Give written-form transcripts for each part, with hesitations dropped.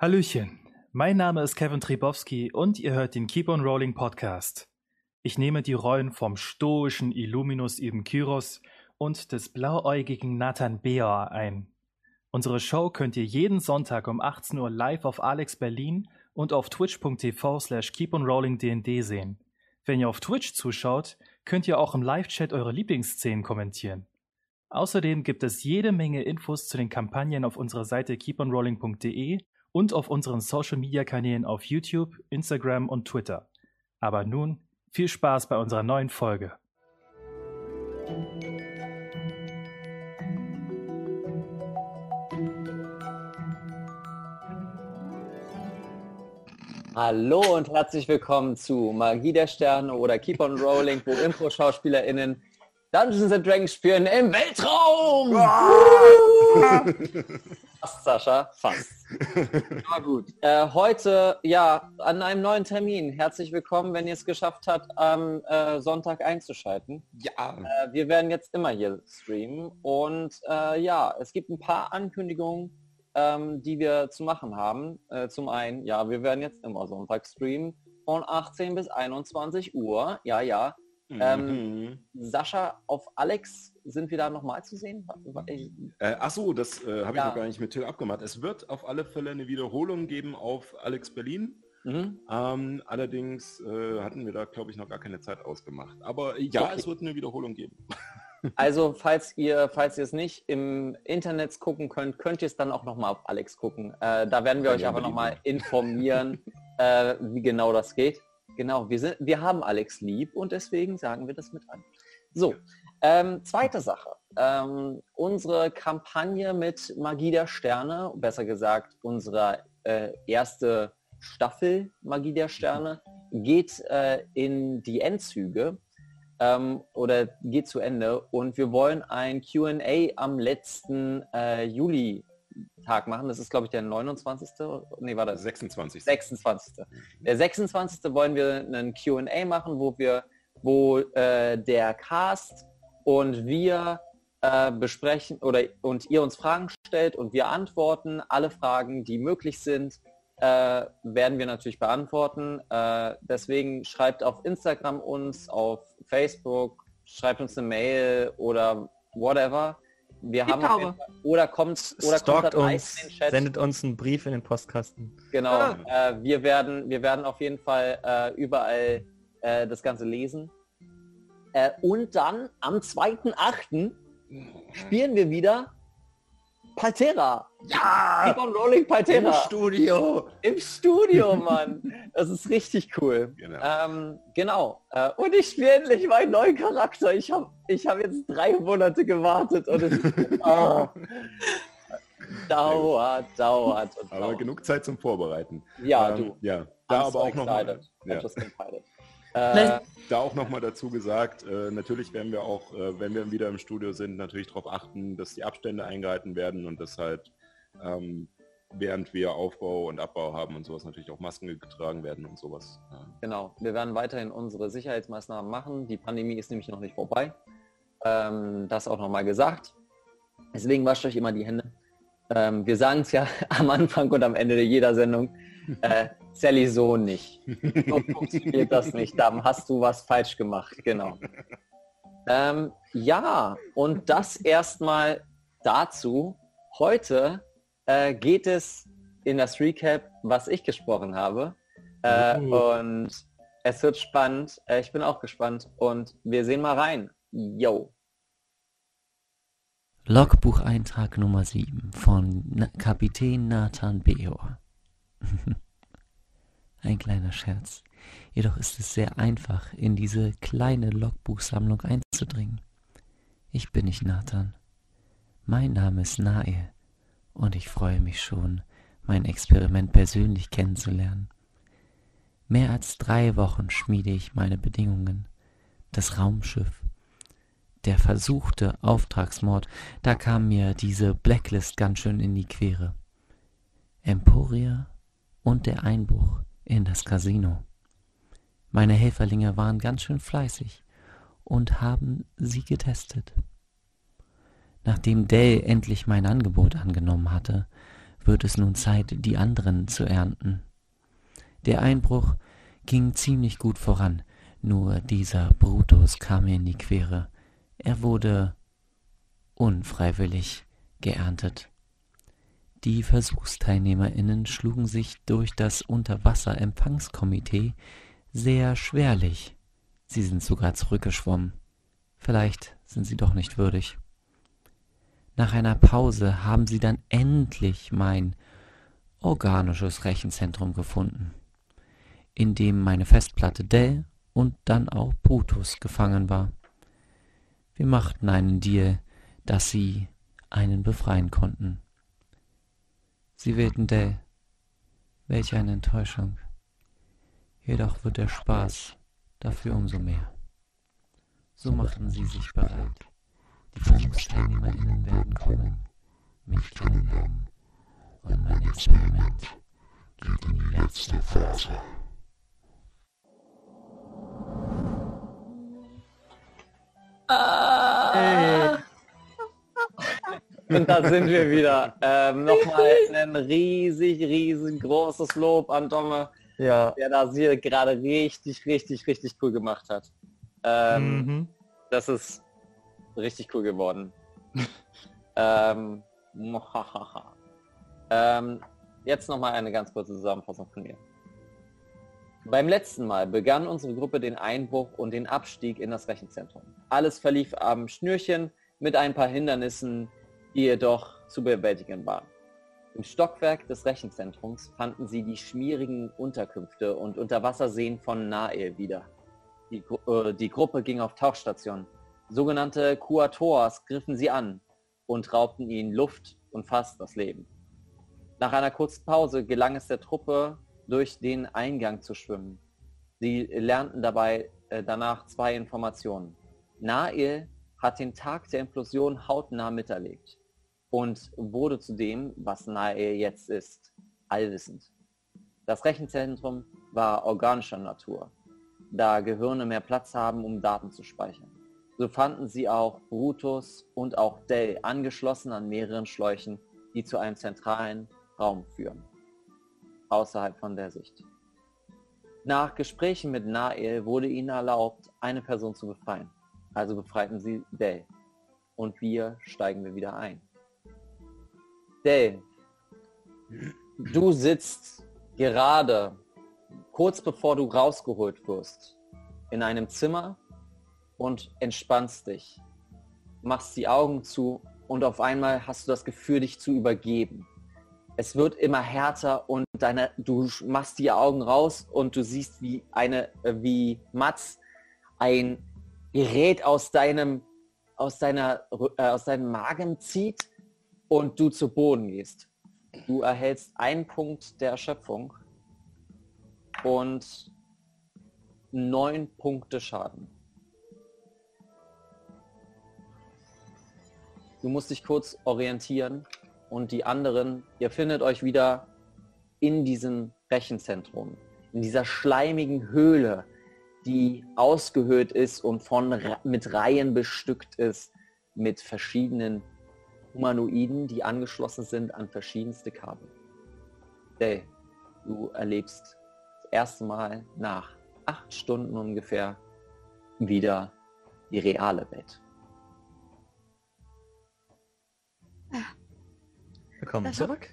Hallöchen, mein Name ist Kevin Tribowski und ihr hört den Keep on Rolling Podcast. Ich nehme die Rollen vom stoischen Illuminus Ibn Kyros und des blauäugigen Nathan Beor ein. Unsere Show könnt ihr jeden Sonntag um 18 Uhr live auf Alex Berlin und auf twitch.tv/keeponrollingdnd sehen. Wenn ihr auf Twitch zuschaut, könnt ihr auch im Live-Chat eure Lieblingsszenen kommentieren. Außerdem gibt es jede Menge Infos zu den Kampagnen auf unserer Seite keeponrolling.de und auf unseren Social-Media-Kanälen auf YouTube, Instagram und Twitter. Aber nun viel Spaß bei unserer neuen Folge. Hallo und herzlich willkommen zu Magie der Sterne oder Keep on Rolling, wo Impro-SchauspielerInnen Dungeons & Dragons spielen im Weltraum! Fast, Sascha, fast. Aber gut. Heute, an einem neuen Termin. Herzlich willkommen, wenn ihr es geschafft habt, am Sonntag einzuschalten. Ja. Wir werden jetzt immer hier streamen und es gibt ein paar Ankündigungen, die wir zu machen haben. Zum einen, wir werden jetzt immer Sonntag streamen von 18 bis 21 Uhr. Sascha, auf Alex sind wir da nochmal zu sehen? Das habe ich noch gar nicht mit Till abgemacht. Es wird auf alle Fälle eine Wiederholung geben auf Alex Berlin. Allerdings hatten wir da, glaube ich, noch gar keine Zeit ausgemacht. Aber okay. Es wird eine Wiederholung geben. Also falls ihr es nicht im Internet gucken könnt, könnt ihr es dann auch nochmal auf Alex gucken. Da werden wir euch aber nochmal informieren, wie genau das geht. Genau, wir haben Alex lieb und deswegen sagen wir das mit an. So, zweite Sache. Unsere Kampagne mit Magie der Sterne, besser gesagt unsere erste Staffel Magie der Sterne, geht in die Endzüge oder geht zu Ende und wir wollen ein Q&A am letzten Juli-Tag machen. Das ist, glaube ich, der 29. Nee, war das? 26. 26. Der 26. wollen wir einen Q&A machen, wo der Cast und wir besprechen und ihr uns Fragen stellt und wir antworten. Alle Fragen, die möglich sind, werden wir natürlich beantworten. Deswegen schreibt auf Instagram uns, auf Facebook, schreibt uns eine Mail oder whatever. Wir haben kommt uns, in den Chat. Sendet uns einen Brief in den Postkasten. Genau. Wir werden auf jeden Fall überall das Ganze lesen. Und dann am 2.8. spielen wir wieder Paltera. Ja! Keep on Rolling Paltera. Im Studio, Mann. Das ist richtig cool. Genau. Und ich spiele endlich meinen neuen Charakter. Ich hab jetzt 3 Monate gewartet und es dauert. Aber genug Zeit zum Vorbereiten. Ja, du. Ja, da aber auch noch mal. Da auch nochmal dazu gesagt, natürlich werden wir auch, wenn wir wieder im Studio sind, natürlich darauf achten, dass die Abstände eingehalten werden und dass halt, während wir Aufbau und Abbau haben und sowas, natürlich auch Masken getragen werden und sowas. Genau, wir werden weiterhin unsere Sicherheitsmaßnahmen machen. Die Pandemie ist nämlich noch nicht vorbei. Das auch nochmal gesagt. Deswegen wascht euch immer die Hände. Wir sagen es ja am Anfang und am Ende jeder Sendung. Sally, so nicht. So funktioniert das nicht. Da hast du was falsch gemacht. Genau. Und das erstmal dazu. Heute geht es in das Recap, was ich gesprochen habe. Und es wird spannend. Ich bin auch gespannt. Und wir sehen mal rein. Yo. Logbucheintrag Nummer 7 von Kapitän Nathan Beor. Ein kleiner Scherz. Jedoch ist es sehr einfach, in diese kleine Logbuchsammlung einzudringen. Ich bin nicht Nathan. Mein Name ist Nae und ich freue mich schon, mein Experiment persönlich kennenzulernen. Mehr als 3 Wochen schmiede ich meine Bedingungen. Das Raumschiff. Der versuchte Auftragsmord, da kam mir diese Blacklist ganz schön in die Quere. Emporia und der Einbruch in das Casino. Meine Helferlinge waren ganz schön fleißig und haben sie getestet. Nachdem Dell endlich mein Angebot angenommen hatte, wird es nun Zeit, die anderen zu ernten. Der Einbruch ging ziemlich gut voran, nur dieser Brutus kam mir in die Quere. Er wurde unfreiwillig geerntet. Die VersuchsteilnehmerInnen schlugen sich durch das Unterwasser-Empfangskomitee sehr schwerlich. Sie sind sogar zurückgeschwommen. Vielleicht sind sie doch nicht würdig. Nach einer Pause haben sie dann endlich mein organisches Rechenzentrum gefunden, in dem meine Festplatte Dell und dann auch Brutus gefangen war. Wir machten einen Deal, dass sie einen befreien konnten. Sie wählten Dell. Welch eine Enttäuschung. Jedoch wird der Spaß dafür umso mehr. So machten sie sich bereit. Die VersuchsteilnehmerInnen werden kommen, mich kennenlernen und mein Experiment geht in die letzte Phase. Und da sind wir wieder. Nochmal ein riesengroßes Lob an Domme, der das hier gerade richtig cool gemacht hat. Das ist richtig cool geworden. Jetzt nochmal eine ganz kurze Zusammenfassung von mir. Beim letzten Mal begann unsere Gruppe den Einbruch und den Abstieg in das Rechenzentrum. Alles verlief am Schnürchen mit ein paar Hindernissen, die jedoch zu bewältigen waren. Im Stockwerk des Rechenzentrums fanden sie die schmierigen Unterkünfte und Unterwasserseen von Nael wieder. Die Gruppe ging auf Tauchstation. Sogenannte Kuatoas griffen sie an und raubten ihnen Luft und fast das Leben. Nach einer kurzen Pause gelang es der Truppe, durch den Eingang zu schwimmen. Sie lernten dabei danach 2 Informationen. Nael hat den Tag der Implosion hautnah miterlebt und wurde zu dem, was Nael jetzt ist, allwissend. Das Rechenzentrum war organischer Natur, da Gehirne mehr Platz haben, um Daten zu speichern. So fanden sie auch Brutus und auch Dell angeschlossen an mehreren Schläuchen, die zu einem zentralen Raum führen, außerhalb von der Sicht. Nach Gesprächen mit Nael wurde ihnen erlaubt, eine Person zu befreien. Also befreiten sie Dell. Und wir steigen wieder ein. Dell, du sitzt gerade, kurz bevor du rausgeholt wirst, in einem Zimmer und entspannst dich. Machst die Augen zu und auf einmal hast du das Gefühl, dich zu übergeben. Es wird immer härter und du machst die Augen raus und du siehst, wie Mats ein Gerät aus deinem Magen zieht und du zu Boden gehst. Du erhältst 1 Punkt der Erschöpfung und 9 Punkte Schaden. Du musst dich kurz orientieren und die anderen, ihr findet euch wieder in diesem Rechenzentrum, in dieser schleimigen Höhle, die ausgehöhlt ist und mit Reihen bestückt ist, mit verschiedenen Humanoiden, die angeschlossen sind an verschiedenste Kabel. Dell, du erlebst das erste Mal nach 8 Stunden ungefähr wieder die reale Welt. Willkommen zurück.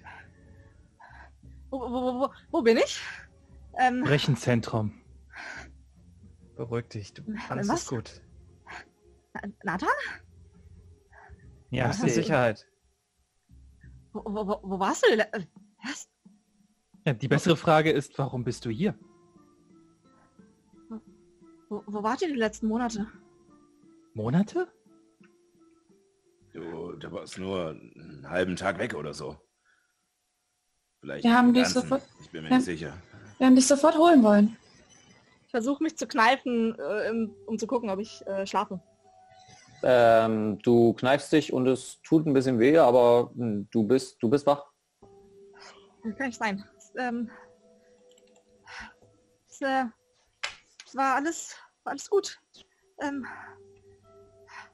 Wo bin ich? Rechenzentrum. Beruhig dich, alles ist gut. Nathan? Ja, bist in Sicherheit. Wo warst du? Was? Ja, die bessere Frage ist, warum bist du hier? Wo wart ihr die letzten Monate? Monate? Du warst nur einen halben Tag weg oder so. Vielleicht Wir haben den dich ganzen. sofort. Ich bin mir nicht sicher. Wir haben dich sofort holen wollen. Ich versuche mich zu kneifen, um zu gucken, ob ich schlafe. Du kneifst dich und es tut ein bisschen weh, aber du bist wach. Kann nicht sein. Es war alles gut.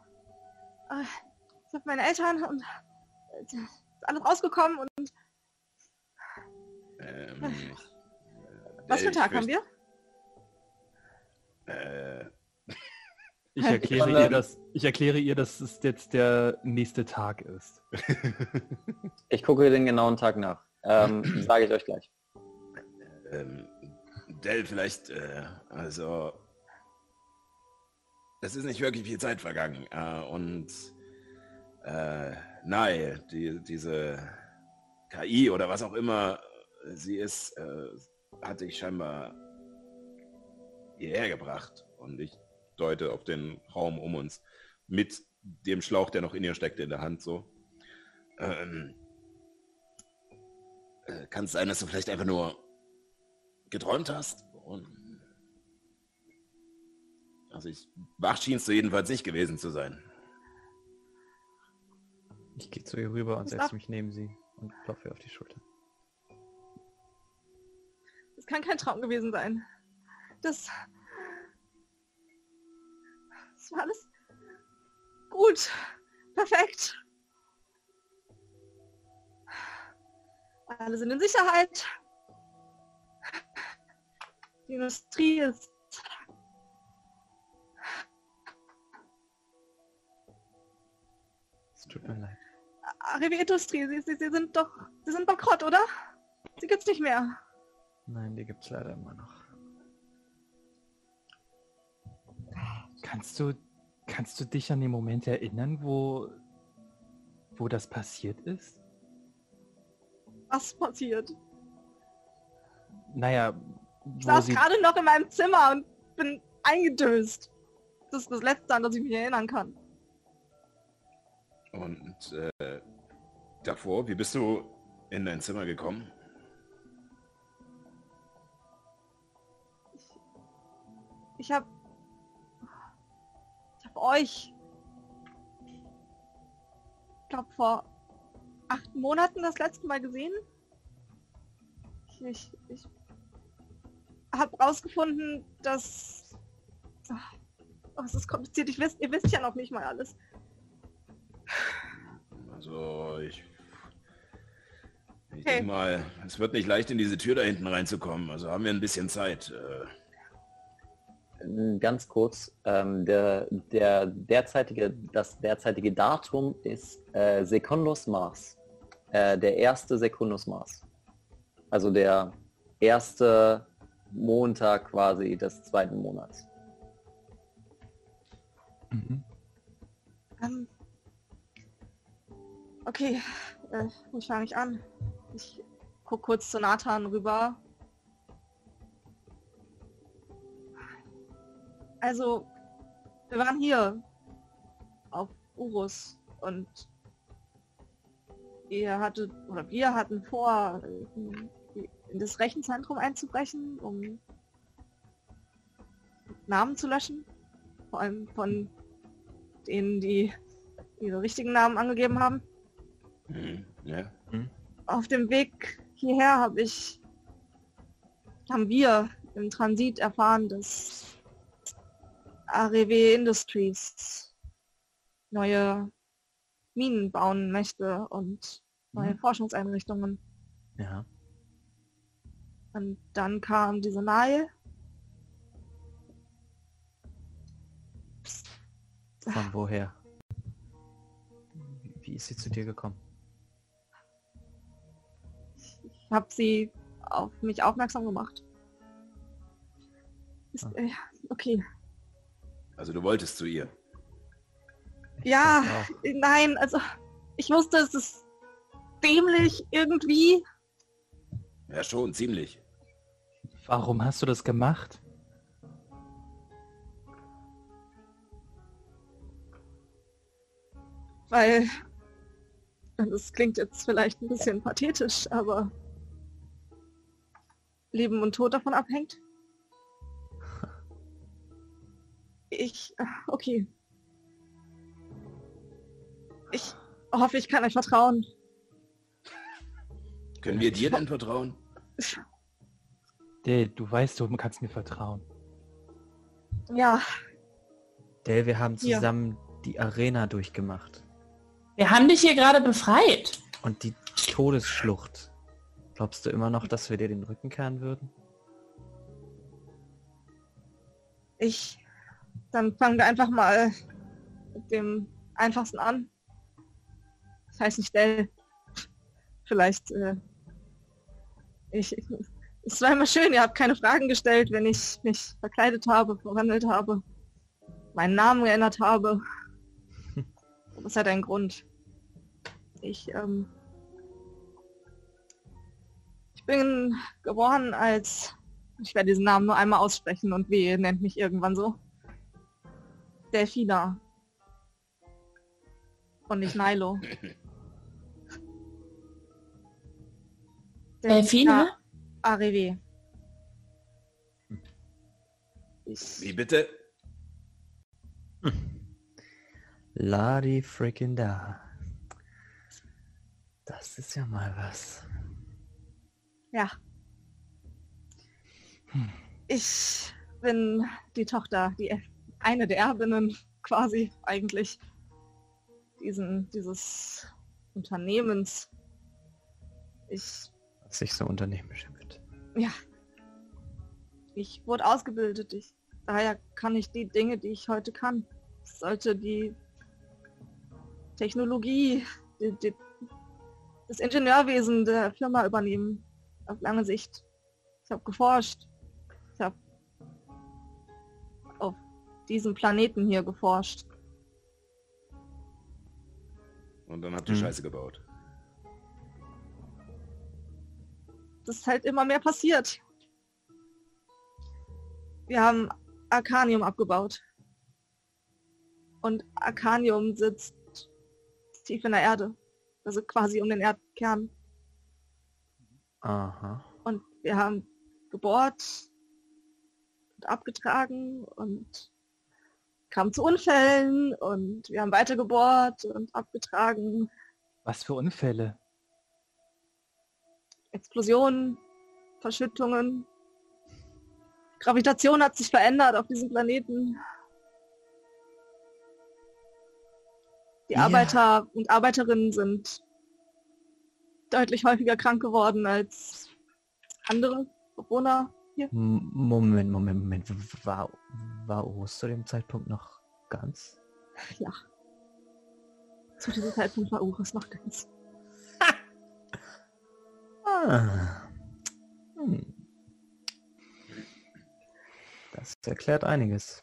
Ich habe meine Eltern und ist alles rausgekommen und Was für einen Tag haben wir? Ich erkläre ihr, dass es jetzt der nächste Tag ist. Ich gucke den genauen Tag nach. Sage ich euch gleich. Del, vielleicht, es ist nicht wirklich viel Zeit vergangen. Nein, diese KI oder was auch immer sie ist, hat dich scheinbar hierher gebracht. Und ich deute auf den Raum um uns mit dem Schlauch, der noch in ihr steckte, in der Hand so. Kann es sein, dass du vielleicht einfach nur geträumt hast? Also wach schienst du jedenfalls nicht gewesen zu sein. Ich gehe zu ihr rüber und setze mich neben sie und klopfe ihr auf die Schulter. Das kann kein Traum gewesen sein. Das war alles gut. Perfekt. Alle sind in Sicherheit. Die Industrie ist... Es tut mir leid. Rewe-Industrie, Sie sind bankrott, oder? Sie gibt's nicht mehr. Nein, die gibt's leider immer noch. Kannst du dich an den Moment erinnern, wo das passiert ist? Was passiert? Naja, ich saß gerade noch in meinem Zimmer und bin eingedöst. Das ist das Letzte, an das ich mich erinnern kann. Und davor, wie bist du in dein Zimmer gekommen? Ich hab euch, ich glaube, vor 8 Monaten das letzte Mal gesehen. Ich habe rausgefunden, dass... es ist kompliziert, ihr wisst ja noch nicht mal alles. Also, ich denke mal, es wird nicht leicht, in diese Tür da hinten reinzukommen. Also haben wir ein bisschen Zeit. Ganz kurz, das derzeitige Datum ist Secundus Mars. Der erste Secundus Mars. Also der erste Montag quasi des 2. Monats. Mhm. Okay, wo fange ich an? Ich gucke kurz zu Nathan rüber. Also, wir waren hier auf Urus und wir hatten vor, in das Rechenzentrum einzubrechen, um Namen zu löschen. Vor allem von denen, die ihre richtigen Namen angegeben haben. Ja. Auf dem Weg hierher haben wir im Transit erfahren, dass Rewe Industries neue Minen bauen möchte und neue Forschungseinrichtungen. Ja. Und dann kam diese Nahe. Von woher? Wie ist sie zu dir gekommen? Ich habe sie auf mich aufmerksam gemacht. Okay. Also du wolltest zu ihr? Ja, nein, also ich wusste, es ist dämlich irgendwie. Ja, schon, ziemlich. Warum hast du das gemacht? Weil, das klingt jetzt vielleicht ein bisschen pathetisch, aber Leben und Tod davon abhängt. Okay. Ich hoffe, ich kann euch vertrauen. Können wir dir denn vertrauen? Del, du weißt, du kannst mir vertrauen. Ja. Del, wir haben zusammen die Arena durchgemacht. Wir haben dich hier gerade befreit. Und die Todesschlucht. Glaubst du immer noch, dass wir dir den Rücken kehren würden? Dann fangen wir einfach mal mit dem Einfachsten an. Das heißt nicht Dell. Vielleicht, es war immer schön, ihr habt keine Fragen gestellt, wenn ich mich verkleidet habe, verwandelt habe, meinen Namen geändert habe. Das hat einen Grund. Ich bin geboren als, ich werde diesen Namen nur einmal aussprechen und wehe, nennt mich irgendwann so. Delfina. Und nicht Nilo. Delfina? Arrivé. Wie bitte? Ladi freaking da. Das ist ja mal was. Ja. Ich bin die Tochter, eine der Erbinnen quasi eigentlich dieses Unternehmens. Was sich so Unternehmen schimpft. Ja. Ich wurde ausgebildet. Daher kann ich die Dinge, die ich heute kann. Ich sollte die Technologie, das Ingenieurwesen der Firma übernehmen. Auf lange Sicht. Ich habe geforscht. Ich habe auf diesem Planeten hier geforscht. Und dann habt ihr Scheiße gebaut. Das ist halt immer mehr passiert. Wir haben Arcanium abgebaut. Und Arcanium sitzt tief in der Erde. Also quasi um den Erdkern. Aha. Und wir haben gebohrt und abgetragen und kam zu Unfällen und wir haben weiter gebohrt und abgetragen. Was für Unfälle? Explosionen, Verschüttungen. Gravitation hat sich verändert auf diesem Planeten. Die Arbeiter und Arbeiterinnen sind deutlich häufiger krank geworden als andere Bewohner hier. Moment. War Urus zu dem Zeitpunkt noch ganz? Ja. Zu diesem Zeitpunkt war Urus noch ganz. Das erklärt einiges.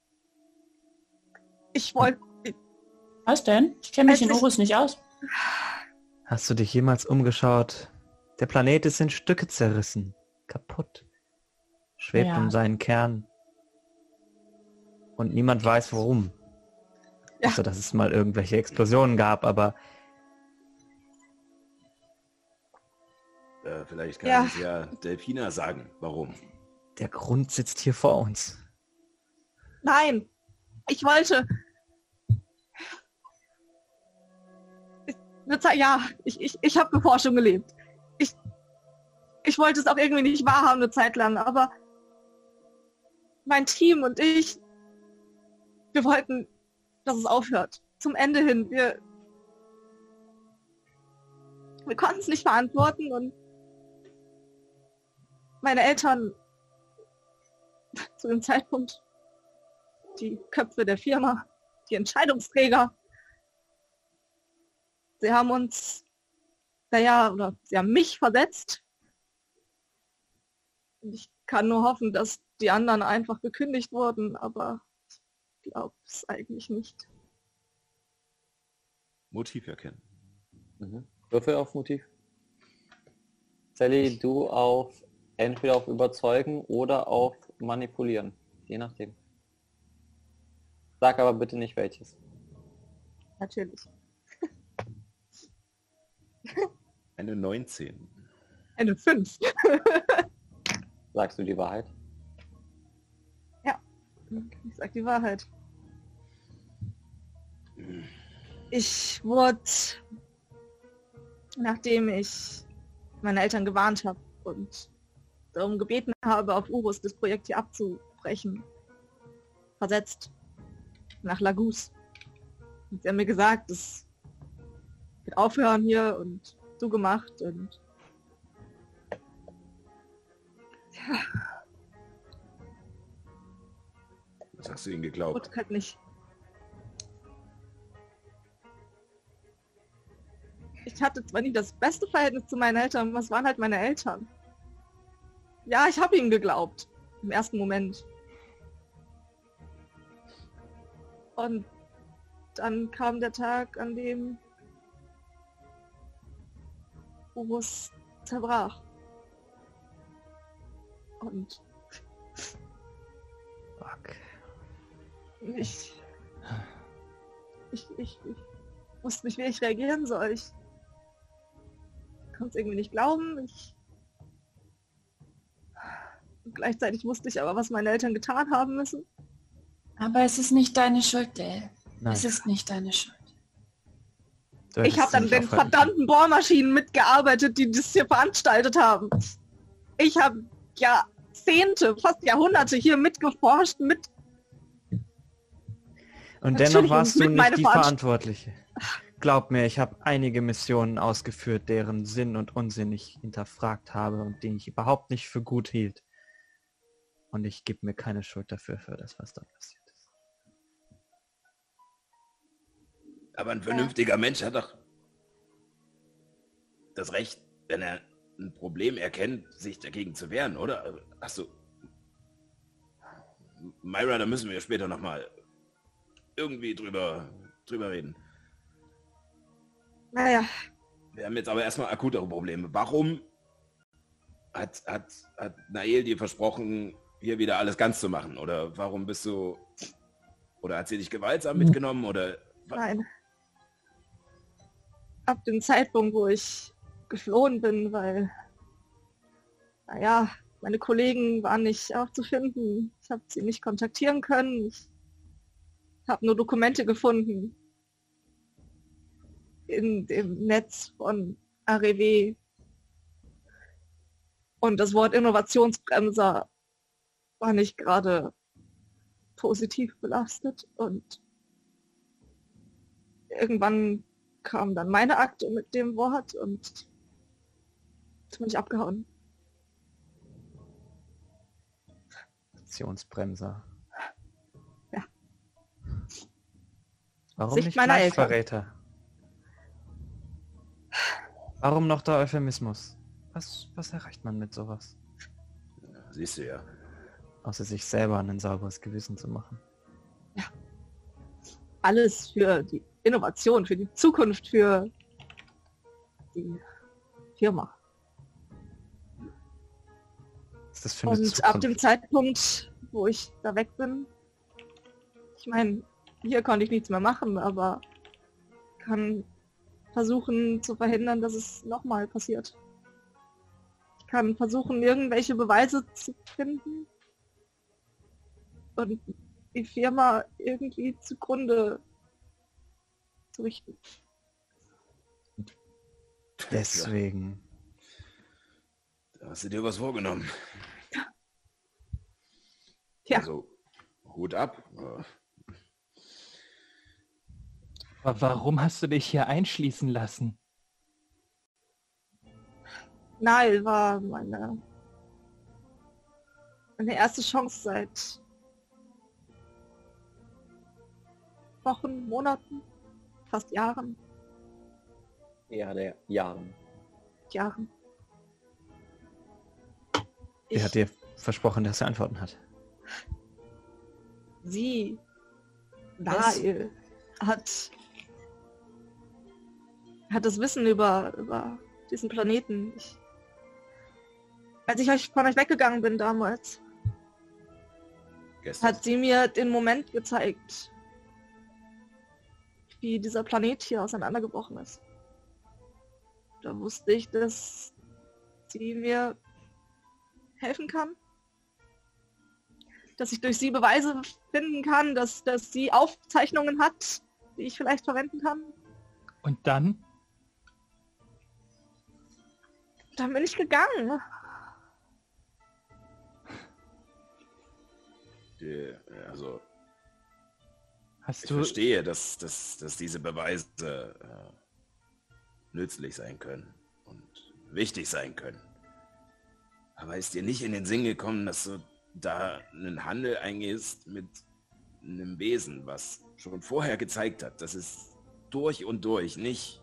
Ich wollte... Was denn? Ich kenne mich in Urus nicht aus. Hast du dich jemals umgeschaut? Der Planet ist in Stücke zerrissen. Kaputt. Schwebt um seinen Kern. Und niemand weiß warum. Ja. Also, dass es mal irgendwelche Explosionen gab, aber... Vielleicht kann uns ja Delfina sagen, warum. Der Grund sitzt hier vor uns. Nein! Ich wollte... Ich habe Beforschung gelebt. Ich wollte es auch irgendwie nicht wahrhaben eine Zeit lang, aber mein Team und ich, wir wollten, dass es aufhört. Zum Ende hin. Wir konnten es nicht verantworten und meine Eltern zu dem Zeitpunkt, die Köpfe der Firma, die Entscheidungsträger, sie haben uns, sie haben mich versetzt. Und ich kann nur hoffen, dass die anderen einfach gekündigt wurden, aber ich glaube es eigentlich nicht. Motiv erkennen. Würfel auf Motiv. Sally, du entweder auf Überzeugen oder auf Manipulieren. Je nachdem. Sag aber bitte nicht welches. Natürlich. Eine 19. Eine 5. Sagst du die Wahrheit? Ja, ich sag die Wahrheit. Ich wurde, nachdem ich meine Eltern gewarnt habe und darum gebeten habe, auf Urus das Projekt hier abzubrechen, versetzt nach Laguz. Und sie haben mir gesagt, es wird aufhören hier und zugemacht und Hast du ihn geglaubt? Gut, halt nicht. Ich hatte zwar nicht das beste Verhältnis zu meinen Eltern, aber es waren halt meine Eltern. Ja, ich habe ihm geglaubt. Im ersten Moment. Und dann kam der Tag, an dem Urus zerbrach. Und Fuck. Ich wusste nicht, wie ich reagieren soll. Ich konnte es irgendwie nicht glauben. Gleichzeitig wusste ich aber, was meine Eltern getan haben müssen. Aber es ist nicht deine Schuld, Dale. Nein. Es ist nicht deine Schuld. Ich habe an den verdammten Bohrmaschinen mitgearbeitet, die das hier veranstaltet haben. Ich habe Jahrzehnte, fast Jahrhunderte hier mitgeforscht, Und dennoch warst du nicht die Verantwortliche. Glaub mir, ich habe einige Missionen ausgeführt, deren Sinn und Unsinn ich hinterfragt habe und die ich überhaupt nicht für gut hielt. Und ich gebe mir keine Schuld dafür, für das, was da passiert ist. Aber ein vernünftiger Mensch hat doch das Recht, wenn er ein Problem erkennt, sich dagegen zu wehren, oder? Achso. Myra, da müssen wir später nochmal irgendwie drüber reden. Naja. Wir haben jetzt aber erstmal akutere Probleme. Warum hat Nael dir versprochen, hier wieder alles ganz zu machen? Oder warum bist du... Oder hat sie dich gewaltsam mitgenommen? Oder... Nein. Ab dem Zeitpunkt, wo ich geflohen bin, weil... Naja, meine Kollegen waren nicht aufzufinden. Ich habe sie nicht kontaktieren können. Ich habe nur Dokumente gefunden. In dem Netz von AREW. Und das Wort Innovationsbremser war nicht gerade positiv belastet. Und irgendwann kam dann meine Akte mit dem Wort und jetzt bin ich abgehauen. Innovationsbremser. Ja. Warum Sicht nicht meiner Eltern. Fleischverräter? Warum noch der Euphemismus? Was erreicht man mit sowas? Ja, siehst du ja. Außer sich selber ein sauberes Gewissen zu machen. Ja. Alles für die Innovation, für die Zukunft, für die Firma. Was ist das für eine Und Zukunft? ab dem Zeitpunkt, wo ich da weg bin, ich meine, hier konnte ich nichts mehr machen, aber kann versuchen zu verhindern, dass es nochmal passiert. Ich kann versuchen, irgendwelche Beweise zu finden und die Firma irgendwie zugrunde zu richten. Deswegen. Da hast du dir was vorgenommen. Ja. Also, Hut ab. Aber warum hast du dich hier einschließen lassen? Nael war meine erste Chance seit Wochen, Monaten, fast Jahren. Ja, der Jahren. Er hat dir versprochen, dass er Antworten hat. Sie, Nael, hat das Wissen über diesen Planeten. Als ich von euch weggegangen bin damals, Gestern. hat sie mir den Moment gezeigt, wie dieser Planet hier auseinandergebrochen ist. Da wusste ich, dass sie mir helfen kann. Dass ich durch sie Beweise finden kann, dass sie Aufzeichnungen hat, die ich vielleicht verwenden kann. Und dann? Dann bin ich gegangen. Also, Hast ich du... verstehe, dass diese Beweise nützlich sein können und wichtig sein können. Aber ist dir nicht in den Sinn gekommen, dass du da einen Handel eingehst mit einem Wesen, was schon vorher gezeigt hat, dass es durch und durch nicht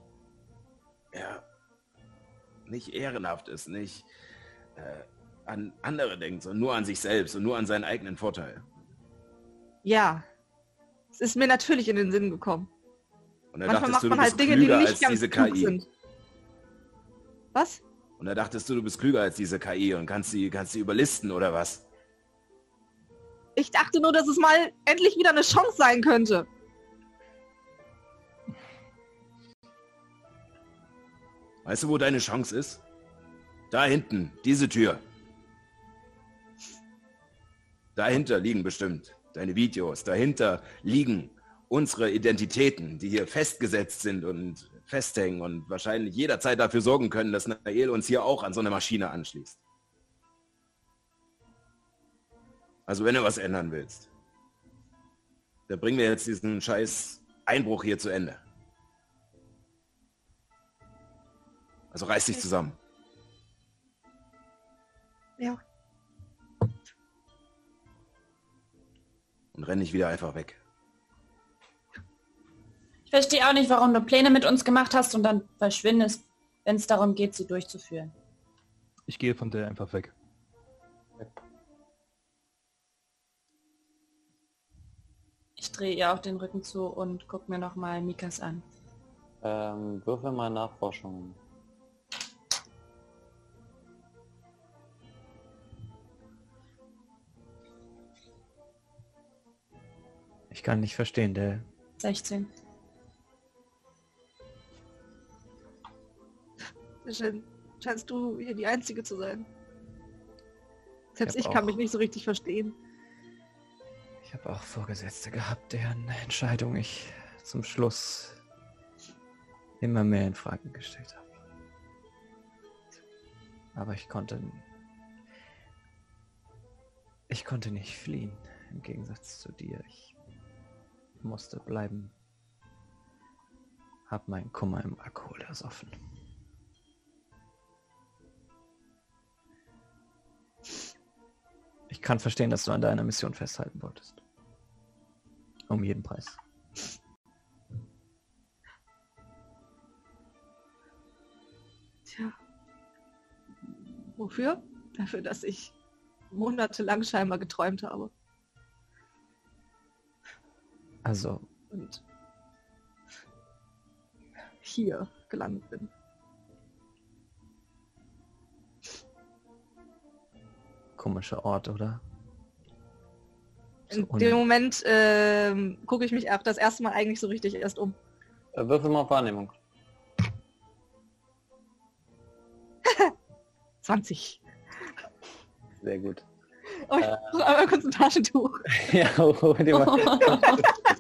ehrenhaft ist, nicht an andere denkt, sondern nur an sich selbst und nur an seinen eigenen Vorteil. Ja, es ist mir natürlich in den Sinn gekommen. Und da Manchmal dachtest macht man du halt bist Dinge, die klüger nicht als ganz diese klug KI. sind. Was? Und da dachtest du bist klüger als diese KI und kannst sie überlisten oder was? Ich dachte nur, dass es mal endlich wieder eine Chance sein könnte. Weißt du, wo deine Chance ist? Da hinten, diese Tür. Dahinter liegen bestimmt deine Videos. Dahinter liegen unsere Identitäten, die hier festgesetzt sind und festhängen und wahrscheinlich jederzeit dafür sorgen können, dass Nael uns hier auch an so eine Maschine anschließt. Also wenn du was ändern willst, dann bringen wir jetzt diesen scheiß Einbruch hier zu Ende. Also reiß dich zusammen. Ja. Und renn nicht wieder einfach weg. Ich verstehe auch nicht, warum du Pläne mit uns gemacht hast und dann verschwindest, wenn es darum geht, sie durchzuführen. Ich gehe von der einfach weg. Ich drehe ihr auch den Rücken zu und gucke mir nochmal Mikas an. Würfel mal Nachforschungen. Ich kann nicht verstehen, der... 16. Scheinst du hier die Einzige zu sein. Selbst ich kann mich nicht so richtig verstehen. Ich habe auch Vorgesetzte gehabt, deren Entscheidung ich zum Schluss immer mehr in Frage gestellt habe. Aber ich konnte nicht fliehen, im Gegensatz zu dir. Ich musste bleiben. Hab meinen Kummer im Alkohol ersoffen. Ich kann verstehen, dass du an deiner Mission festhalten wolltest. Um jeden Preis. Tja. Wofür? Dafür, dass ich monatelang scheinbar geträumt habe. Also. Und hier gelandet bin. Komischer Ort, oder? In dem Moment gucke ich mich auch das erste Mal eigentlich so richtig erst um. Würfel mal auf Wahrnehmung. 20. Sehr gut. Oh, ich brauche einmal kurz ein Taschentuch. Ja, hol dir mal.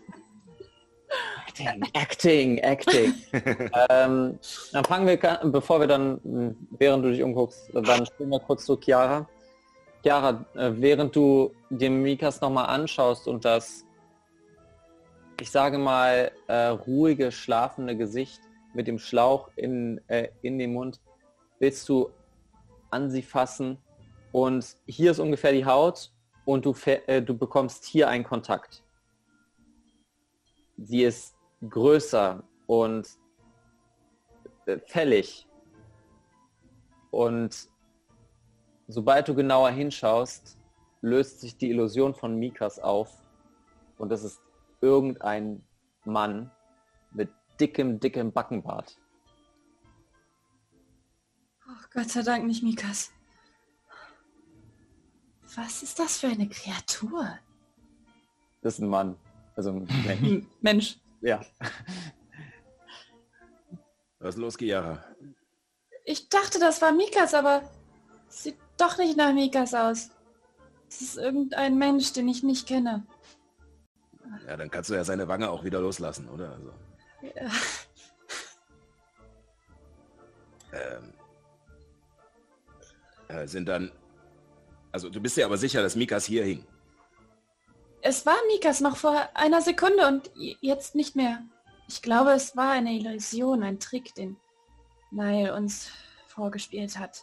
Acting. Dann fangen wir, bevor wir dann, während du dich umguckst, dann spielen wir kurz zu Chiara. Chiara, während du dir Mikas nochmal anschaust und das, ich sage mal, ruhige, schlafende Gesicht mit dem Schlauch in dem Mund, willst du an sie fassen und hier ist ungefähr die Haut und du bekommst hier einen Kontakt. Sie ist größer und fällig und sobald du genauer hinschaust, löst sich die Illusion von Mikas auf und es ist irgendein Mann mit dickem Backenbart. Oh, Gott sei Dank nicht Mikas. Was ist das für eine Kreatur? Das ist ein Mann. Also ein Mensch. Mensch. Ja. Was ist los, Chiara? Ich dachte, das war Mikas, aber es sieht doch nicht nach Mikas aus. Es ist irgendein Mensch, den ich nicht kenne. Ja, dann kannst du ja seine Wange auch wieder loslassen, oder? Also. Ja. Sind dann... Also du bist ja aber sicher, dass Mikas hier hing. Es war Mikas noch vor einer Sekunde und jetzt nicht mehr. Ich glaube, es war eine Illusion, ein Trick, den Nael uns vorgespielt hat.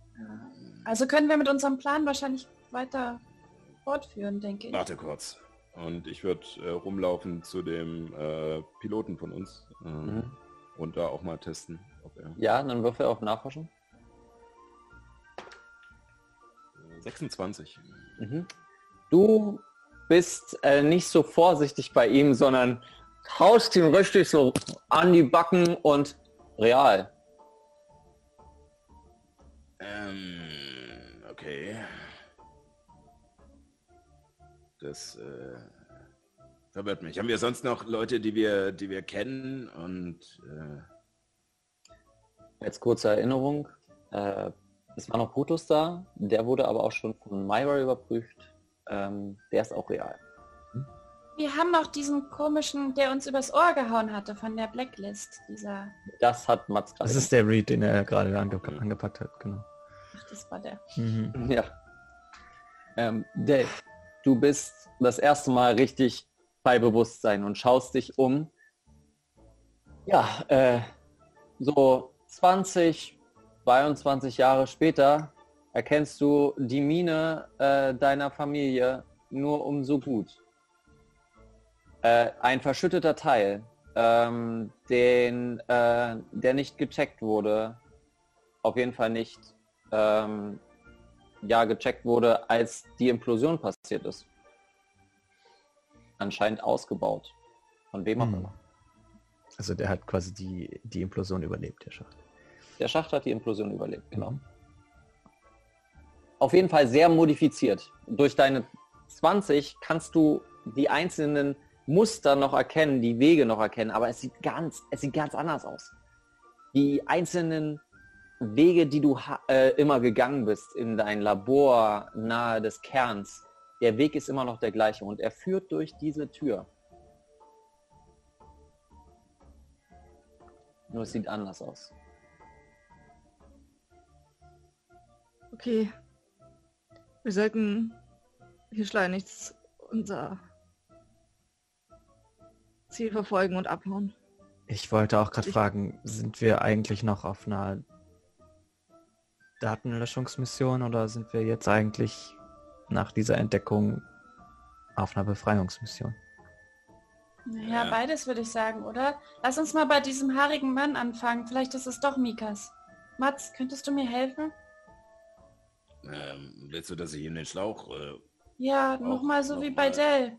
Also können wir mit unserem Plan wahrscheinlich weiter fortführen, denke ich. Warte kurz. Und ich würde rumlaufen zu dem Piloten von uns und da auch mal testen, ob er... Ja, dann würfel auf Nachforschen. 26. Du bist nicht so vorsichtig bei ihm, sondern haust ihn richtig so an die Backen und real. Okay. Das verwirrt mich. Haben wir sonst noch Leute, die wir kennen? Und Jetzt kurze Erinnerung. Es war noch Brutus da, der wurde aber auch schon von Myra überprüft. Der ist auch real. Wir haben noch diesen komischen, der uns übers Ohr gehauen hatte von der Blacklist. Das hat Mats gerade. Das ist der Reed, den er gerade angepackt hat, genau. Ach, das war der. Ja. Dave, du bist das erste Mal richtig bei Bewusstsein und schaust dich um. Ja, so 22 Jahre später erkennst du die Miene deiner Familie nur umso gut. Ein verschütteter Teil, der nicht gecheckt wurde, auf jeden Fall nicht gecheckt wurde, als die Implosion passiert ist. Anscheinend ausgebaut. Von wem auch immer. Also der hat quasi die Implosion überlebt, der Schacht. Der Schacht hat die Implosion überlebt, genau. Auf jeden Fall sehr modifiziert. Durch deine 20 kannst du die einzelnen Muster noch erkennen, die Wege noch erkennen, aber es sieht ganz anders aus. Die einzelnen Wege, die du immer gegangen bist in dein Labor nahe des Kerns, der Weg ist immer noch der gleiche und er führt durch diese Tür. Nur es sieht anders aus. Okay. Wir sollten hier schleunigst unser Ziel verfolgen und abhauen. Ich wollte auch gerade fragen, sind wir eigentlich noch auf einer Datenlöschungsmission oder sind wir jetzt eigentlich nach dieser Entdeckung auf einer Befreiungsmission? Naja, beides würde ich sagen, oder? Lass uns mal bei diesem haarigen Mann anfangen. Vielleicht ist es doch Mikas. Mats, könntest du mir helfen? Willst du, dass ich in den Schlauch... ja, nochmal so wie bei Dell.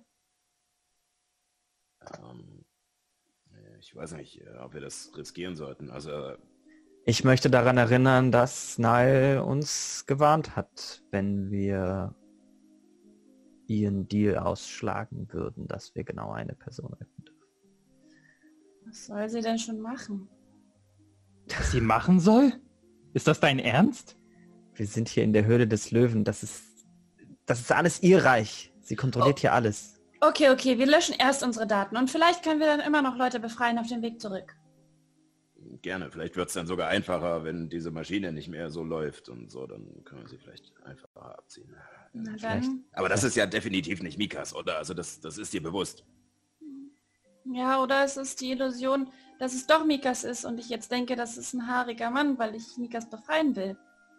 Ich weiß nicht, ob wir das riskieren sollten. Also... Ich möchte daran erinnern, dass Nile uns gewarnt hat, wenn wir ihren Deal ausschlagen würden, dass wir genau eine Person retten dürfen. Was soll sie denn schon machen? Was sie machen soll? Ist das dein Ernst? Wir sind hier in der Höhle des Löwen. Das ist alles ihr Reich. Sie kontrolliert hier alles. Okay, wir löschen erst unsere Daten und vielleicht können wir dann immer noch Leute befreien auf dem Weg zurück. Gerne, vielleicht wird es dann sogar einfacher, wenn diese Maschine nicht mehr so läuft und so, dann können wir sie vielleicht einfacher abziehen. Na dann. Aber das ist ja definitiv nicht Mikas, oder? Also das ist dir bewusst. Ja, oder es ist die Illusion, dass es doch Mikas ist und ich jetzt denke, das ist ein haariger Mann, weil ich Mikas befreien will.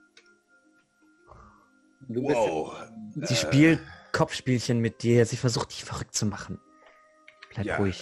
Wow. Sie spielt Kopfspielchen mit dir, sie versucht dich verrückt zu machen. Bleib ruhig.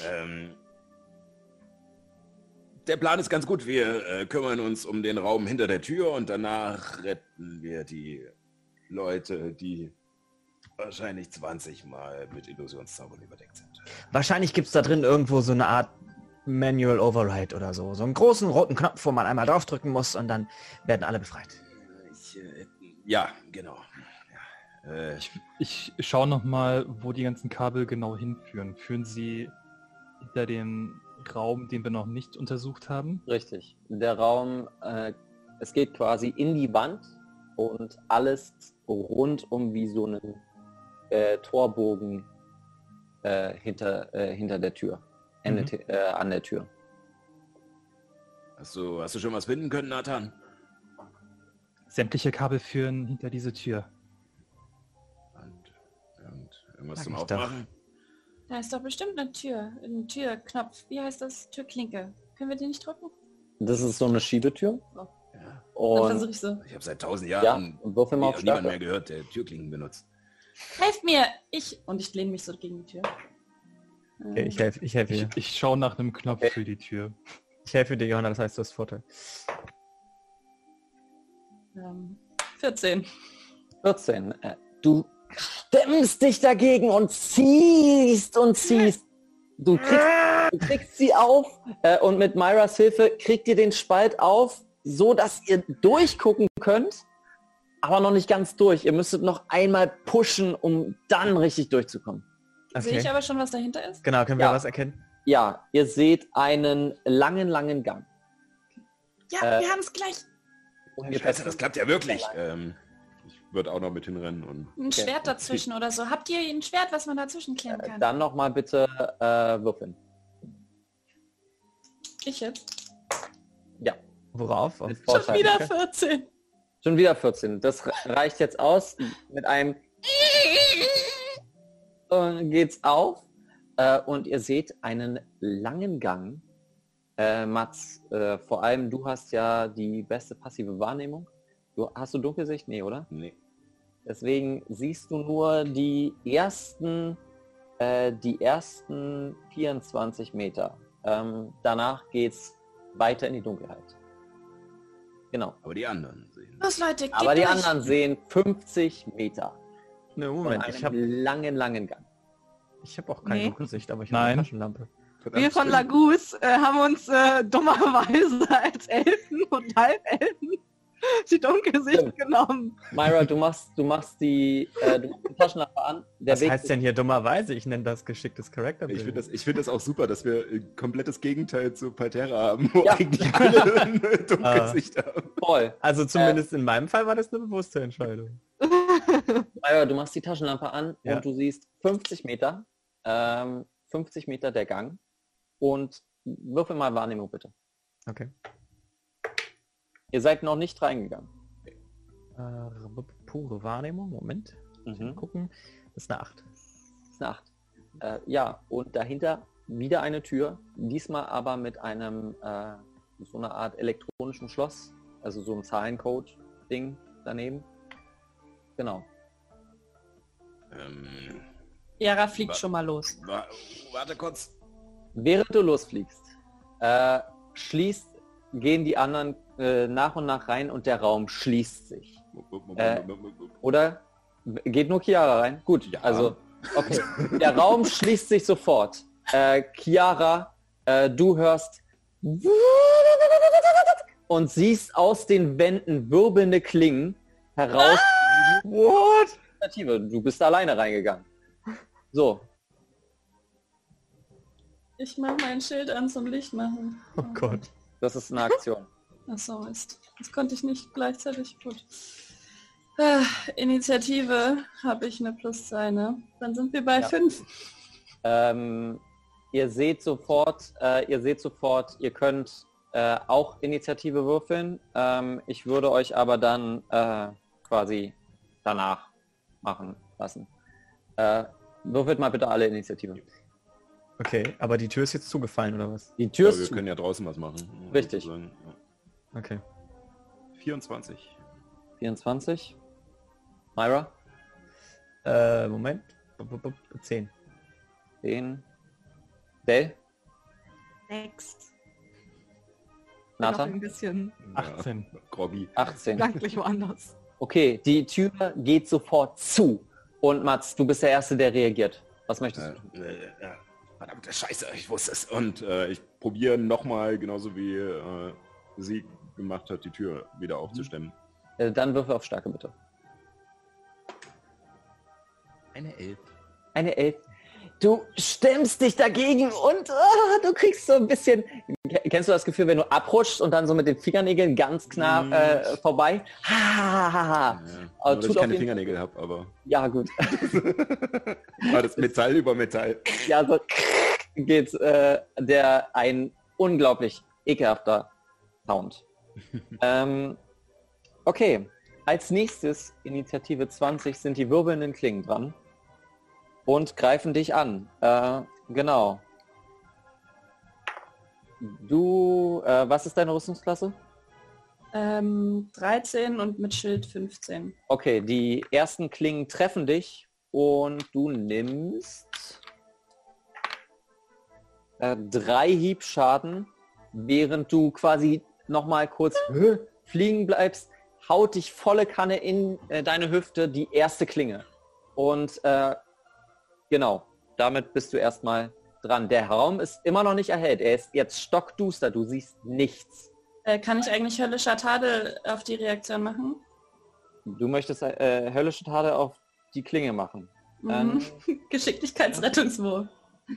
Der Plan ist ganz gut. Wir kümmern uns um den Raum hinter der Tür und danach retten wir die Leute, die wahrscheinlich 20 Mal mit Illusionszaubern überdeckt sind. Wahrscheinlich gibt es da drin irgendwo so eine Art Manual Override oder so. So einen großen roten Knopf, wo man einmal draufdrücken muss und dann werden alle befreit. Ja, genau. Ja, Ich schaue nochmal, wo die ganzen Kabel genau hinführen. Führen sie hinter dem Raum, den wir noch nicht untersucht haben? Richtig. Der Raum, es geht quasi in die Wand und alles rundum wie so einen Torbogen hinter der Tür. An der Tür. Hast du schon was finden können, Nathan? Sämtliche Kabel führen hinter diese Tür. Und irgendwas zum Aufmachen? Da ist doch bestimmt eine Tür, ein Türknopf. Wie heißt das? Türklinke. Können wir die nicht drücken? Das ist so eine Schiebetür. Oh. Ja. Und Dann versuche ich so. Ich habe seit 1000 Jahren niemand mehr gehört, der Türklinken benutzt. Helft mir! Ich lehne mich so gegen die Tür. Okay, ich helfe dir. Ich schaue nach einem Knopf für die Tür. Ich helfe dir, Johanna, das heißt, du hast Vorteil. 14. 14. Du stemmst dich dagegen und ziehst und ziehst. Du kriegst sie auf und mit Myras Hilfe kriegt ihr den Spalt auf, so dass ihr durchgucken könnt, aber noch nicht ganz durch. Ihr müsstet noch einmal pushen, um dann richtig durchzukommen. Okay. Sehe ich aber schon, was dahinter ist? Genau, können wir was erkennen? Ja, ihr seht einen langen Gang. Ja, wir haben es gleich. Scheiße, das klappt ja wirklich. Ich würde auch noch mit hinrennen. Und Ein Schwert dazwischen oder so. Habt ihr ein Schwert, was man dazwischen klemmen kann? Dann nochmal bitte würfeln. Ich jetzt? Ja. Worauf? Schon wieder 14. Schon wieder 14. Das reicht jetzt aus. Mit einem geht's auf und ihr seht einen langen Gang. Mats, vor allem du hast ja die beste passive Wahrnehmung. Hast du Dunkelsicht? Nee, oder? Nee. Deswegen siehst du nur die ersten 24 Meter. Danach geht's weiter in die Dunkelheit. Genau. Aber die anderen sehen. Los, Leute, Aber die anderen sehen 50 Meter. Ne, Moment, ich habe langen Gang. Ich habe auch keine Dunkelsicht, aber ich habe Nein. eine Taschenlampe. Wir von Lagus haben uns dummerweise als Elfen und Halbelfen die Dunkelsicht genommen. Myra, du machst die Taschenlampe an. Was heißt denn hier dummerweise? Ich nenne das geschicktes Charakter. Ich find das auch super, dass wir ein komplettes Gegenteil zu Palterra haben, wo eigentlich alle eine Dunkelsicht haben. Voll. Also zumindest in meinem Fall war das eine bewusste Entscheidung. Myra, du machst die Taschenlampe an und du siehst 50 Meter. 50 Meter der Gang. Und würfel mal Wahrnehmung, bitte. Okay. Ihr seid noch nicht reingegangen. Pure Wahrnehmung, Moment. Gucken. Das ist eine 8. Das ist eine 8. Ja, und dahinter wieder eine Tür. Diesmal aber mit einem so einer Art elektronischen Schloss. Also so ein Zahlencode-Ding daneben. Genau. Yara fliegt schon mal los. Warte kurz. Während du losfliegst, gehen die anderen nach und nach rein und der Raum schließt sich. Oder geht nur Chiara rein? Gut, ja. Also, okay. Der Raum schließt sich sofort. Chiara, du hörst und siehst aus den Wänden wirbelnde Klingen heraus. What? Du bist alleine reingegangen. So. Ich mache mein Schild an zum Licht machen. Oh Gott. Das ist eine Aktion. Achso, Mist. Das konnte ich nicht gleichzeitig. Gut. Initiative habe ich eine +2, ne? Dann sind wir bei 5. Ihr seht sofort, ihr könnt auch Initiative würfeln. Ich würde euch aber dann quasi danach machen lassen. Würfelt mal bitte alle Initiative. Okay, aber die Tür ist jetzt zugefallen, oder was? Die Tür ist wir können ja draußen was machen. Richtig. Ja. Okay. 24. 24. Myra? Moment. 10. 10. Dale? 6. Nathan? Ein bisschen 18. Ja, Groggy. 18. gedanklich woanders. Okay, die Tür geht sofort zu. Und Mats, du bist der Erste, der reagiert. Was möchtest du? Verdammte Scheiße, ich wusste es. Und ich probiere nochmal, genauso wie sie gemacht hat, die Tür wieder aufzustemmen. Dann würfel auf Stärke, bitte. Eine 11. Eine 11. Du stemmst dich dagegen und du kriegst so ein bisschen... Kennst du das Gefühl, wenn du abrutschst und dann so mit den Fingernägeln ganz knapp vorbei? Ja, nur, dass ich keine Fingernägel habe, aber... Ja, gut. War das Metall über Metall? Ja, so geht's. Ein unglaublich ekelhafter Sound. Okay. Als nächstes, Initiative 20, sind die wirbelnden Klingen dran. Und greifen dich an. Genau. Du, was ist deine Rüstungsklasse? 13 und mit Schild 15. Okay, die ersten Klingen treffen dich und du nimmst 3 Hiebschaden, während du quasi nochmal kurz fliegen bleibst, haut dich volle Kanne in deine Hüfte die erste Klinge. Und genau, damit bist du erstmal dran. Der Raum ist immer noch nicht erhellt. Er ist jetzt stockduster, du siehst nichts. Kann ich eigentlich höllischer Tadel auf die Reaktion machen? Du möchtest höllische Tadel auf die Klinge machen. Geschicklichkeitsrettungswurf.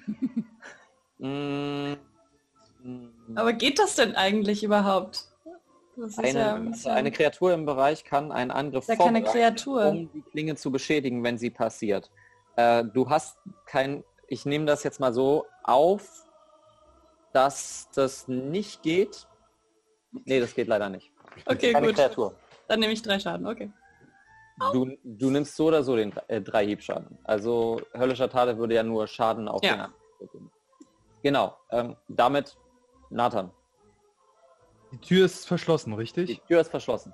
Aber geht das denn eigentlich überhaupt? Das ist eine Kreatur im Bereich kann einen Angriff vorbereiten, um die Klinge zu beschädigen, wenn sie passiert. Du hast ich nehme das jetzt mal so auf, dass das nicht geht. Nee, das geht leider nicht. Okay, keine gut. Kreatur. Dann nehme ich 3 Schaden, okay. Du nimmst so oder so den 3 Hiebschaden. Also höllischer Tadel würde ja nur Schaden auf den Angriff geben. Genau, damit Nathan. Die Tür ist verschlossen, richtig? Die Tür ist verschlossen.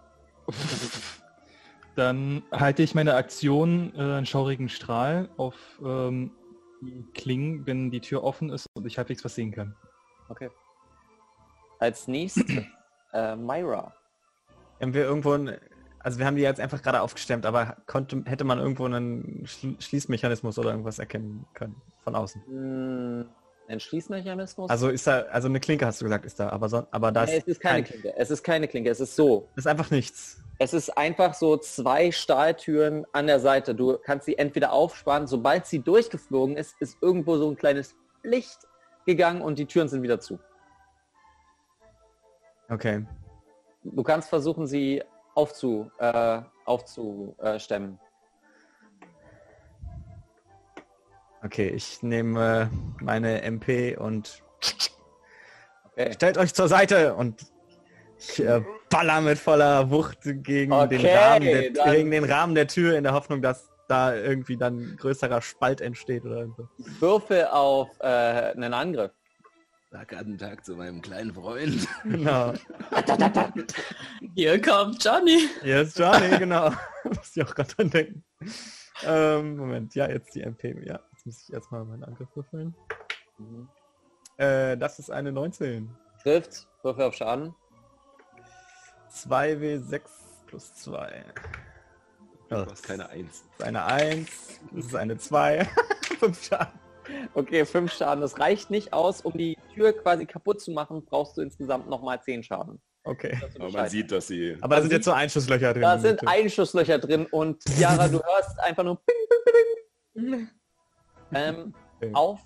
Dann halte ich meine Aktion einen schaurigen Strahl auf die Klingen, wenn die Tür offen ist und ich halbwegs was sehen kann. Okay. Als nächstes Myra. Haben wir irgendwo also wir haben die jetzt einfach gerade aufgestemmt, aber hätte man irgendwo einen Schließmechanismus oder irgendwas erkennen können von außen? Ein Schließmechanismus? Also ist da, also eine Klinke hast du gesagt, ist da, aber da es ist keine Klinke. Es ist keine Klinke, es ist so. Es ist einfach nichts. Es ist einfach so 2 Stahltüren an der Seite. Du kannst sie entweder aufspannen, sobald sie durchgeflogen ist, ist irgendwo so ein kleines Licht gegangen und die Türen sind wieder zu. Okay. Du kannst versuchen, sie aufzustemmen. Okay, ich nehme meine MP und stellt euch zur Seite und ich baller mit voller Wucht gegen den Rahmen der Tür in der Hoffnung, dass da irgendwie dann ein größerer Spalt entsteht oder so. Würfel auf einen Angriff. Sag guten Tag zu meinem kleinen Freund. Genau. Hier kommt Johnny. Hier ist Johnny, genau. Muss ich auch gerade dran denken. Moment, ja, jetzt die MP. Ja, jetzt muss ich erstmal meinen Angriff würfeln. Das ist eine 19. Trifft. Würfel auf Schaden. 2W6 plus 2. Du hast keine 1. Das ist eine 1. Das ist eine 2. 5 Schaden. Okay, 5 Schaden. Das reicht nicht aus, um die Tür quasi kaputt zu machen. Brauchst du insgesamt nochmal 10 Schaden. Okay. Aber man sieht, dass sie... Aber da sind jetzt so Einschusslöcher drin. Da sind Einschusslöcher drin und Chiara, du hörst einfach nur ping, ping, ping. Auf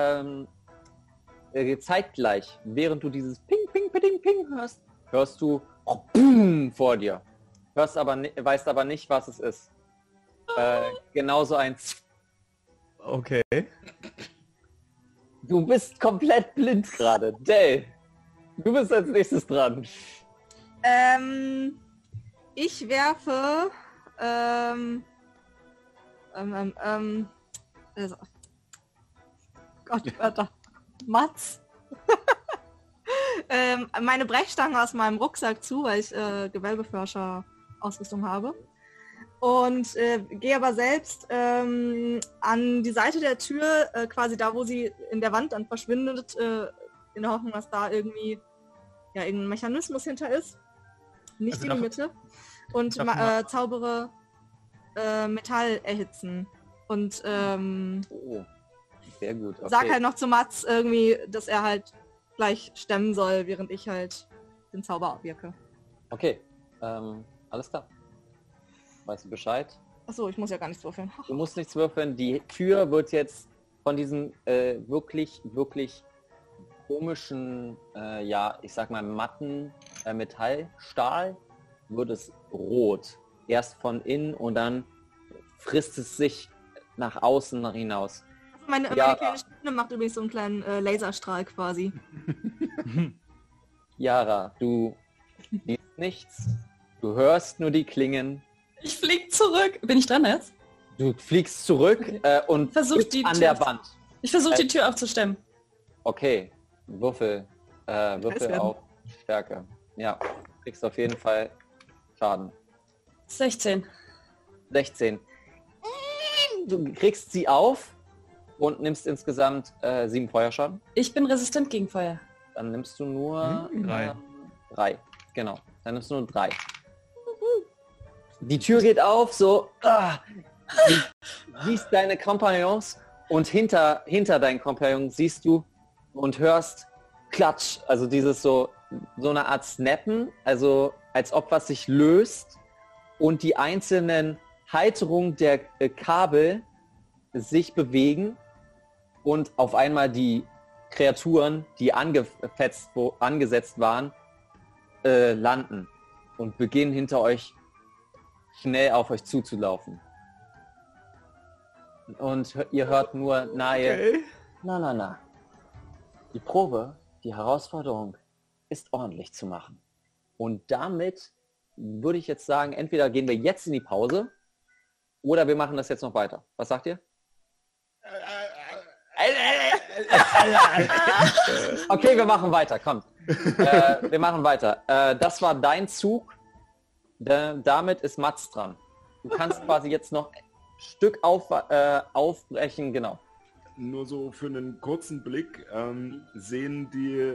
zeitgleich, während du dieses ping, ping, ping, ping hörst, hörst du boom vor dir. Weißt aber nicht, was es ist. Genauso ein Okay. Du bist komplett blind gerade. Dell, du bist als nächstes dran. Ich werfe Gott, Wörter. Mats. Meine Brechstange aus meinem Rucksack zu, weil ich Gewölbeforscher-Ausrüstung habe. Und gehe aber selbst an die Seite der Tür, quasi da, wo sie in der Wand dann verschwindet, in der Hoffnung, dass da irgendwie irgendein Mechanismus hinter ist. Nicht in die Mitte. Und zaubere Metall erhitzen. Und sehr gut. Okay. Sag halt noch zu Mats irgendwie, dass er halt gleich stemmen soll, während ich halt den Zauber wirke. Okay, alles klar. Weißt du Bescheid? Achso, ich muss ja gar nichts würfeln. Du musst nichts würfeln. Die Tür wird jetzt von diesem wirklich, wirklich komischen, ich sag mal matten Metallstahl, wird es rot. Erst von innen und dann frisst es sich nach außen hinaus. Meine kleine Stimme macht übrigens so einen kleinen Laserstrahl quasi. Chiara, du siehst nichts. Du hörst nur die Klingen. Ich flieg zurück. Bin ich dran jetzt? Du fliegst zurück und bist an der Wand. Ich versuche die Tür aufzustemmen. Okay, Würfel auf Stärke. Ja, kriegst auf jeden Fall Schaden. 16. du kriegst sie auf und nimmst insgesamt 7 Feuerschaden. Ich bin resistent gegen Feuer. Dann nimmst du nur 3. 3. Genau, dann nimmst du nur 3. Die Tür geht auf, so. Du siehst deine Kompagnons und hinter deinen Kompagnons siehst du und hörst Klatsch. Also dieses so eine Art Snappen, also als ob was sich löst und die einzelnen Halterungen der Kabel sich bewegen und auf einmal die Kreaturen, die angesetzt waren, landen und beginnen hinter euch schnell auf euch zuzulaufen. Und ihr hört nur nahe, na. Die Probe, die Herausforderung ist ordentlich zu machen. Und damit würde ich jetzt sagen, entweder gehen wir jetzt in die Pause oder wir machen das jetzt noch weiter. Was sagt ihr? Okay, wir machen weiter, kommt. Wir machen weiter. Das war dein Zug. Damit ist Mats dran. Du kannst quasi jetzt noch ein Stück aufbrechen, genau. Nur so für einen kurzen Blick sehen die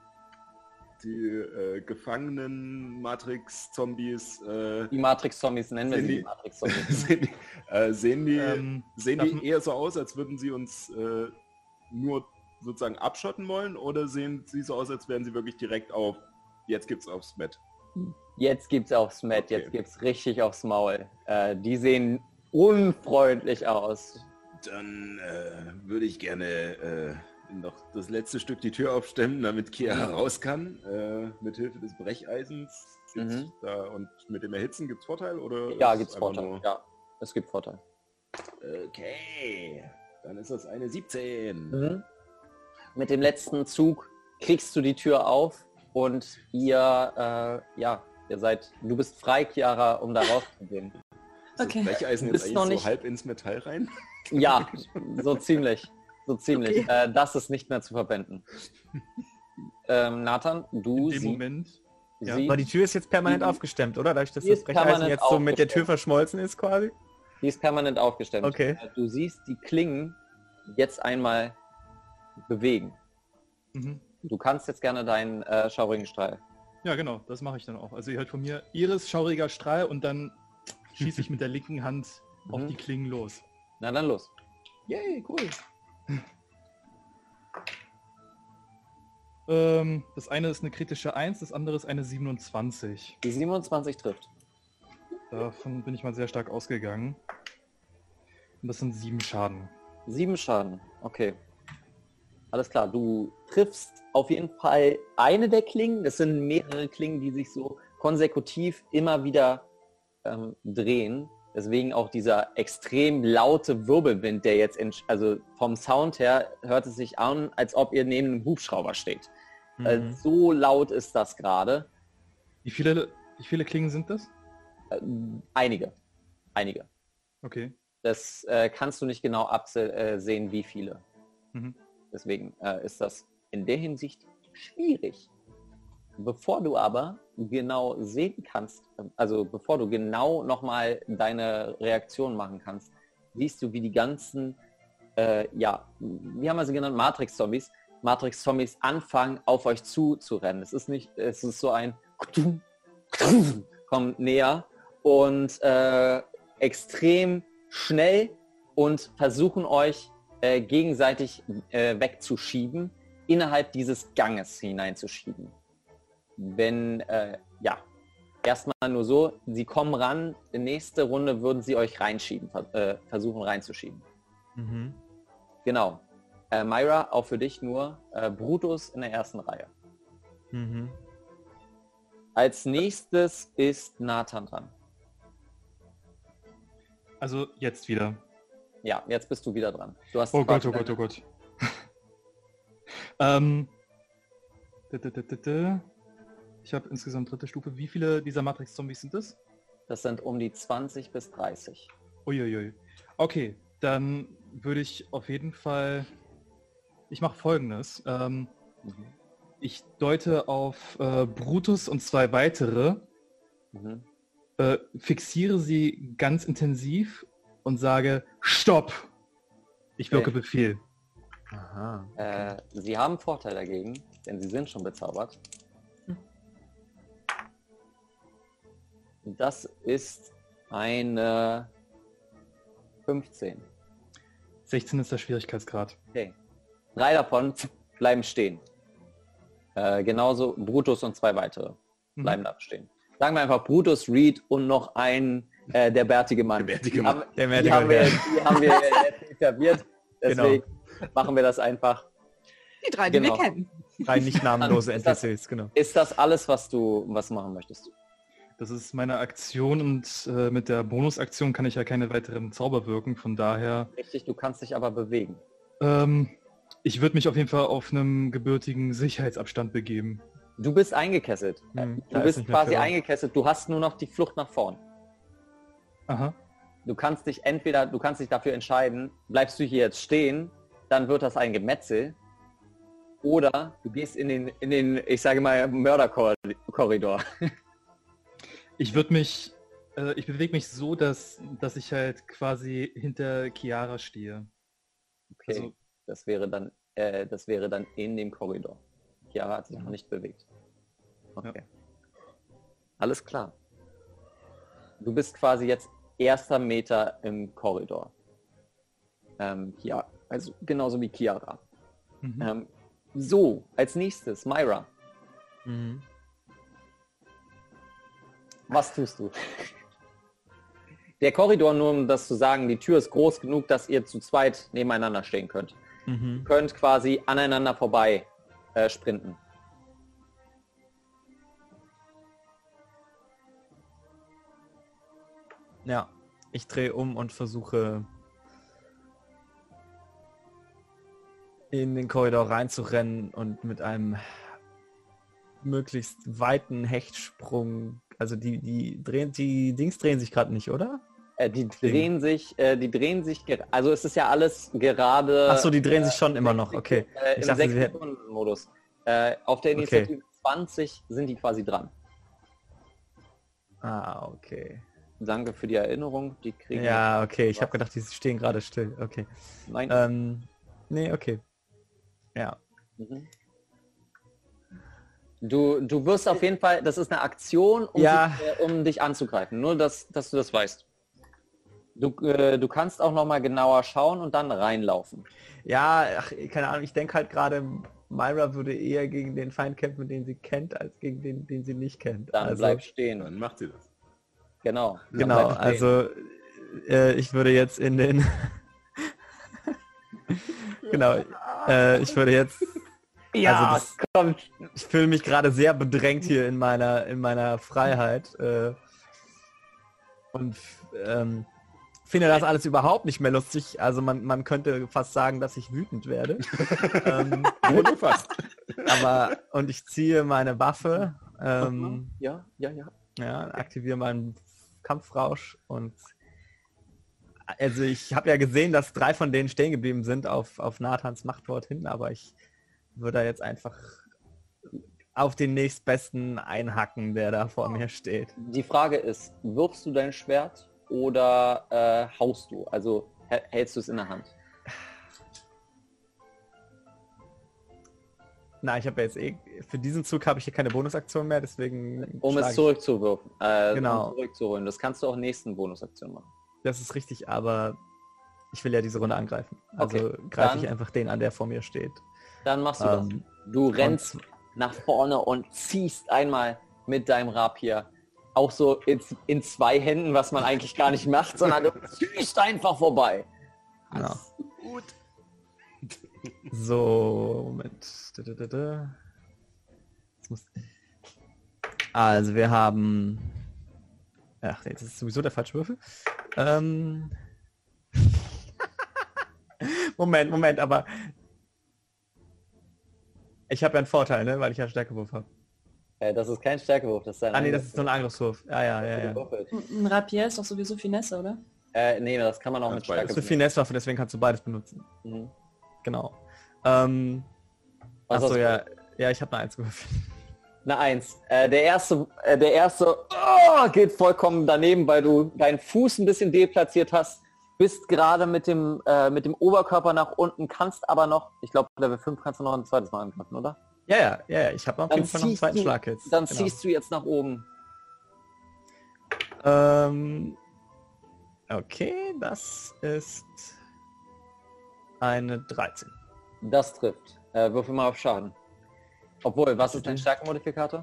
gefangenen Matrix-Zombies... die Matrix-Zombies, nennen wir sie Matrix-Zombies. sehen die eher so aus, als würden sie uns nur sozusagen abschotten wollen, oder sehen sie so aus, als wären sie wirklich direkt auf, jetzt gibt's aufs Met? Jetzt gibt's aufs Met, okay. Jetzt gibt's richtig aufs Maul. Die sehen unfreundlich aus. Dann würde ich gerne noch das letzte Stück die Tür aufstemmen, damit Kia raus kann, mit Hilfe des Brecheisens. Und mit dem Erhitzen gibt es Vorteil? Oder ja, gibt es Vorteil. Ja, es gibt Vorteil. Okay, dann ist das eine 17. Mit dem letzten Zug kriegst du die Tür auf und du bist frei, Chiara, um da rauszugehen. Okay. Das Brecheisen jetzt eigentlich so halb ins Metall rein? Ja, so ziemlich. Okay. Das ist nicht mehr zu verwenden. Nathan, du siehst... Moment. Ja. Aber die Tür ist jetzt permanent aufgestemmt, oder? Dadurch, dass das Brecheisen jetzt so mit der Tür verschmolzen ist quasi? Die ist permanent aufgestemmt. Okay. Du siehst die Klingen jetzt einmal bewegen. Du kannst jetzt gerne deinen schaurigen Strahl. Ja, genau, das mache ich dann auch. Also ihr hört von mir Iris schauriger Strahl und dann schieße ich mit der linken Hand auf die Klingen los. Na dann los. Yay, cool. Das eine ist eine kritische 1, das andere ist eine 27. Die 27 trifft. Davon bin ich mal sehr stark ausgegangen. Und das sind 7 Schaden. 7 Schaden, okay. Alles klar, du triffst auf jeden Fall eine der Klingen. Das sind mehrere Klingen, die sich so konsekutiv immer wieder drehen. Deswegen auch dieser extrem laute Wirbelwind, der jetzt, also vom Sound her hört es sich an, als ob ihr neben einem Hubschrauber steht. So laut ist das gerade. Wie viele Klingen sind das? Einige. Okay. Das kannst du nicht genau absehen, wie viele. Deswegen ist das in der Hinsicht schwierig. Bevor du aber genau sehen kannst, also bevor du genau nochmal deine Reaktion machen kannst, siehst du, wie die ganzen, wie haben wir sie genannt, Matrix-Zombies anfangen, auf euch zuzurennen. Es ist so ein kommt näher und extrem schnell und versuchen euch gegenseitig wegzuschieben, innerhalb dieses Ganges hineinzuschieben. Wenn, erstmal nur so, sie kommen ran, nächste Runde würden sie euch reinschieben, versuchen reinzuschieben. Genau. Myra, auch für dich nur Brutus in der ersten Reihe. Als nächstes ist Nathan dran. Also jetzt wieder. Ja, jetzt bist du wieder dran. Du hast oh Gott. Ich habe insgesamt 3. Stufe. Wie viele dieser Matrix-Zombies sind es? Das sind um die 20 bis 30. Uiuiui. Okay, dann würde ich auf jeden Fall... Ich mache Folgendes. Ich deute auf Brutus und 2 weitere, fixiere sie ganz intensiv und sage, Stopp! Ich wirke Befehl. Aha. Okay. Sie haben Vorteil dagegen, denn sie sind schon bezaubert. Das ist eine 15. 16 ist der Schwierigkeitsgrad. Okay. 3 davon bleiben stehen. Genauso Brutus und 2 weitere bleiben da stehen. Sagen wir einfach Brutus, Reed und noch ein der bärtige Mann. Die haben wir jetzt etabliert. Deswegen machen wir das einfach. Die 3, die wir kennen. 3 nicht namenlose NPCs, genau. Ist das alles, was machen möchtest? Das ist meine Aktion und mit der Bonusaktion kann ich ja keine weiteren Zauber wirken, von daher... Richtig, du kannst dich aber bewegen. Ich würde mich auf jeden Fall auf einem gebürtigen Sicherheitsabstand begeben. Du bist eingekesselt. Du bist quasi eingekesselt. Du hast nur noch die Flucht nach vorn. Aha. Du kannst dich dafür entscheiden, bleibst du hier jetzt stehen, dann wird das ein Gemetzel. Oder du gehst in den, ich sage mal, Mörderkorridor. Ich bewege mich so, dass ich halt quasi hinter Chiara stehe. Okay, also, das wäre dann in dem Korridor. Chiara hat sich noch nicht bewegt. Okay. Ja. Alles klar. Du bist quasi jetzt erster Meter im Korridor. Ja, also genauso wie Chiara. So, als nächstes, Myra. Was tust du? Der Korridor, nur um das zu sagen, die Tür ist groß genug, dass ihr zu zweit nebeneinander stehen könnt. Ihr könnt quasi aneinander vorbei sprinten. Ja, ich drehe um und versuche in den Korridor reinzurennen und mit einem möglichst weiten Hechtsprung, also die Dings drehen sich gerade nicht, oder? Die drehen sich, also es ist ja alles gerade... Achso, die drehen sich schon immer noch, okay. Ich dachte, 6-Sekunden-Modus. Auf der Initiative 20 sind die quasi dran. Ah, okay. Danke für die Erinnerung, die kriegen... Ja, okay, ich habe gedacht, die stehen gerade still, okay. Nein. Nee, okay. Ja. Du wirst auf jeden Fall, das ist eine Aktion, um dich anzugreifen. Nur, dass du das weißt. Du kannst auch noch mal genauer schauen und dann reinlaufen. Ja, keine Ahnung, ich denke halt gerade, Myra würde eher gegen den Feind kämpfen, den sie kennt, als gegen den sie nicht kennt. Dann bleib stehen. Dann macht sie das. Genau. Genau, also ich würde jetzt in den... genau, ich würde jetzt... Ja, also kommt. Ich fühle mich gerade sehr bedrängt hier in meiner Freiheit und finde das alles überhaupt nicht mehr lustig. Also man könnte fast sagen, dass ich wütend werde. Nur fast. Aber und ich ziehe meine Waffe, ja, aktiviere meinen Kampfrausch und also ich habe ja gesehen, dass 3 von denen stehen geblieben sind auf Nathans Machtwort hin, aber ich würde jetzt einfach auf den nächstbesten einhacken, der da vor mir steht. Die Frage ist, wirfst du dein Schwert oder haust du? Also hältst du es in der Hand? Na, ich habe ja jetzt für diesen Zug habe ich hier keine Bonusaktion mehr, deswegen... Um es zurückzuwirfen. Genau. Um zurückzuholen. Das kannst du auch nächsten Bonusaktion machen. Das ist richtig, aber ich will ja diese Runde angreifen. Also greife ich einfach den an, der vor mir steht. Dann machst du das. Du rennst nach vorne und ziehst einmal mit deinem Rapier. Auch so in 2 Händen, was man eigentlich gar nicht macht, sondern du ziehst einfach vorbei. Genau. Gut. So, Moment. Also wir haben... Ach, jetzt ist sowieso der falsche Würfel. Moment, aber... Ich habe ja einen Vorteil, ne? Weil ich ja Stärkewurf habe. Das ist kein Stärkewurf, das ist ein nee, das ist nur ein Angriffswurf. Ja. Ein Rapier ist doch sowieso Finesse, oder? Nee, das kann man auch mit Stärke benutzen. Das ist eine Finesse-Waffe, deswegen kannst du beides benutzen. Genau. Achso, ja, ich habe eine 1 gewürfelt. Eine 1. Der erste geht vollkommen daneben, weil du deinen Fuß ein bisschen deplatziert hast. bist gerade mit dem Oberkörper nach unten, kannst aber noch, ich glaube Level 5 kannst du noch ein zweites Mal angreifen, oder? Ja, ich habe auf jeden Fall noch einen zweiten Schlag jetzt. Dann ziehst du jetzt nach oben. Okay, das ist eine 13. Das trifft. Würfel mal auf Schaden. Obwohl, was ist dein Stärkenmodifikator?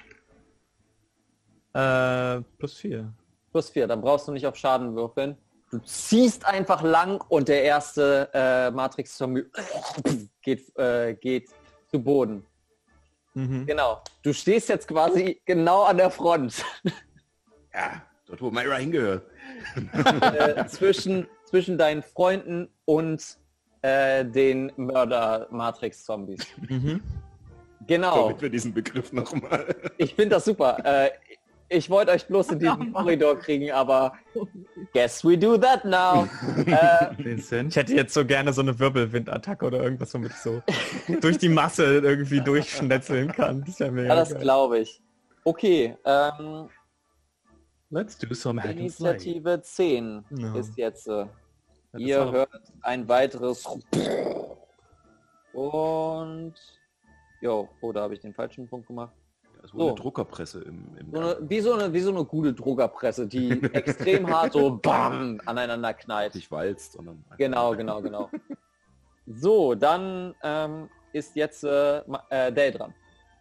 +4. +4, dann brauchst du nicht auf Schaden würfeln. Du ziehst einfach lang und der erste Matrix-Zombie geht zu Boden. Mhm. Genau. Du stehst jetzt quasi genau an der Front. Ja, dort wo Myra hingehört. zwischen deinen Freunden und den Mörder-Matrix-Zombies. Mhm. Genau. Damit wir diesen Begriff nochmal. Ich finde das super. Ich wollte euch bloß in diesen Korridor kriegen, aber guess we do that now. Ich hätte jetzt so gerne so eine Wirbelwindattacke oder irgendwas, womit ich so durch die Masse irgendwie durchschnetzeln kann. Das wäre mega ja, das geil. glaube ich. Okay, Let's do some hack and slay. Initiative 10 ist jetzt. Ihr hört ein weiteres und da habe ich den falschen Punkt gemacht. Das ist wohl eine Druckerpresse im wie so eine gute Druckerpresse, die extrem hart so bam aneinander knallt. Nicht walzt, sondern... Genau. So, dann ist jetzt Dale dran.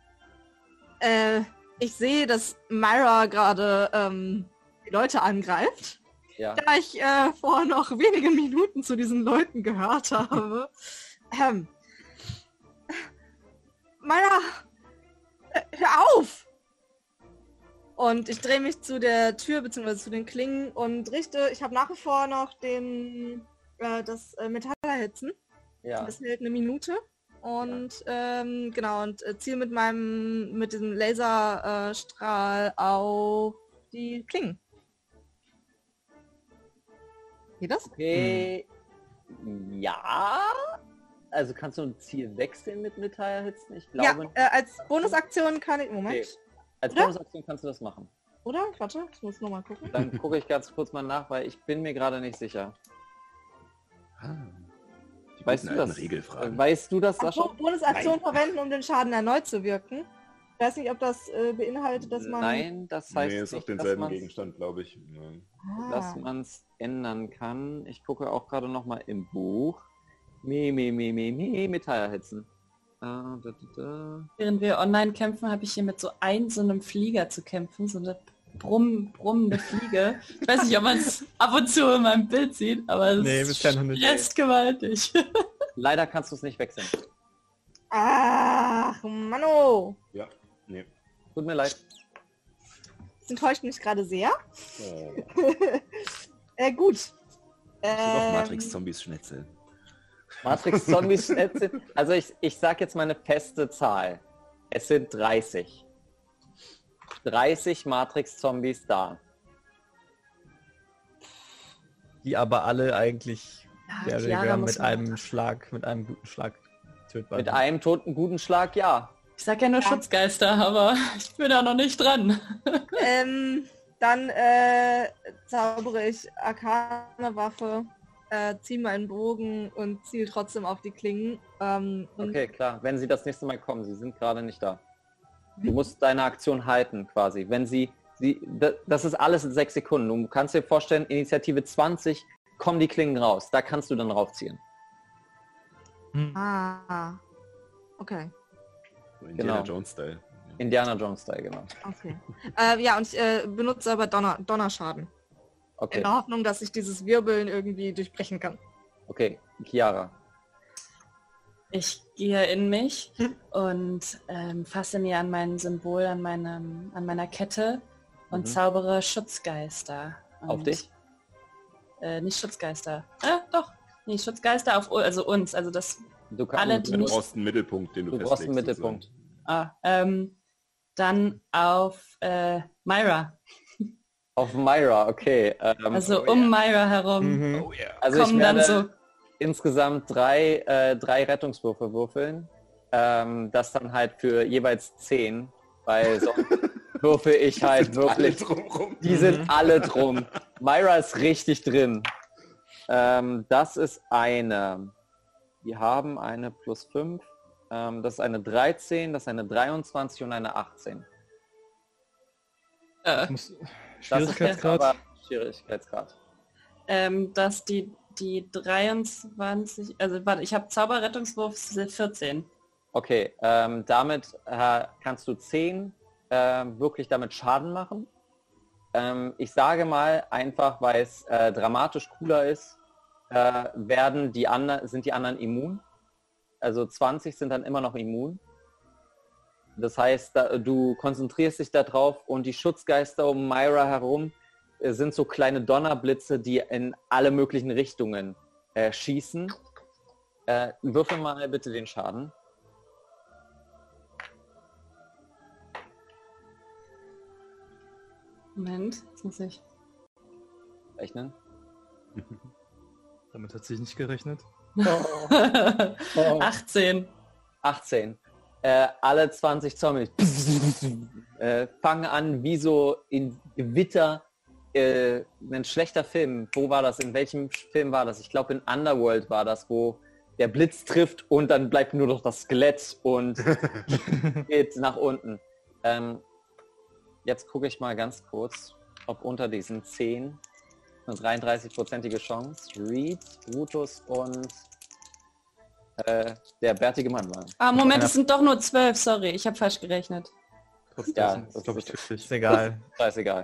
Ich sehe, dass Myra gerade die Leute angreift. Ja. Da ich vor noch wenige Minuten zu diesen Leuten gehört habe. Myra, hör auf! Und ich drehe mich zu der Tür bzw. zu den Klingen und ich habe nach wie vor noch das Metall erhitzen. Ja. Das hält eine Minute. Und ziele mit diesem Laserstrahl auf die Klingen. Geht das? Okay. Ja. Also kannst du ein Ziel wechseln mit Metall erhitzen? Ich glaube. Ja, als Bonusaktion kann ich. Moment. Okay. Als Bonusaktion kannst du das machen. Oder? Warte, ich muss nochmal gucken. Dann gucke ich ganz kurz mal nach, weil ich bin mir gerade nicht sicher. Weißt du das? Weißt du das, Sascha? Bonusaktion verwenden, um den Schaden erneut zu wirken. Ich weiß nicht, ob das beinhaltet, dass man... Nein, das heißt ist auf denselben Gegenstand, glaube ich. Dass man es ändern kann. Ich gucke auch gerade noch mal im Buch. Metall erhitzen. Während wir online kämpfen, habe ich hier mit so einem Flieger zu kämpfen, so eine brummende Fliege. Ich weiß nicht, ob man es ab und zu in meinem Bild sieht, aber es stresst gewaltig. Leider kannst du es nicht wechseln. Ach, Manno! Ja, nee. Tut mir leid. Das enttäuscht mich gerade sehr. Gut. Doch Matrix-Zombies schnetzeln. Matrix-Zombies schnetzeln? Also ich sag jetzt mal eine feste Zahl. Es sind 30. 30 Matrix-Zombies da. Die aber alle eigentlich mit einem guten Schlag tötbar. Mit einem guten Schlag, ja. Ich sag ja nur Schutzgeister, aber ich bin da noch nicht dran. Dann zaubere ich Arkane Waffe, ziehe meinen Bogen und ziele trotzdem auf die Klingen. Okay, klar. Wenn sie das nächste Mal kommen, sie sind gerade nicht da. Du musst deine Aktion halten, quasi. Wenn das ist alles in 6 Sekunden. Du kannst dir vorstellen, Initiative 20 kommen die Klingen raus. Da kannst du dann raufziehen. Okay. Indiana Jones-Style. Indiana Jones-Style, genau. Okay. Und ich benutze aber Donnerschaden. Okay. In der Hoffnung, dass ich dieses Wirbeln irgendwie durchbrechen kann. Okay, Chiara. Ich gehe in mich und fasse mir an mein Symbol, an meiner Kette und zaubere Schutzgeister. Auf dich? Nicht Schutzgeister. Doch. Nee, Schutzgeister auf uns. Also das du brauchst einen Mittelpunkt, den du brauchst einen Mittelpunkt. Dann auf Myra. Auf Myra, okay. Also Myra herum. Oh yeah. Also ich werde insgesamt 3 Rettungswürfe würfeln. Das dann halt für jeweils 10, weil so würfel ich halt wirklich. Die sind alle drum. Myra ist richtig drin. Das ist eine. Wir haben eine +5. Das ist eine 13, das ist eine 23 und eine 18. Schwierigkeitsgrad? Schwierigkeitsgrad. Dass die 23, also warte, ich habe Zauberrettungswurf 14. Okay, damit kannst du 10 wirklich damit Schaden machen. Ich sage mal einfach, weil es dramatisch cooler ist, sind die anderen immun. Also 20 sind dann immer noch immun. Das heißt, du konzentrierst dich darauf und die Schutzgeister um Myra herum sind so kleine Donnerblitze, die in alle möglichen Richtungen schießen. Würfel mal bitte den Schaden. Moment, jetzt muss ich rechnen. Damit hat sich nicht gerechnet. 18. 18. Alle 20 Zombies fangen an, wie so in Gewitter. Ein schlechter Film. Wo war das? In welchem Film war das? Ich glaube in Underworld war das, wo der Blitz trifft und dann bleibt nur noch das Skelett und geht nach unten. Jetzt gucke ich mal ganz kurz, ob unter diesen 10 eine 33%ige Chance Reed, Brutus und der bärtige Mann waren. Moment, es sind doch nur 12, sorry, ich habe falsch gerechnet. Ja, das glaube ich wirklich. Ist egal. ist egal.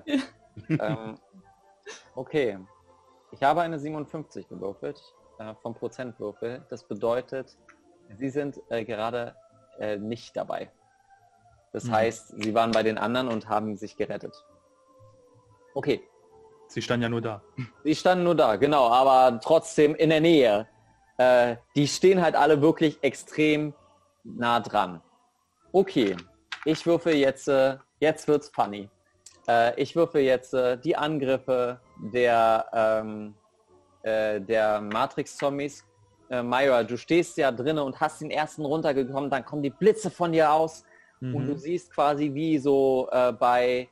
Okay. Ich habe eine 57 gewürfelt vom Prozentwürfel. Das bedeutet, Sie sind gerade nicht dabei. Das heißt, Sie waren bei den anderen und haben sich gerettet. Okay. Sie standen ja nur da. Sie standen nur da, genau, aber trotzdem in der Nähe. Die stehen halt alle wirklich extrem nah dran. Okay, ich würfel jetzt wird's funny. Ich würfel jetzt die Angriffe der Matrix-Zombies. Myra, du stehst ja drinnen und hast den ersten runtergekommen, dann kommen die Blitze von dir aus und du siehst quasi wie so bei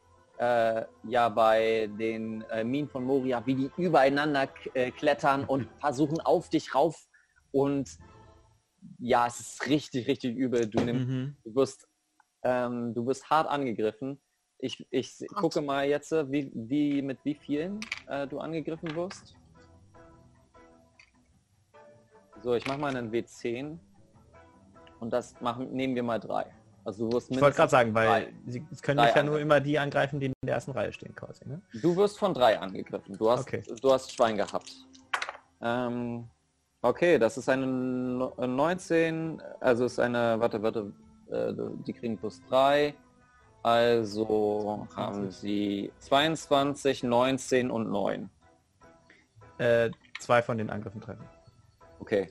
den Minen von Moria, wie die übereinander klettern und versuchen auf dich rauf und ja, es ist richtig, richtig übel. Du wirst hart angegriffen. Ich gucke mal jetzt, mit wie vielen du angegriffen wirst. So, ich mache mal einen W10 und nehmen wir mal 3. Also du wirst ich wollte gerade sagen, weil sie können dich ja nur immer die angreifen, die in der ersten Reihe stehen quasi, ne? Du wirst von 3 angegriffen. Du hast Schwein gehabt. Okay, das ist eine 19, also ist eine, die kriegen +3. Also haben sie 22, 19 und 9. 2 von den Angriffen treffen. Okay.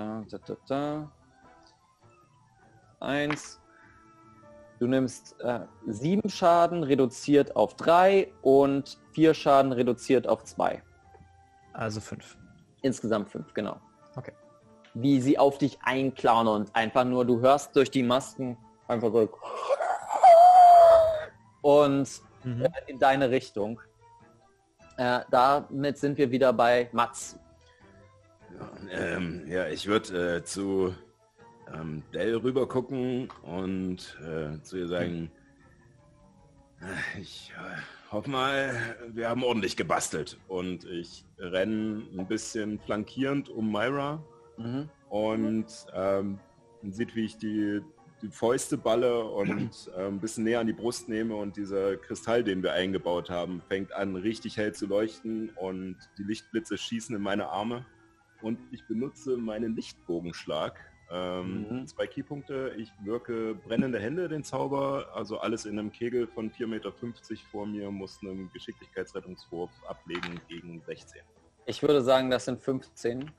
1. Du nimmst 7 Schaden reduziert auf 3 und 4 Schaden reduziert auf 2. Also 5. Insgesamt 5, genau. Okay. Wie sie auf dich einklauen und einfach nur, du hörst durch die Masken einfach so und in deine Richtung. Damit sind wir wieder bei Mats. Ich würde zu Dell rüber gucken und zu ihr sagen, ich hoffe mal, wir haben ordentlich gebastelt. Und ich renne ein bisschen flankierend um Myra und sieht, wie ich die Fäuste balle und ein bisschen näher an die Brust nehme und dieser Kristall, den wir eingebaut haben, fängt an richtig hell zu leuchten und die Lichtblitze schießen in meine Arme und ich benutze meinen Lichtbogenschlag. 2 Keypunkte, ich wirke brennende Hände, den Zauber, also alles in einem Kegel von 4,50 Meter vor mir, muss einen Geschicklichkeitsrettungswurf ablegen gegen 16. Ich würde sagen, das sind 15.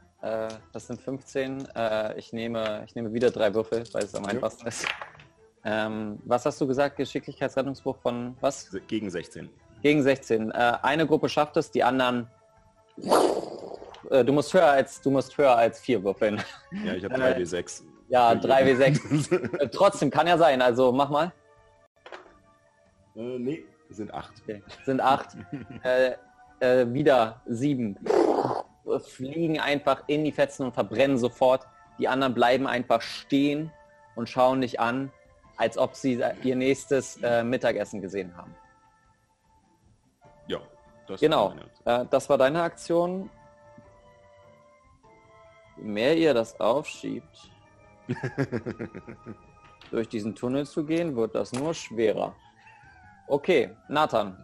Ich nehme wieder 3 Würfel, weil es am einfachsten ist. Was hast du gesagt? Geschicklichkeitsrettungswurf von was? Gegen 16. Gegen 16. Eine Gruppe schafft es, die anderen... Du musst höher als 4 würfeln. Ja, ich habe 3W6. Ja, 3W6. Trotzdem, kann ja sein. Also mach mal. Nee, sind 8. Okay. Sind 8. Wieder 7. fliegen einfach in die Fetzen und verbrennen sofort. Die anderen bleiben einfach stehen und schauen dich an, als ob sie ihr nächstes Mittagessen gesehen haben. Ja, das genau. Das war deine Aktion. Je mehr ihr das aufschiebt, durch diesen Tunnel zu gehen, wird das nur schwerer. Okay, Nathan.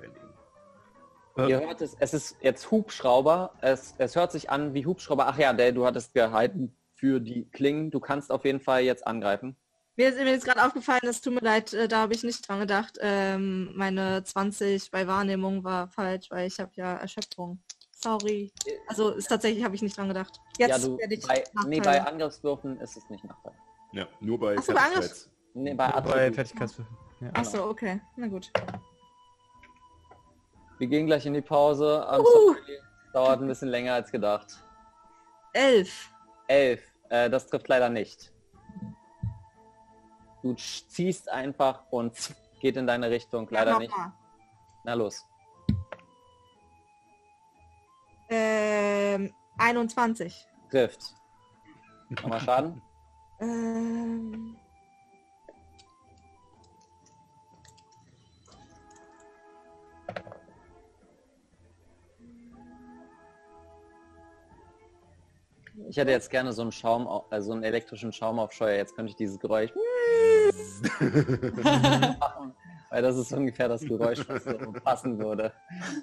Ihr hört es ist jetzt Hubschrauber. Es hört sich an wie Hubschrauber. Ach ja, du hattest gehalten für die Klingen. Du kannst auf jeden Fall jetzt angreifen. Mir ist jetzt gerade aufgefallen, es tut mir leid, da habe ich nicht dran gedacht. Meine 20 bei Wahrnehmung war falsch, weil ich habe ja Erschöpfung. Sorry. Also ist tatsächlich, habe ich nicht dran gedacht. Jetzt ja, werde ich bei Angriffswürfen ist es nicht Nachteil. Ja, nur bei Fertigkeits. Nee, bei Fertigkeitswürfen. Ja. Achso, okay. Na gut. Wir gehen gleich in die Pause. Dauert ein bisschen länger als gedacht. 11. 11. Das trifft leider nicht. Du ziehst einfach und geht in deine Richtung. Leider nicht. Na los. 21. Trifft. Nochmal Schaden? Ich hätte jetzt gerne so einen so einen elektrischen Schaumaufscheuer. Jetzt könnte ich dieses Geräusch machen, weil das ist ungefähr das Geräusch, was so passen würde.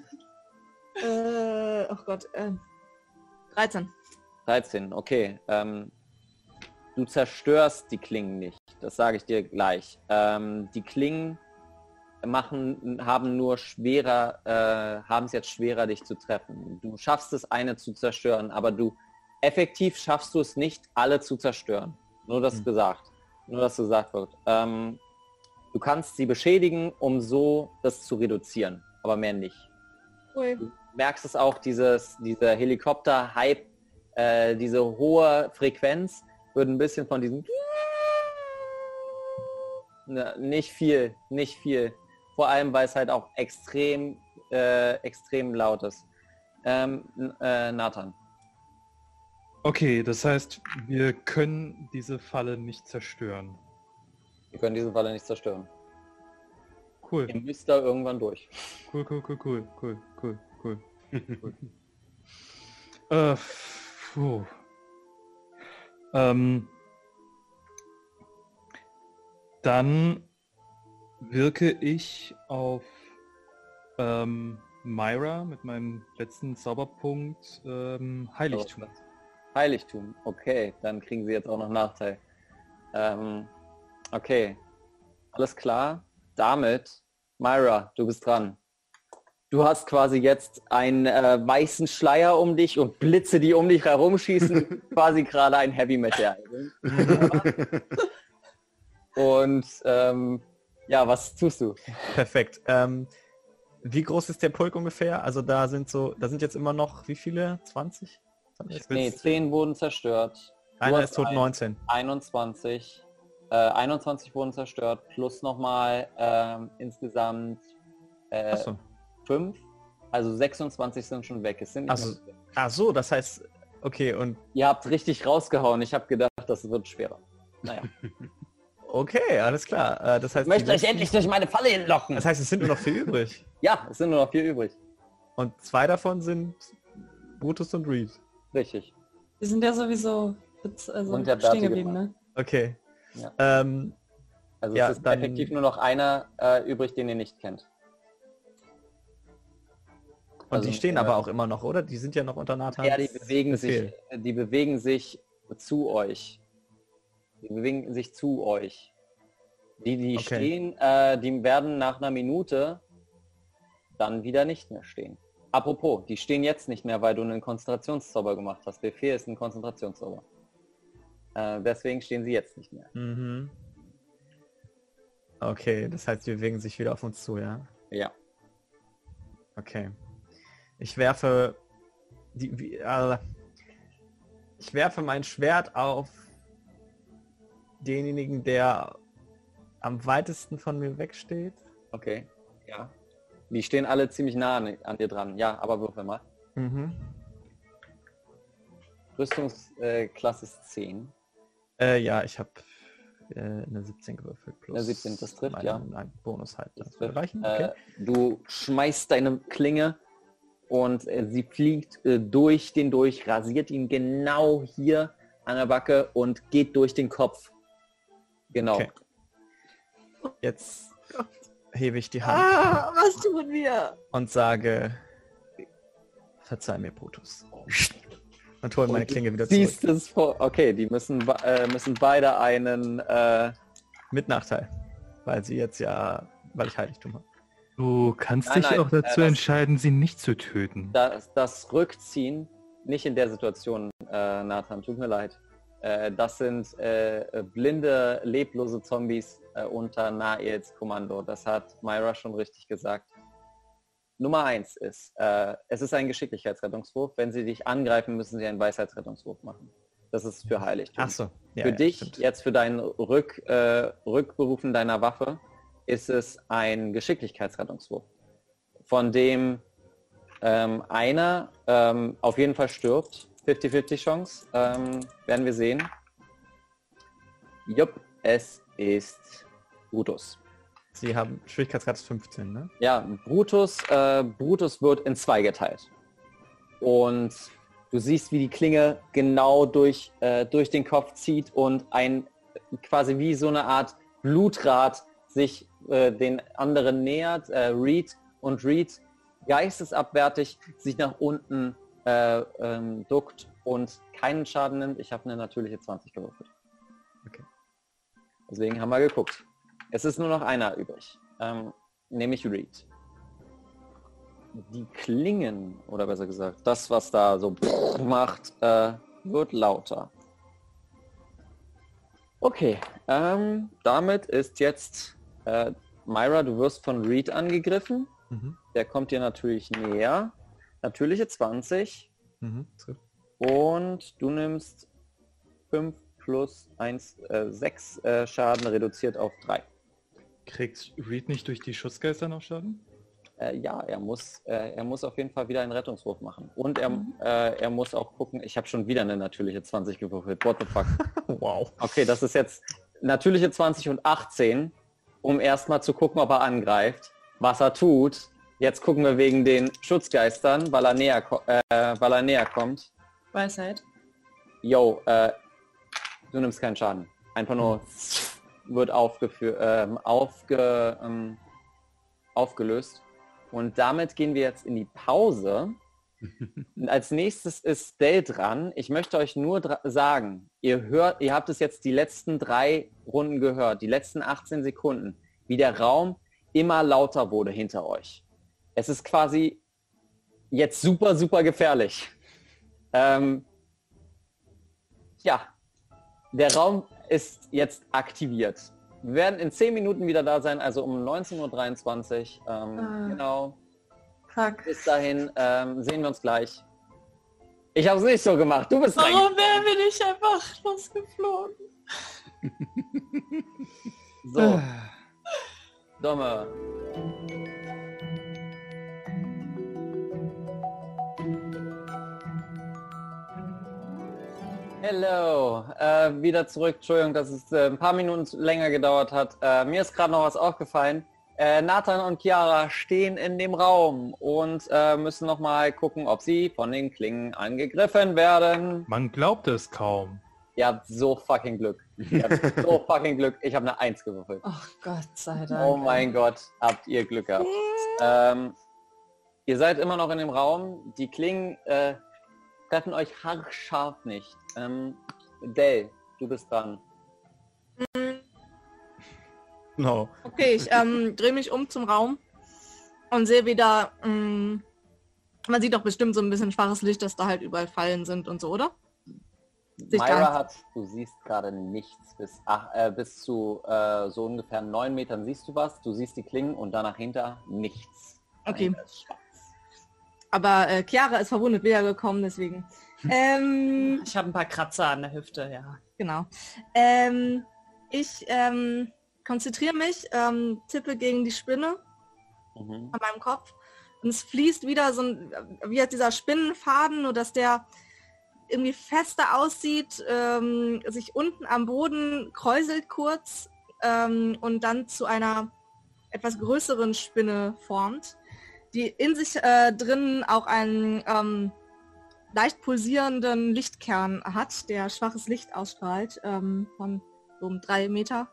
Oh Gott. 13. 13, okay. Du zerstörst die Klingen nicht. Das sage ich dir gleich. Die Klingen haben es jetzt schwerer, dich zu treffen. Du schaffst es, eine zu zerstören, aber effektiv schaffst du es nicht, alle zu zerstören. Nur das gesagt wird. Du kannst sie beschädigen, um so das zu reduzieren, aber mehr nicht. Cool. Du merkst es auch, dieser Helikopter-Hype, diese hohe Frequenz wird ein bisschen von diesem nicht viel. Vor allem, weil es halt auch extrem laut ist. Nathan. Okay, das heißt, wir können diese Falle nicht zerstören. Wir können diese Falle nicht zerstören. Cool. Ihr müsst da irgendwann durch. Cool. Dann wirke ich auf Myra mit meinem letzten Zauberpunkt Heiligtum. Heiligtum, okay, dann kriegen sie jetzt auch noch Nachteil. Okay, alles klar. Damit, Myra, du bist dran. Du hast quasi jetzt einen weißen Schleier um dich und Blitze, die um dich herumschießen, quasi gerade ein Heavy Metal. Und ja, was tust du? Perfekt. Wie groß ist der Pulk ungefähr? Also da sind jetzt immer noch, wie viele? 20? Nee, 10 wurden zerstört. Einer ist tot, 19. 21. 21 wurden zerstört, plus nochmal insgesamt 5. Also 26 sind schon weg. Es sind ach so, das heißt, okay, und... Ihr habt richtig rausgehauen. Ich habe gedacht, das wird schwerer. Naja. Okay, alles klar. Das heißt, ich möchte euch endlich durch meine Falle hinlocken. Das heißt, es sind nur noch 4 übrig. Ja, es sind nur noch 4 übrig. Und 2 davon sind Brutus und Reed. Richtig. Die sind ja sowieso stehen geblieben, ne? Okay. Ja. Also es ist dann effektiv nur noch einer übrig, den ihr nicht kennt. Und die stehen aber auch immer noch, oder? Die sind ja noch unter Nathans. Ja, die bewegen sich zu euch. Die bewegen sich zu euch. Die stehen, die werden nach einer Minute dann wieder nicht mehr stehen. Apropos, die stehen jetzt nicht mehr, weil du einen Konzentrationszauber gemacht hast. Befehl ist ein Konzentrationszauber. Deswegen stehen sie jetzt nicht mehr. Mhm. Okay, das heißt, sie bewegen sich wieder auf uns zu, ja? Ja. Okay. Ich werfe mein Schwert auf denjenigen, der am weitesten von mir wegsteht. Okay, ja. Die stehen alle ziemlich nah an dir dran. Ja, aber würfel mal. Mhm. Rüstungsklasse ist 10. Ja, ich habe eine 17 gewürfelt. Plus eine 17, das trifft, ja. Ein Bonus halt. Das trifft. Okay. Du schmeißt deine Klinge und sie fliegt durch den durch, rasiert ihn genau hier an der Backe und geht durch den Kopf. Genau. Okay. Jetzt hebe ich die Hand. Was tun wir? Und sage, verzeih mir, Brutus. Und hole meine Klinge wieder zurück. Siehst es vor. Okay, die müssen beide einen... Mit Nachteil. Weil ich Heiligtum habe. Du kannst dich auch dazu entscheiden, sie nicht zu töten. Das Rückziehen, nicht in der Situation, Nathan, tut mir leid. Das sind blinde, leblose Zombies unter Naels Kommando. Das hat Myra schon richtig gesagt. Nummer 1 ist, es ist ein Geschicklichkeitsrettungswurf. Wenn sie dich angreifen, müssen sie einen Weisheitsrettungswurf machen. Das ist für Heiligtum. Ach so. Ja, für dich, stimmt. jetzt für dein Rückberufen deiner Waffe, ist es ein Geschicklichkeitsrettungswurf, von dem einer auf jeden Fall stirbt. 50-50 Chance, werden wir sehen. Jupp, es ist Brutus. Sie haben Schwierigkeitsgrad 15, ne? Ja, Brutus wird in 2 geteilt. Und du siehst, wie die Klinge genau durch den Kopf zieht und quasi wie so eine Art Blutrad sich den anderen nähert. Reed geistesabwärtig sich nach unten duckt und keinen Schaden nimmt. Ich habe eine natürliche 20 gewürfelt. Okay. Deswegen haben wir geguckt. Es ist nur noch einer übrig, nämlich Reed. Die Klingen, oder besser gesagt, das, was da so macht, wird lauter. Okay, damit ist jetzt Myra, du wirst von Reed angegriffen. Mhm. Der kommt dir natürlich näher. Natürliche 20. Mhm. Und du nimmst 5 plus 1, 6 Schaden reduziert auf 3. Kriegt Reed nicht durch die Schutzgeister noch Schaden? Ja, er muss auf jeden Fall wieder einen Rettungswurf machen. Und er muss auch gucken, ich habe schon wieder eine natürliche 20 gewürfelt. What the fuck? Wow. Okay, das ist jetzt natürliche 20 und 18, um erstmal zu gucken, ob er angreift. Was er tut, jetzt gucken wir wegen den Schutzgeistern, weil er näher kommt. Weisheit. Yo, du nimmst keinen Schaden. Einfach nur wird aufgelöst. Und damit gehen wir jetzt in die Pause. Und als nächstes ist Dell dran. Ich möchte euch nur sagen, ihr habt es jetzt die letzten 3 Runden gehört, die letzten 18 Sekunden, wie der Raum immer lauter wurde hinter euch. Es ist quasi jetzt super, super gefährlich. Ja, der Raum ist jetzt aktiviert. Wir werden in 10 Minuten wieder da sein, also um 19.23 Uhr. Genau. Fuck. Bis dahin sehen wir uns gleich. Ich habe es nicht so gemacht. Du bist dran. Warum wären wir nicht einfach losgeflogen? So. Dumme. Hello, wieder zurück. Entschuldigung, dass es ein paar Minuten länger gedauert hat. Mir ist gerade noch was aufgefallen. Nathan und Chiara stehen in dem Raum und müssen noch mal gucken, ob sie von den Klingen angegriffen werden. Man glaubt es kaum. Ihr habt so fucking Glück. Ich habe eine 1 gewürfelt. Oh Gott sei Dank. Oh mein Gott, habt ihr Glück gehabt. Ihr seid immer noch in dem Raum. Die Klingen treffen euch haarscharf nicht. Dell, du bist dran. No. Okay, ich drehe mich um zum Raum und sehe wieder, man sieht doch bestimmt so ein bisschen schwaches Licht, dass da halt überall Fallen sind und so, oder? Myra du siehst gerade nichts. Bis zu so ungefähr 9 Metern siehst du was. Du siehst die Klingen und danach hinter nichts. Okay. Aber Chiara ist verwundet wiedergekommen, deswegen. Ich habe ein paar Kratzer an der Hüfte, ja. Genau. Ich konzentriere mich, tippe gegen die Spinne an meinem Kopf und es fließt wieder so wie dieser Spinnenfaden, nur dass der irgendwie fester aussieht, sich unten am Boden kräuselt kurz und dann zu einer etwas größeren Spinne formt, die in sich drin auch einen leicht pulsierenden Lichtkern hat, der schwaches Licht ausstrahlt, von so 3 Meter.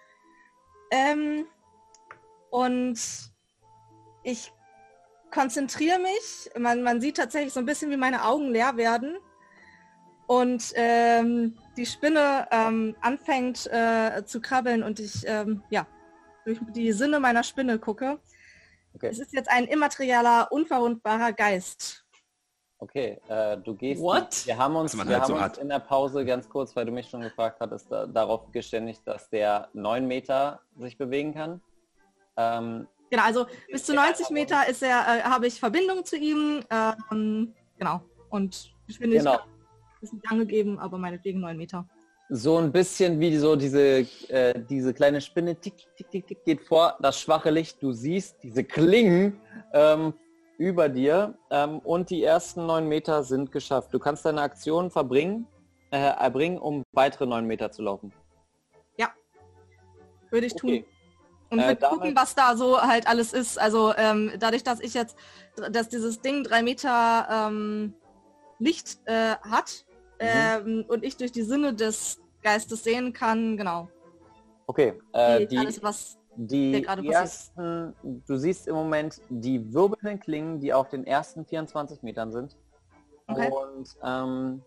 Und ich konzentriere mich, man sieht tatsächlich so ein bisschen, wie meine Augen leer werden und die Spinne anfängt zu krabbeln und ich durch die Sinne meiner Spinne gucke. Okay. Es ist jetzt ein immaterieller, unverwundbarer Geist. Okay, du gehst... What? Wir haben uns in der Pause ganz kurz, weil du mich schon gefragt hattest, darauf geständigt, dass der 9 Meter sich bewegen kann. Genau, also bis zu 90 Meter habe ich Verbindung zu ihm. Genau, und Geschwindigkeit ist nicht angegeben, aber meinetwegen 9 Meter. So ein bisschen wie so diese kleine Spinne, tick, tick, tick, tick, geht vor, das schwache Licht, du siehst diese Klingen über dir und die ersten 9 Meter sind geschafft. Du kannst deine Aktion erbringen, um weitere 9 Meter zu laufen. Ja, würde ich tun. Und wir gucken, was da so halt alles ist. Also dadurch, dass dieses Ding 3 Meter Licht hat, und ich durch die Sinne des Geistes sehen kann, genau. Okay, alles, was die ersten, du siehst im Moment die wirbelnden Klingen, die auf den ersten 24 Metern sind. Okay. Und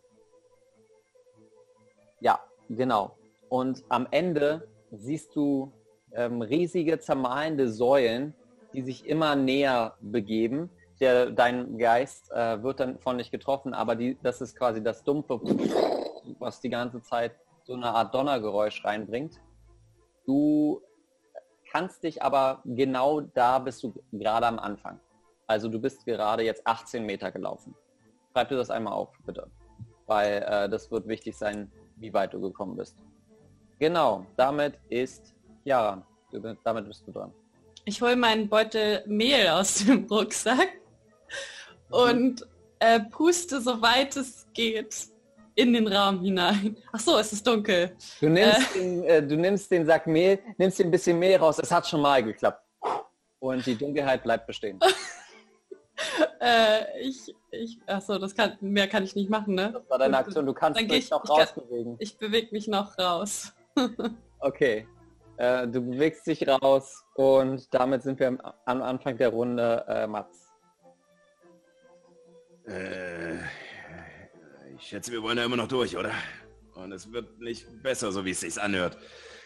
ja, genau. Und am Ende siehst du riesige, zermalende Säulen, die sich immer näher begeben. Dein Geist wird dann von nicht getroffen, aber das ist quasi das Dumpfe, was die ganze Zeit so eine Art Donnergeräusch reinbringt. Du kannst dich aber genau da bist du gerade am Anfang. Also du bist gerade jetzt 18 Meter gelaufen. Schreib dir das einmal auf, bitte. Weil das wird wichtig sein, wie weit du gekommen bist. Genau, damit ist Chiara. Damit bist du dran. Ich hole meinen Beutel Mehl aus dem Rucksack und puste, soweit es geht, in den Raum hinein. Ach so, es ist dunkel. Du nimmst den Sack Mehl, nimmst ein bisschen Mehl raus. Es hat schon mal geklappt. Und die Dunkelheit bleibt bestehen. Achso, mehr kann ich nicht machen, ne? Das war deine Aktion. Du kannst dich noch rausbewegen. Ich bewege mich noch raus. Okay. Du bewegst dich raus und damit sind wir am Anfang der Runde, Mats. Ich schätze, wir wollen da immer noch durch, oder? Und es wird nicht besser, so wie es sich anhört.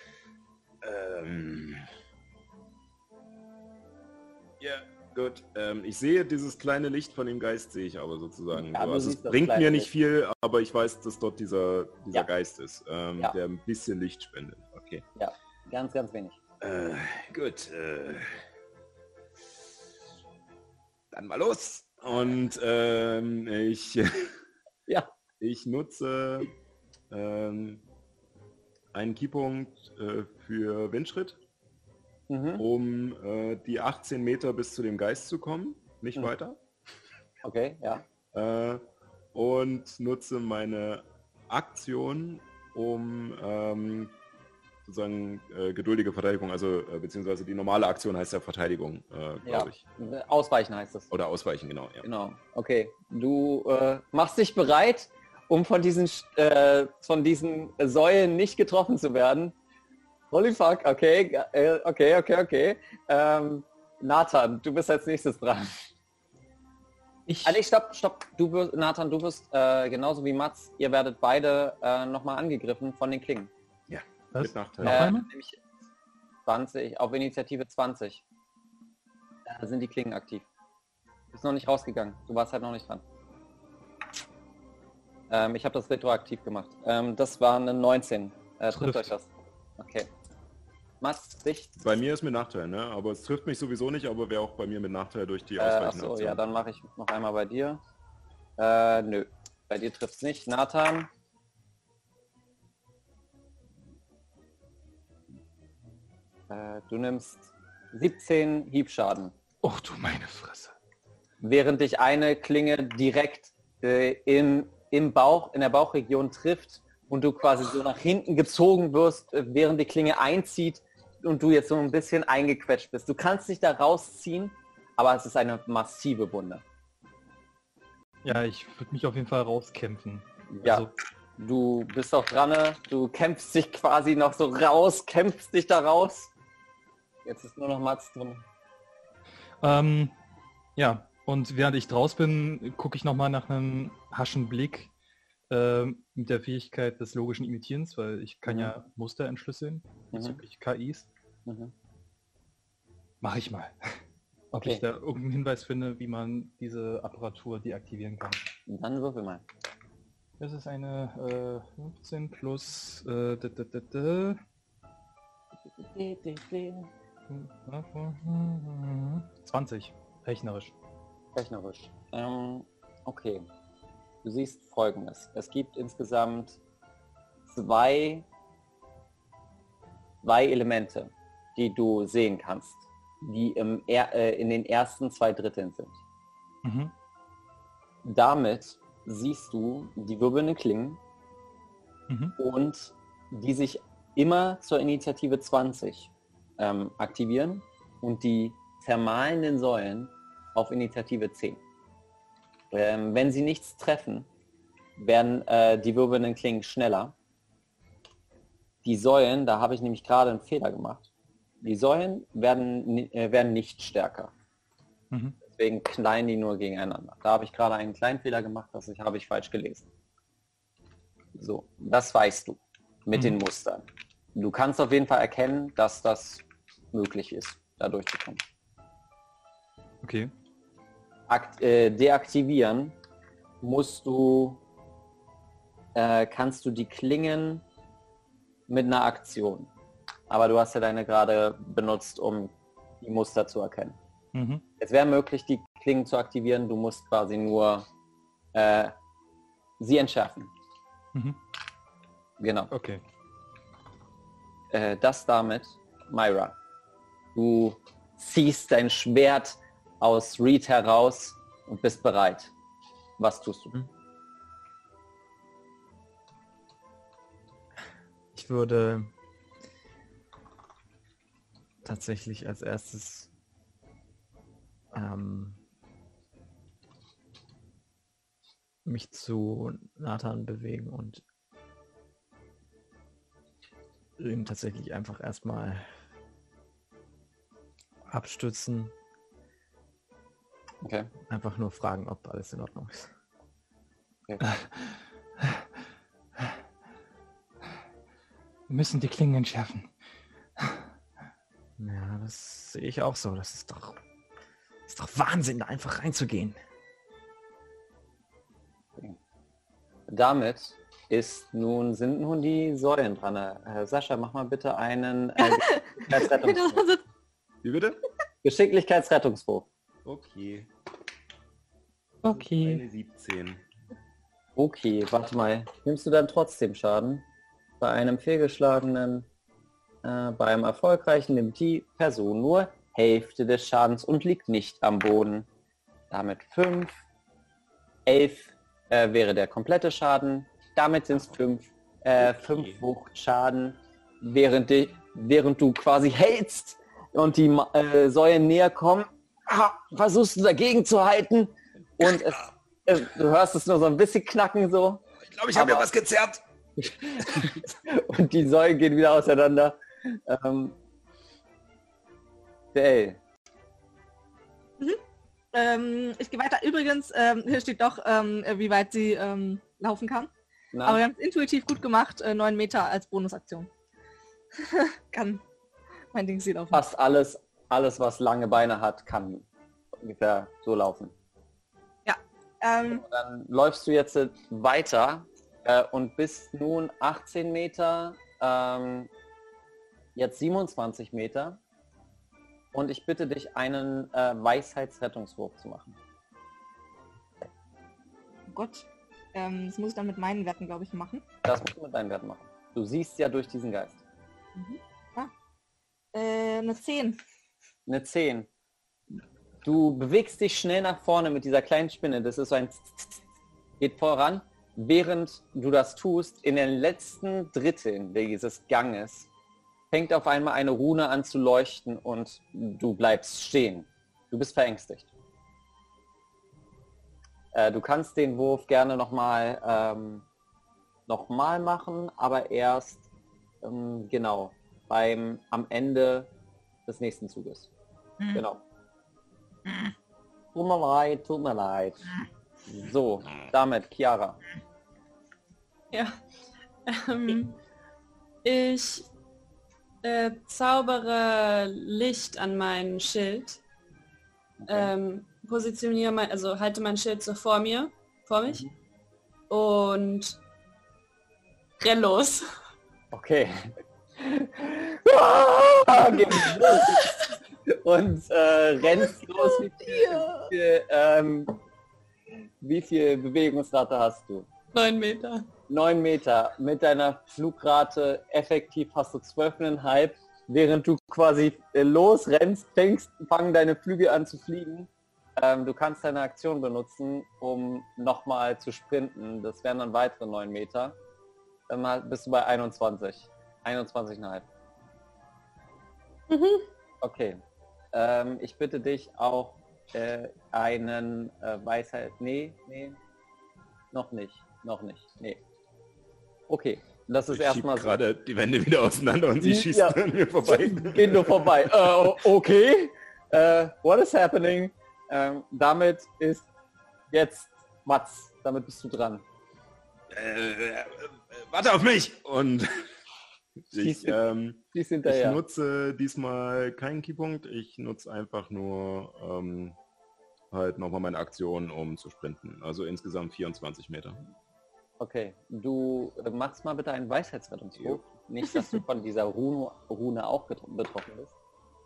Ja, gut. Ich sehe dieses kleine Licht von dem Geist, sehe ich aber sozusagen. Ja, also es bringt mir nicht viel, aber ich weiß, dass dort dieser Geist ist, der ein bisschen Licht spendet. Okay. Ja, ganz, ganz wenig. Gut. Dann mal los. Und ich nutze einen Keypunkt für Windschritt, um die 18 Meter bis zu dem Geist zu kommen, nicht weiter. Okay, ja. Und nutze meine Aktion, um sozusagen geduldige Verteidigung, also beziehungsweise die normale Aktion heißt ja Verteidigung, glaube ich. Ausweichen heißt es. Oder ausweichen, genau. Ja. Genau, okay. Du machst dich bereit, um von diesen Säulen nicht getroffen zu werden. Holy fuck, okay. Nathan, du bist als nächstes dran. Stopp. Nathan, du wirst genauso wie Mats, ihr werdet beide nochmal angegriffen von den Klingen. Ja, mit Nachteil. Nämlich 20, auf Initiative 20. Da sind die Klingen aktiv. Du bist noch nicht rausgegangen. Du warst halt noch nicht dran. Ich habe das retroaktiv gemacht. Das war eine 19. Trifft euch das? Okay. Mats, dich? Bei mir ist mit Nachteil, ne? Aber es trifft mich sowieso nicht, aber wäre auch bei mir mit Nachteil durch die Ausweichen. Achso, ja, dann mache ich noch einmal bei dir. Nö. Bei dir trifft es nicht. Nathan? Du nimmst 17 Hiebschaden. Oh du meine Fresse. Während dich eine Klinge direkt in in der Bauchregion trifft und du quasi so nach hinten gezogen wirst, während die Klinge einzieht und du jetzt so ein bisschen eingequetscht bist. Du kannst dich da rausziehen, aber es ist eine massive Wunde. Ja, ich würde mich auf jeden Fall rauskämpfen. Ja, Also, du bist auch dran, du kämpfst dich quasi noch so raus, kämpfst dich da raus. Jetzt ist nur noch Mats drin. ja, und während ich draus bin, gucke ich nochmal nach einem haschen Blick mit der Fähigkeit des logischen Imitierens, weil ich kann ja Muster entschlüsseln bezüglich KIs. Mache ich mal. Ob ich da irgendeinen Hinweis finde, wie man diese Apparatur deaktivieren kann. Dann würfel mal. Das ist eine 15 plus 20, rechnerisch. Okay. Du siehst Folgendes. Es gibt insgesamt zwei Elemente, die du sehen kannst, die in den ersten 2/3 sind. Damit siehst du die wirbelnden Klingen und die sich immer zur Initiative 20 aktivieren und die zermahlenden Säulen auf Initiative 10. Wenn sie nichts treffen, werden die wirbelnden Klingen schneller. Die Säulen, da habe ich nämlich gerade einen Fehler gemacht. Die Säulen werden nicht stärker. Deswegen knallen die nur gegeneinander. Da habe ich gerade einen kleinen Fehler gemacht, habe ich falsch gelesen. So, das weißt du mit den Mustern. Du kannst auf jeden Fall erkennen, dass das möglich ist, da durchzukommen. Okay. Deaktivieren kannst du die Klingen mit einer Aktion. Aber du hast ja deine gerade benutzt, um die Muster zu erkennen. Es wäre möglich, die Klingen zu aktivieren. Du musst quasi nur sie entschärfen. Genau. Okay. Das damit, Myra. Du ziehst dein Schwert aus Reed heraus und bist bereit. Was tust du? Ich würde tatsächlich als erstes mich zu Nathan bewegen und ihn tatsächlich einfach erstmal abstützen. Okay. Einfach nur fragen, ob alles in Ordnung ist. Okay. Wir müssen die Klingen entschärfen. Ja, das sehe ich auch so. Das ist doch Wahnsinn, da einfach reinzugehen. Damit sind nun die Säulen dran. Sascha, mach mal bitte einen Geschicklichkeitsrettungswurf. Wie bitte? Geschicklichkeitsrettungswurf. Okay. Okay. Eine 17. Okay, warte mal. Nimmst du dann trotzdem Schaden? Bei einem fehlgeschlagenen, bei einem erfolgreichen nimmt die Person nur Hälfte des Schadens und liegt nicht am Boden. Damit 5. 11 wäre der komplette Schaden. Damit sind es 5 Wuchtschaden, während du quasi hältst und die Säulen näher kommen. Versuchst du dagegen zu halten und du hörst es nur so ein bisschen knacken so. Ich glaube, ich habe ja was gezerrt. Und die Säulen gehen wieder auseinander. Dale. Ich gehe weiter. Übrigens, hier steht doch, wie weit sie laufen kann. Na? Aber wir haben es intuitiv gut gemacht. 9 Meter als Bonusaktion. Kann mein Ding sie laufen. Fast alles, was lange Beine hat, kann ungefähr so laufen. Ja. Dann läufst du jetzt weiter und bist nun 18 Meter, jetzt 27 Meter. Und ich bitte dich, einen Weisheitsrettungswurf zu machen. Oh Gott. Das muss ich dann mit meinen Werten, glaube ich, machen. Das musst du mit deinen Werten machen. Du siehst ja durch diesen Geist. Eine 10. Eine 10. Du bewegst dich schnell nach vorne mit dieser kleinen Spinne. Das ist so ein geht voran. während du das tust, in den letzten Dritteln dieses Ganges fängt auf einmal eine Rune an zu leuchten und du bleibst stehen. Du bist verängstigt. Du kannst den Wurf gerne nochmal machen, aber erst genau am Ende des nächsten Zuges. Genau. Tut mir leid. So, damit Chiara. Ja. Ich zaubere Licht an mein Schild. Okay. Halte mein Schild so vor mich und renn los. Okay. Und rennst los. Wie viel Bewegungsrate hast du? 9 Meter. 9 Meter. Mit deiner Flugrate effektiv hast du 12,5. Während du quasi losrennst, fangen deine Flügel an zu fliegen. Du kannst deine Aktion benutzen, um nochmal zu sprinten. Das wären dann weitere 9 Meter. Dann bist du bei 21. 21,5. Okay. Ich bitte dich auch einen Weisheit... Nee. Noch nicht. Nee. Okay. Das ist erstmal so. Gerade die Wände wieder auseinander und sie schießt an mir vorbei. Geht nur vorbei. Okay. What is happening? Damit ist jetzt Mats. Damit bist du dran. Warte auf mich! Und ich hinterher. Nutze diesmal keinen Keypunkt. Ich nutze einfach nur halt nochmal meine Aktion, um zu sprinten. Also insgesamt 24 Meter. Okay, du machst mal bitte einen Weisheitsrettungswurf. Nicht, dass du von dieser Rune auch betroffen bist.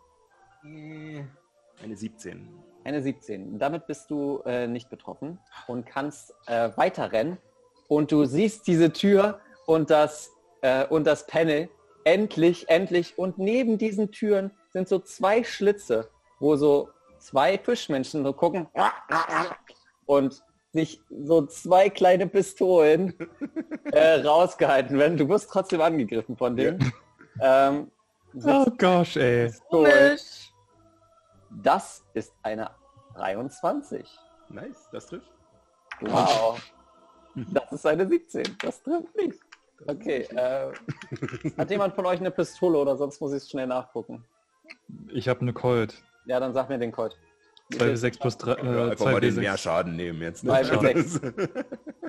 Eine 17. Eine 17. Damit bist du nicht betroffen und kannst weiterrennen. Und du siehst diese Tür und das Panel. Endlich. Und neben diesen Türen sind so 2 Schlitze, wo so 2 Fischmenschen so gucken und sich so 2 kleine Pistolen rausgehalten werden. Du wirst trotzdem angegriffen von denen. Oh gosh, ey. Das ist eine 23. Nice, das trifft. Wow. Das ist eine 17. Das trifft nicht. Okay. Hat jemand von euch eine Pistole oder sonst muss ich es schnell nachgucken? Ich habe eine Colt. Ja, dann sag mir den Code. 2W6 plus 3. Einfach mal den mehr Schaden nehmen jetzt. Ne? 2W6.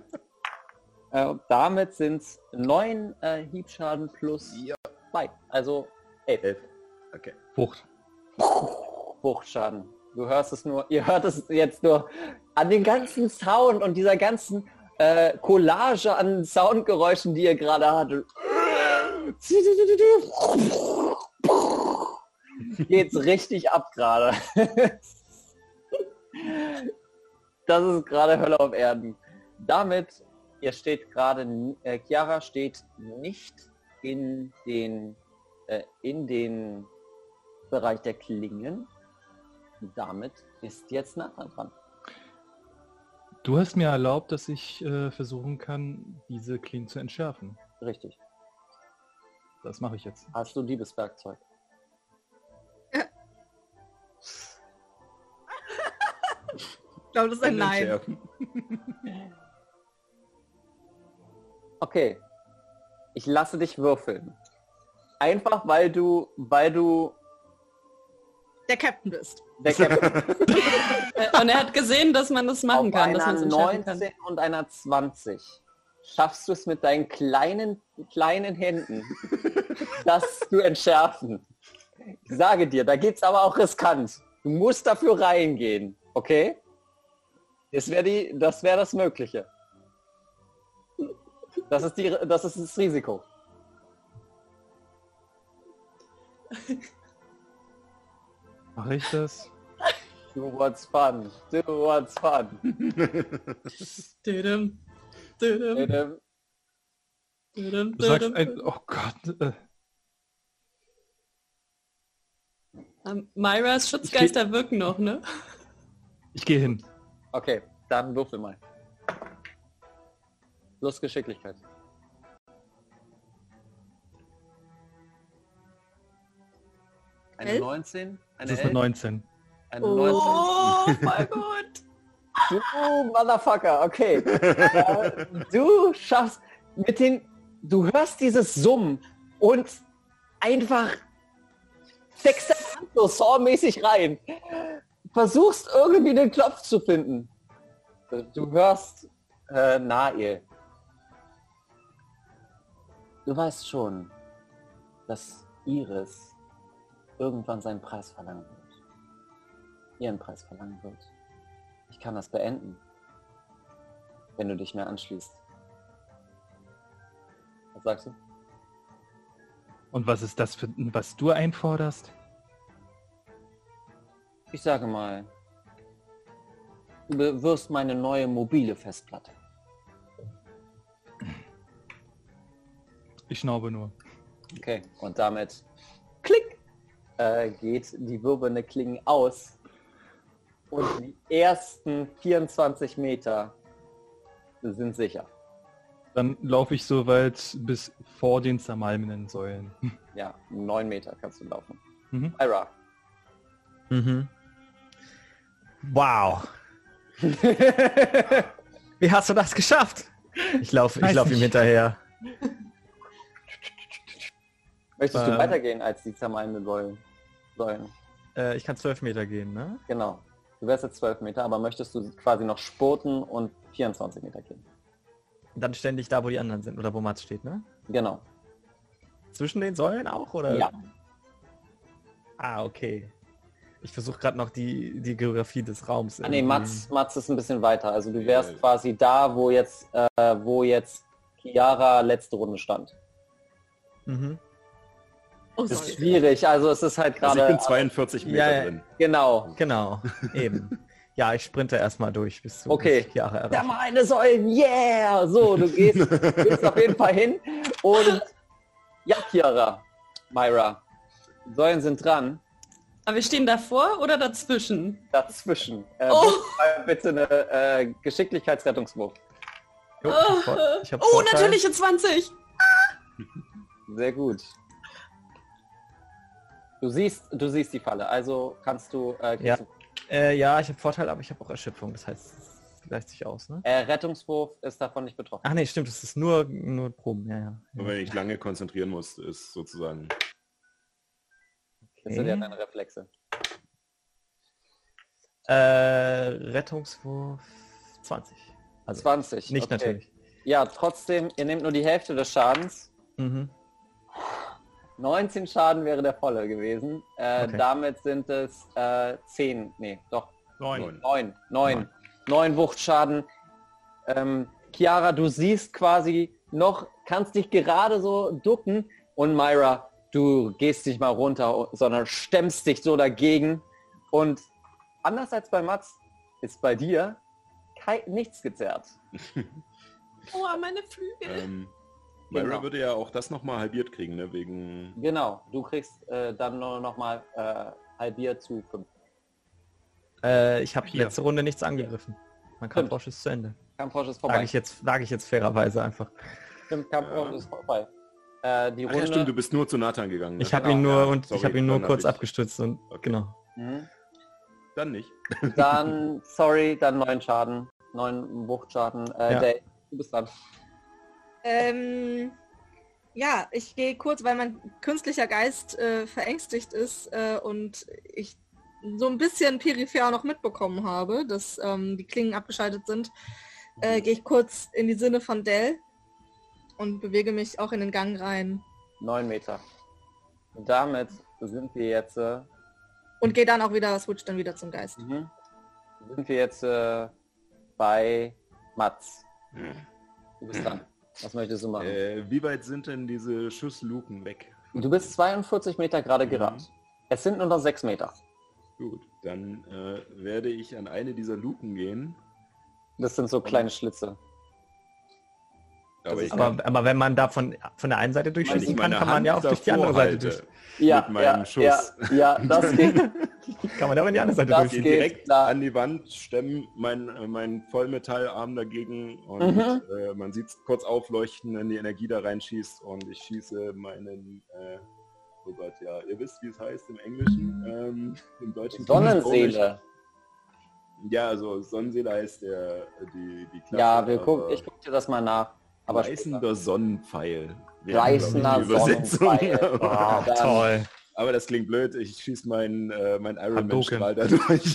Damit sind es 9 Hiebschaden plus 2. Also 11. Okay. Wuchtschaden. Ihr hört es jetzt nur an den ganzen Sound und dieser ganzen Collage an Soundgeräuschen, die ihr gerade hattet. Geht's richtig ab gerade. Das ist gerade Hölle auf Erden. Damit, Chiara steht nicht in den Bereich der Klingen. Damit ist jetzt Nathan dran. Du hast mir erlaubt, dass ich versuchen kann, diese Klingen zu entschärfen. Richtig. Das mache ich jetzt. Hast du Diebeswerkzeug? Ich glaube, das ist ein Nein. Okay. Ich lasse dich würfeln. Einfach weil du der Captain bist. Der Captain. Und er hat gesehen, dass man das machen kann. Auf einer 19 und einer 20 schaffst du es mit deinen kleinen Händen, das zu entschärfen. Ich sage dir, da geht's aber auch riskant. Du musst dafür reingehen, okay? Das wäre das Mögliche. Das ist das Risiko. Mache ich das? Do what's fun. Du sagst oh Gott. Myras Schutzgeister wirken noch, ne? Ich gehe hin. Okay, dann würfel mal. Plus Geschicklichkeit. Eine 11? 19? Das ist eine 19. Eine 19. Oh mein Gott. Du Motherfucker, okay. Du schaffst du hörst dieses Summen und einfach steckst deine Hand so Saw-mäßig rein. Versuchst irgendwie den Knopf zu finden. Du hörst Nail. Du weißt schon, dass Iris irgendwann seinen Preis verlangen wird. Ihren Preis verlangen wird. Ich kann das beenden, wenn du dich mir anschließt. Was sagst du? Und was ist das für was du einforderst? Ich sage mal, du wirst meine neue mobile Festplatte. Ich schnaube nur. Okay, und damit klick geht die wirbelnde Klinge aus und die ersten 24 Meter sind sicher. Dann laufe ich so weit bis vor den zermalmenden Säulen. Ja, 9 Meter kannst du laufen. Mhm. Ira. Mhm. Wow. Wie hast du das geschafft? Ich laufe ihm hinterher. Möchtest du weitergehen als die zermalmenden Säulen? Ich kann 12 Meter gehen, ne? Genau. Du wärst jetzt 12 Meter, aber möchtest du quasi noch spurten und 24 Meter gehen? Dann ständig da, wo die anderen sind, oder wo Mats steht, ne? Genau. Zwischen den Säulen auch, oder? Ja. Ah, okay. Ich versuche gerade noch die Geografie des Raums. Nee, Mats ist ein bisschen weiter. Also du wärst quasi da, wo jetzt Chiara letzte Runde stand. Mhm. Oh, Das ist schwierig, also es ist halt gerade... Also ich bin 42 Meter drin. Genau. Genau, eben. Ja, ich sprinte erstmal durch bis zu Da Chiara erreiche. meine Säulen, yeah! So, du gehst auf jeden Fall hin und ja, Chiara, Myra, Säulen sind dran. Aber wir stehen davor oder dazwischen? Dazwischen. Bitte eine Geschicklichkeitsrettungswurf. Jo, ich hab Oh, Vorteil. natürliche 20! Sehr gut. Du siehst die Falle, also kannst du... Ja, ich habe Vorteil, aber ich habe auch Erschöpfung. Das heißt, es gleicht sich aus, ne? Rettungswurf ist davon nicht betroffen. Ach nee, stimmt, es ist nur Proben. Ja. Und wenn ich lange konzentrieren muss, ist sozusagen... Das sind ja deine Reflexe. Rettungswurf 20. Also 20. nicht okay. natürlich. Ja, trotzdem, ihr nehmt nur die Hälfte des Schadens. Mhm. 19 Schaden wäre der volle gewesen. Okay. Damit sind es 10. Nee, doch. 9. 9 Wuchtschaden. Chiara, du siehst quasi noch, kannst dich gerade so ducken und Myra, du gehst nicht mal runter, sondern stemmst dich so dagegen und anders als bei Mats ist bei dir nichts gezerrt. Oh, meine Flügel. Myra würde ja auch das nochmal halbiert kriegen, ne? Wegen... Genau, du kriegst dann nur nochmal halbiert zu 5. Ich habe letzte Runde nichts angegriffen. Mein Kampfrausch ist zu Ende. Kampfrausch ist vorbei. Lag ich jetzt fairerweise einfach. Stimmt, Kampfrausch ist vorbei. Die Runde... ja, stimmt, du bist nur zu Nathan gegangen. Ne? Ich habe ihn nur kurz abgestützt und genau. Mhm. Dann nicht. Dann 9 Schaden. 9 Wuchtschaden. Dave, du bist dran. Ja, ich gehe kurz, weil mein künstlicher Geist verängstigt ist und ich so ein bisschen peripher noch mitbekommen habe, dass die Klingen abgeschaltet sind, gehe ich kurz in die Sinne von Dell und bewege mich auch in den Gang rein. 9 Meter. Und damit sind wir jetzt... und gehe dann auch wieder, switch dann wieder zum Geist. Sind wir jetzt bei Mats. Du bist dran. Was möchtest du machen? Wie weit sind denn diese Schussluken weg? Du bist 42 Meter gerade gerannt. Es sind nur noch 6 Meter. Gut, dann werde ich an eine dieser Luken gehen. Das sind so kleine Schlitze. Aber wenn man da von der einen Seite durchschießen kann, kann man ja auch durch die andere Seite durch. Mit meinem Schuss. Ja, das geht. Kann man da in die andere Seite durchgehen. Direkt an die Wand, stemmen mein Vollmetallarm dagegen und man sieht es kurz aufleuchten, wenn die Energie da reinschießt und ich schieße meinen, oh Gott, ja, ihr wisst, wie es heißt im Englischen, im Deutschen. Sonnenseele. Ja, also Sonnenseele heißt die Klasse. Ja, ich gucke dir das mal nach. Aber reißender Sonnenpfeil. Reißender Sonnenpfeil. Oh, toll. Aber das klingt blöd. Ich schieße mein Iron Man Strahl da durch.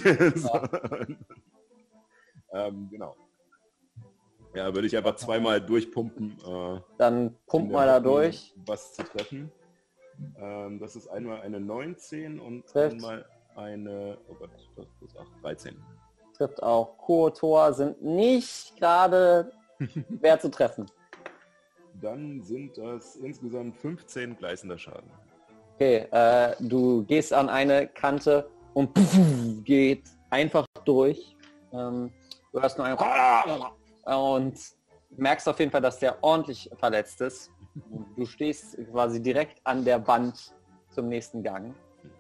Genau. Ja, würde ich einfach zweimal durchpumpen. Dann pump mal da durch. Was zu treffen. Das ist einmal eine 19 und trifft. Einmal eine, oh Gott, das plus 8, 13. Trifft auch. Kuo-Tor sind nicht gerade schwer zu treffen. Dann sind das insgesamt 15 gleißender Schaden. Okay, du gehst an eine Kante und geht einfach durch. Du hörst nur ein und merkst auf jeden Fall, dass der ordentlich verletzt ist. Du stehst quasi direkt an der Wand zum nächsten Gang.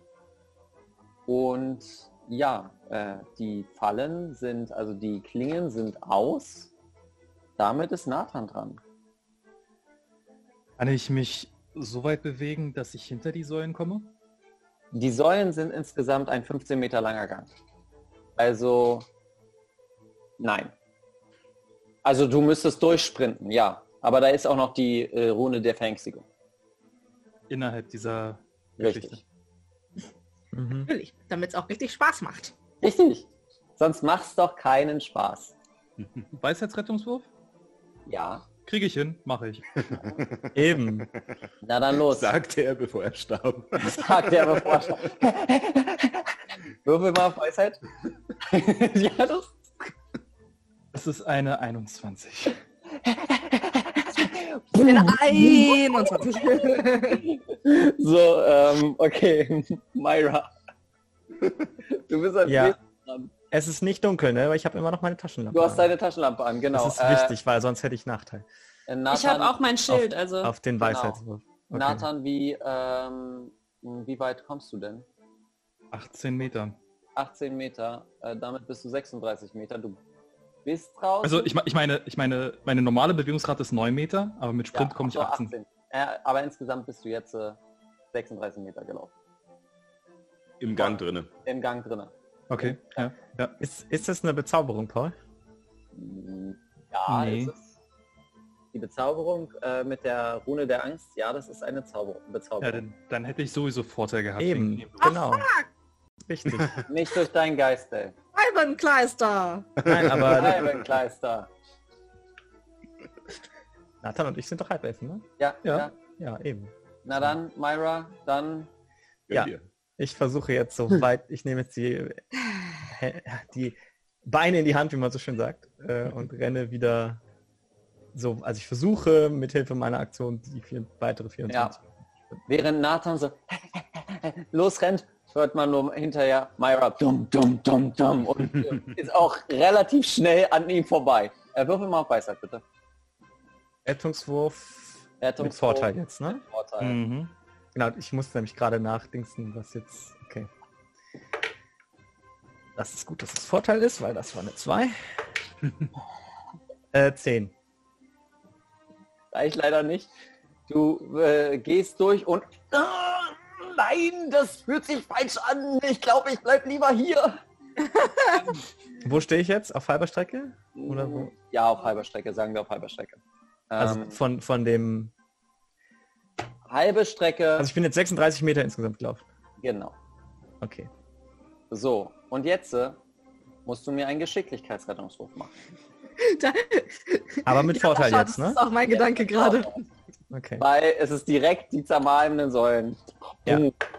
Und ja, die Fallen sind, also die Klingen sind aus. Damit ist Nathan dran. Kann ich mich so weit bewegen, dass ich hinter die Säulen komme? Die Säulen sind insgesamt ein 15 Meter langer Gang. Also, nein. Also du müsstest durchsprinten, ja. Aber da ist auch noch die Rune der Verängstigung. Innerhalb dieser Richtig. Natürlich, damit es auch richtig Spaß macht. Richtig. Sonst macht's doch keinen Spaß. Weisheitsrettungswurf? Ja. Kriege ich hin, mache ich. Eben. Na dann los. Sagte er, bevor er starb. Sagte er, bevor er starb. Würfel mal auf Weisheit. Ja, das ist eine 21. Eine 21. So, okay. Myra. Du bist als nächstes dran. Es ist nicht dunkel, ne? Aber ich habe immer noch meine Taschenlampe. Du hast deine Taschenlampe an, genau. Das ist wichtig, weil sonst hätte ich Nachteil. Nathan, ich habe auch mein Schild, auf den Weisheitswurf. Okay. Nathan, wie weit kommst du denn? 18 Meter. 18 Meter, damit bist du 36 Meter. Du bist draußen. Also ich meine, meine normale Bewegungsrate ist 9 Meter, aber mit Sprint komme ich 18. Aber insgesamt bist du jetzt 36 Meter gelaufen. Im Gang drinne. Im Gang drinne. Okay, ja. Ist das eine Bezauberung, Paul? Ja, ist es. Die Bezauberung mit der Rune der Angst, ja, das ist eine Bezauberung. Ja, dann hätte ich sowieso Vorteil gehabt. Eben, genau. Richtig. Nicht durch deinen Geist, ey. Eibenkleister! Nein, aber... Eibenkleister. Nathan und ich sind doch Halbelfen, ne? Ja, eben. Na dann, Myra, dann... Ja, ich versuche jetzt so weit, ich nehme jetzt die Beine in die Hand, wie man so schön sagt, und renne wieder so, also ich versuche mit Hilfe meiner Aktion die weitere 24. Ja. Während Nathan so losrennt, hört man nur hinterher Myra dumm und ist auch relativ schnell an ihm vorbei. Würfel mal auf Weisheit, bitte. Rettungswurf mit Vorteil jetzt, ne? Mit Vorteil. Mhm. Genau, ich muss nämlich gerade nachdenken, was jetzt... Okay. Das ist gut, dass es Vorteil ist, weil das war eine 2. 10. Reicht leider nicht. Du gehst durch und... nein, das fühlt sich falsch an. Ich glaube, ich bleib lieber hier. Wo stehe ich jetzt? Auf halber Strecke? Oder wo? Ja, auf halber Strecke, sagen wir auf halber Strecke. Also von dem... Halbe Strecke... Also ich bin jetzt 36 Meter insgesamt gelaufen. Genau. Okay. So, und jetzt musst du mir einen Geschicklichkeitsrettungswurf machen. Aber mit Vorteil jetzt, ne? Das ist auch mein Gedanke gerade. Okay. Weil es ist direkt die zermalmenden Säulen. Ja.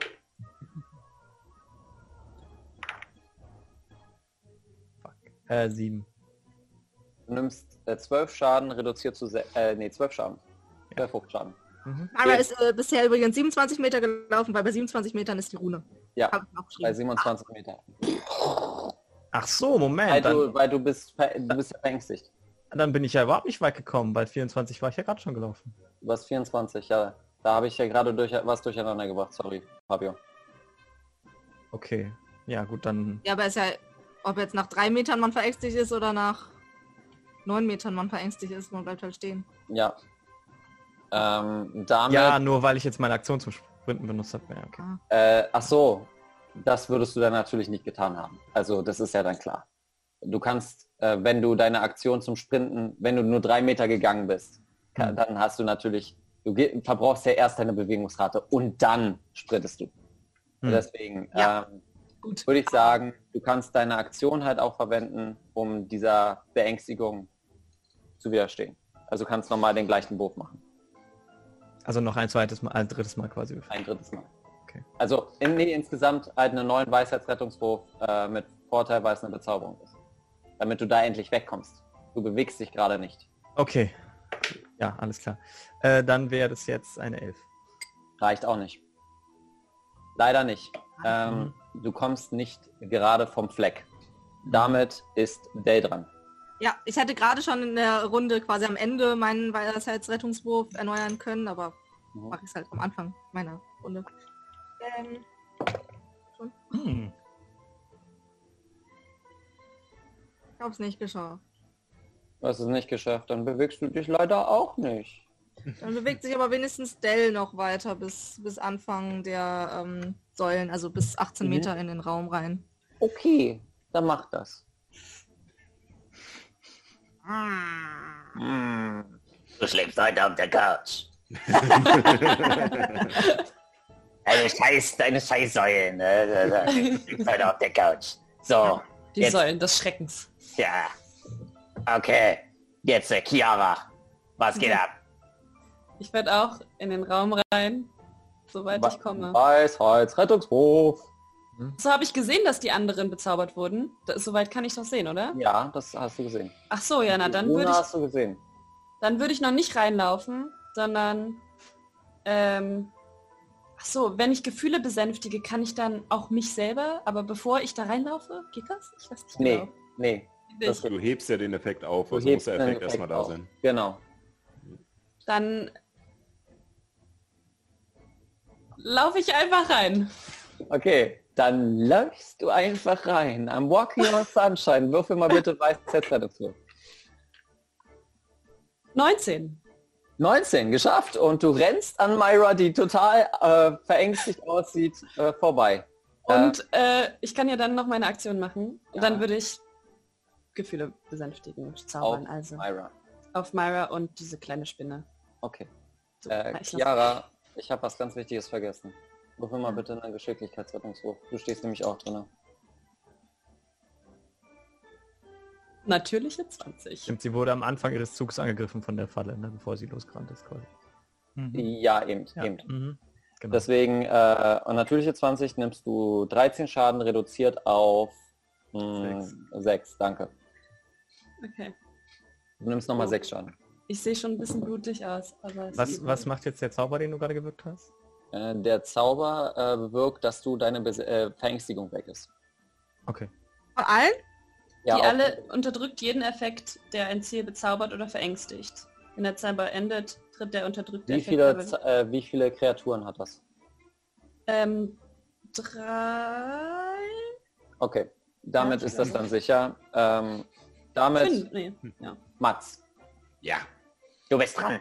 7. Du nimmst 12 Schaden, reduziert zu 12 Schaden. 12 Hochschaden. Mara ist bisher übrigens 27 Meter gelaufen, weil bei 27 Metern ist die Rune. Ja, bei 27 Meter. Ach so, Moment. Weil du bist verängstigt. Dann bin ich ja überhaupt nicht weit gekommen, weil 24 war ich ja gerade schon gelaufen. Du warst 24, ja. Da habe ich ja gerade was durcheinander gebracht. Sorry, Fabio. Okay. Ja, gut, dann... Ja, aber ist ja, ob jetzt nach 3 Metern man verängstigt ist oder nach 9 Metern man verängstigt ist, man bleibt halt stehen. Ja. Damit... Ja, nur weil ich jetzt meine Aktion zum Sprinten benutzt habe. Ja, okay. Ach so. Das würdest du dann natürlich nicht getan haben. Also das ist ja dann klar. Du kannst, wenn du deine Aktion zum Sprinten, wenn du nur 3 Meter gegangen bist, dann hast du natürlich, du verbrauchst ja erst deine Bewegungsrate und dann sprintest du. Deswegen würde ich sagen, du kannst deine Aktion halt auch verwenden, um dieser Beängstigung zu widerstehen. Also kannst nochmal den gleichen Wurf machen. Also noch ein drittes Mal quasi. Ein drittes Mal. Okay. Also insgesamt halt einen neuen Weisheitsrettungswurf mit Vorteil, weil es eine Bezauberung ist. Damit du da endlich wegkommst. Du bewegst dich gerade nicht. Okay. Ja, alles klar. Dann wäre das jetzt eine 11. Reicht auch nicht. Leider nicht. Du kommst nicht gerade vom Fleck. Damit ist Dell dran. Ja, ich hätte gerade schon in der Runde quasi am Ende meinen Weisheitsrettungswurf erneuern können, aber mache ich es halt am Anfang meiner Runde. Schon. Ich hab's nicht geschafft. Du hast es nicht geschafft, dann bewegst du dich leider auch nicht. Dann bewegt sich aber wenigstens Dell noch weiter bis Anfang der Säulen, also bis 18 Meter in den Raum rein. Okay, dann mach das. Du schläfst heute auf der Couch. Deine Scheißsäulen. Du schläfst heute auf der Couch. So. Die jetzt. Säulen des Schreckens. Ja. Okay. Jetzt, Chiara. Was geht ab? Ich werde auch in den Raum rein, soweit ich komme. Weisheitsrettungswurf. So habe ich gesehen, dass die anderen bezaubert wurden. Soweit kann ich doch sehen, oder? Ja, das hast du gesehen. Ach so, ja, na dann würde ich... hast du gesehen. Dann würde ich noch nicht reinlaufen, sondern... ach so, wenn ich Gefühle besänftige, kann ich dann auch mich selber, aber bevor ich da reinlaufe, geht das? Ich weiß nicht genau. Nee. Du hebst ja den Effekt auf, also muss der Effekt erstmal da sein. Genau. Dann laufe ich einfach rein. Okay, dann läufst du einfach rein. I'm walking on sunshine. Würfel mal bitte Weisheitsrettungswurf. 19. 19, geschafft. Und du rennst an Myra, die total verängstigt aussieht, vorbei. Und ich kann ja dann noch meine Aktion machen. Ja. Dann würde ich Gefühle besänftigen, zaubern. Auf Myra und diese kleine Spinne. Okay. So, Chiara, ich habe was ganz Wichtiges vergessen. Würfel mal bitte einen Geschicklichkeitsrettungswurf. Du stehst nämlich auch drin. Natürliche 20. Stimmt, sie wurde am Anfang ihres Zugs angegriffen von der Falle, ne, bevor sie losgerannt ist quasi. Ja, eben. Genau. Deswegen, natürliche 20 nimmst du 13 Schaden, reduziert auf 6. Danke. Okay. Du nimmst nochmal 6 Schaden. Ich sehe schon ein bisschen blutig aus. Aber was macht jetzt der Zauber, den du gerade gewirkt hast? Der Zauber bewirkt, dass du deine Verängstigung weg ist. Okay. Von allen? Ja, die alle unterdrückt jeden Effekt, der ein Ziel bezaubert oder verängstigt. Wenn der Zauber endet, tritt der unterdrückte Effekt. Wie viele Kreaturen hat das? 3. Okay, damit ist das dann sicher. Damit... 5, nee. Ja. Mats. Ja, du bist dran.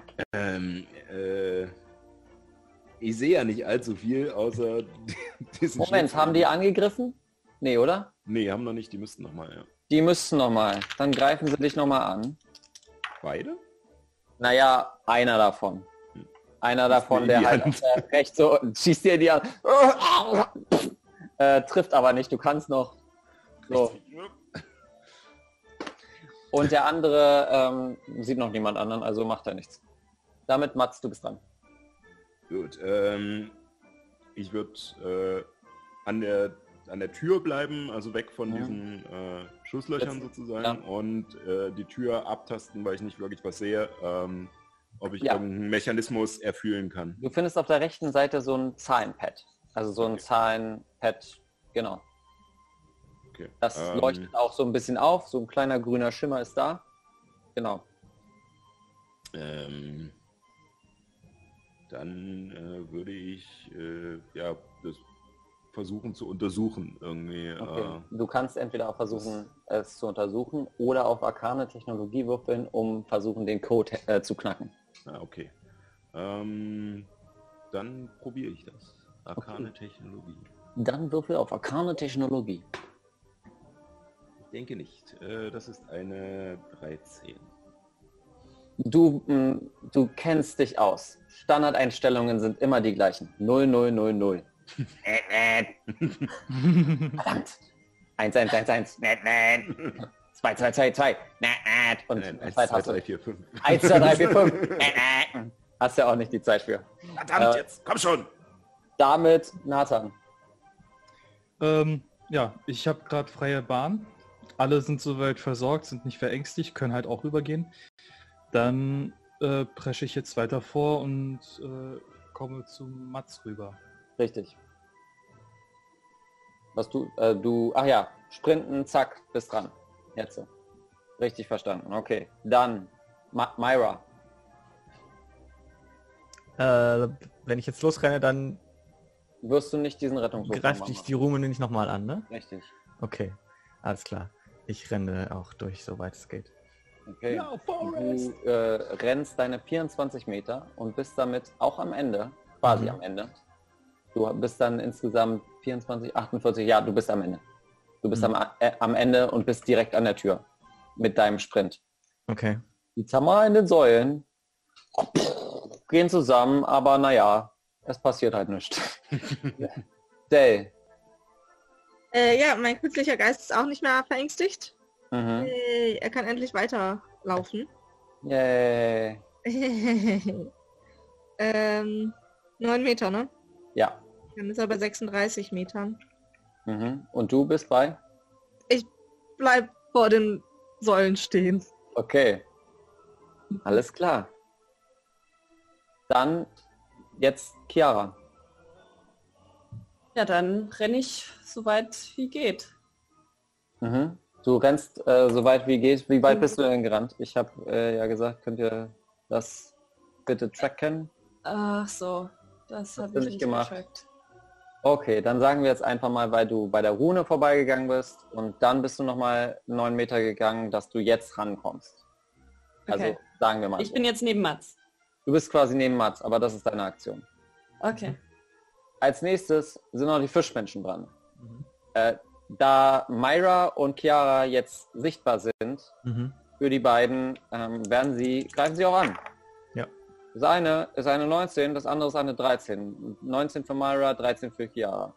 Ich sehe ja nicht allzu viel, außer diesen Moment, haben die angegriffen? Nee, oder? Nee, haben noch nicht, die müssten nochmal, ja. Die müssten nochmal. Dann greifen sie dich nochmal an. Beide? Naja, einer davon. Einer davon, der halt recht so schießt dir die an. Trifft aber nicht, du kannst noch. So. Und der andere sieht noch niemand anderen, also macht er nichts. Damit, Mats, du bist dran. Gut, ich würde an der Tür bleiben, also weg von diesen Schusslöchern sozusagen und die Tür abtasten, weil ich nicht wirklich was sehe, ob ich irgendeinen Mechanismus erfühlen kann. Du findest auf der rechten Seite so ein Zahlenpad. Also so ein Zahlenpad, genau. Okay. Das leuchtet auch so ein bisschen auf, so ein kleiner grüner Schimmer ist da. Genau. Dann würde ich das versuchen zu untersuchen. Irgendwie. Okay. Du kannst entweder auch versuchen, es zu untersuchen oder auf arkane Technologie würfeln, um versuchen, den Code zu knacken. Okay. Dann probiere ich das. Arkane Technologie. Dann würfel auf arkane Technologie. Ich denke nicht. Das ist eine 13. Du kennst dich aus. Standardeinstellungen sind immer die gleichen. 0, 0, 0, 0. Verdammt. 1, 1, 1, 1. 2, 2, 2, 2. Und 1, 2, 3, 4, 5. 1, 2, 3, 4, 5. Hast ja auch nicht die Zeit für. Verdammt, jetzt, komm schon. Damit Nathan. Ja, ich habe gerade freie Bahn. Alle sind soweit versorgt, sind nicht verängstigt, können halt auch rübergehen. Dann presche ich jetzt weiter vor und komme zu Mats rüber. Richtig. Was sprinten, zack, bist dran. Jetzt. Richtig verstanden. Okay. Dann Myra. Wenn ich jetzt losrenne, dann wirst du nicht diesen Rettungswurf greift dich die Rume nicht nochmal an, ne? Richtig. Okay, alles klar. Ich renne auch durch, soweit es geht. Okay. No, du rennst deine 24 Meter und bist damit auch am Ende, quasi am Ende. Du bist dann insgesamt 24, 48, ja, du bist am Ende. Du bist am Ende und bist direkt an der Tür mit deinem Sprint. Okay. Die zermalenden Säulen gehen zusammen, aber naja, es passiert halt nichts. Dale. Ja, mein künstlicher Geist ist auch nicht mehr verängstigt. Er kann endlich weiterlaufen. Yay. 9 Meter, ne? Ja. Dann ist er bei 36 Metern. Und du bist bei? Ich bleib vor den Säulen stehen. Okay. Alles klar. Dann jetzt Chiara. Ja, dann renne ich so weit wie geht. Du rennst so weit wie geht. Wie weit bist du denn gerannt? Ich habe ja gesagt, könnt ihr das bitte tracken? Ach so, das habe ich nicht gemacht. Getrackt. Okay, dann sagen wir jetzt einfach mal, weil du bei der Rune vorbeigegangen bist und dann bist du nochmal 9 Meter gegangen, dass du jetzt rankommst. Also Okay. sagen wir mal Ich so. bin jetzt neben Mats. Du bist quasi neben Mats, aber das ist deine Aktion. Okay. Als nächstes sind noch die Fischmenschen dran. Da Myra und Chiara jetzt sichtbar sind, für die beiden, greifen sie auch an. Ja. Das eine ist eine 19, das andere ist eine 13. 19 für Myra, 13 für Chiara.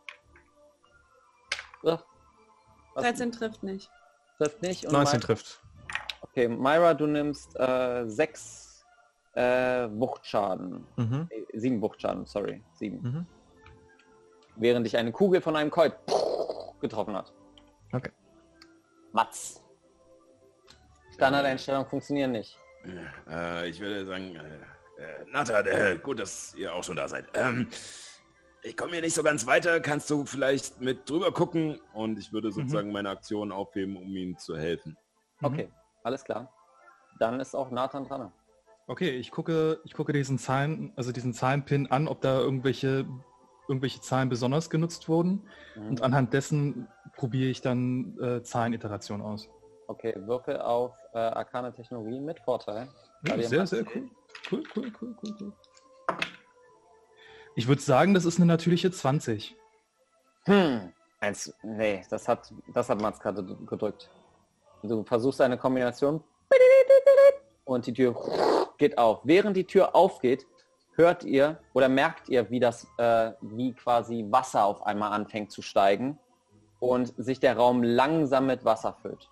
13 trifft nicht. Trifft nicht. Und 19 trifft. Okay, Myra, du nimmst 6 Wuchtschaden. 7 Wuchtschaden, sorry. 7. Während dich eine Kugel von einem Colt getroffen hat. Okay. Mats. Standardeinstellungen funktionieren nicht. Ich würde sagen, Nathan, gut, dass ihr auch schon da seid. Ich komme hier nicht so ganz weiter. Kannst du vielleicht mit drüber gucken? Und ich würde sozusagen meine Aktion aufheben, um ihm zu helfen. Okay, alles klar. Dann ist auch Nathan dran. Okay, ich gucke diesen Zahlenpin an, ob da irgendwelche Zahlen besonders genutzt wurden. Und anhand dessen probiere ich dann Zahleniterationen aus. Okay, würfel auf arkane Technologie mit Vorteil. Ja, sehr, sehr cool. Cool. Ich würde sagen, das ist eine natürliche 20. Nee, das hat Mats gerade gedrückt. Du versuchst eine Kombination und die Tür geht auf. Während die Tür aufgeht, hört ihr oder merkt ihr, wie quasi Wasser auf einmal anfängt zu steigen und sich der Raum langsam mit Wasser füllt.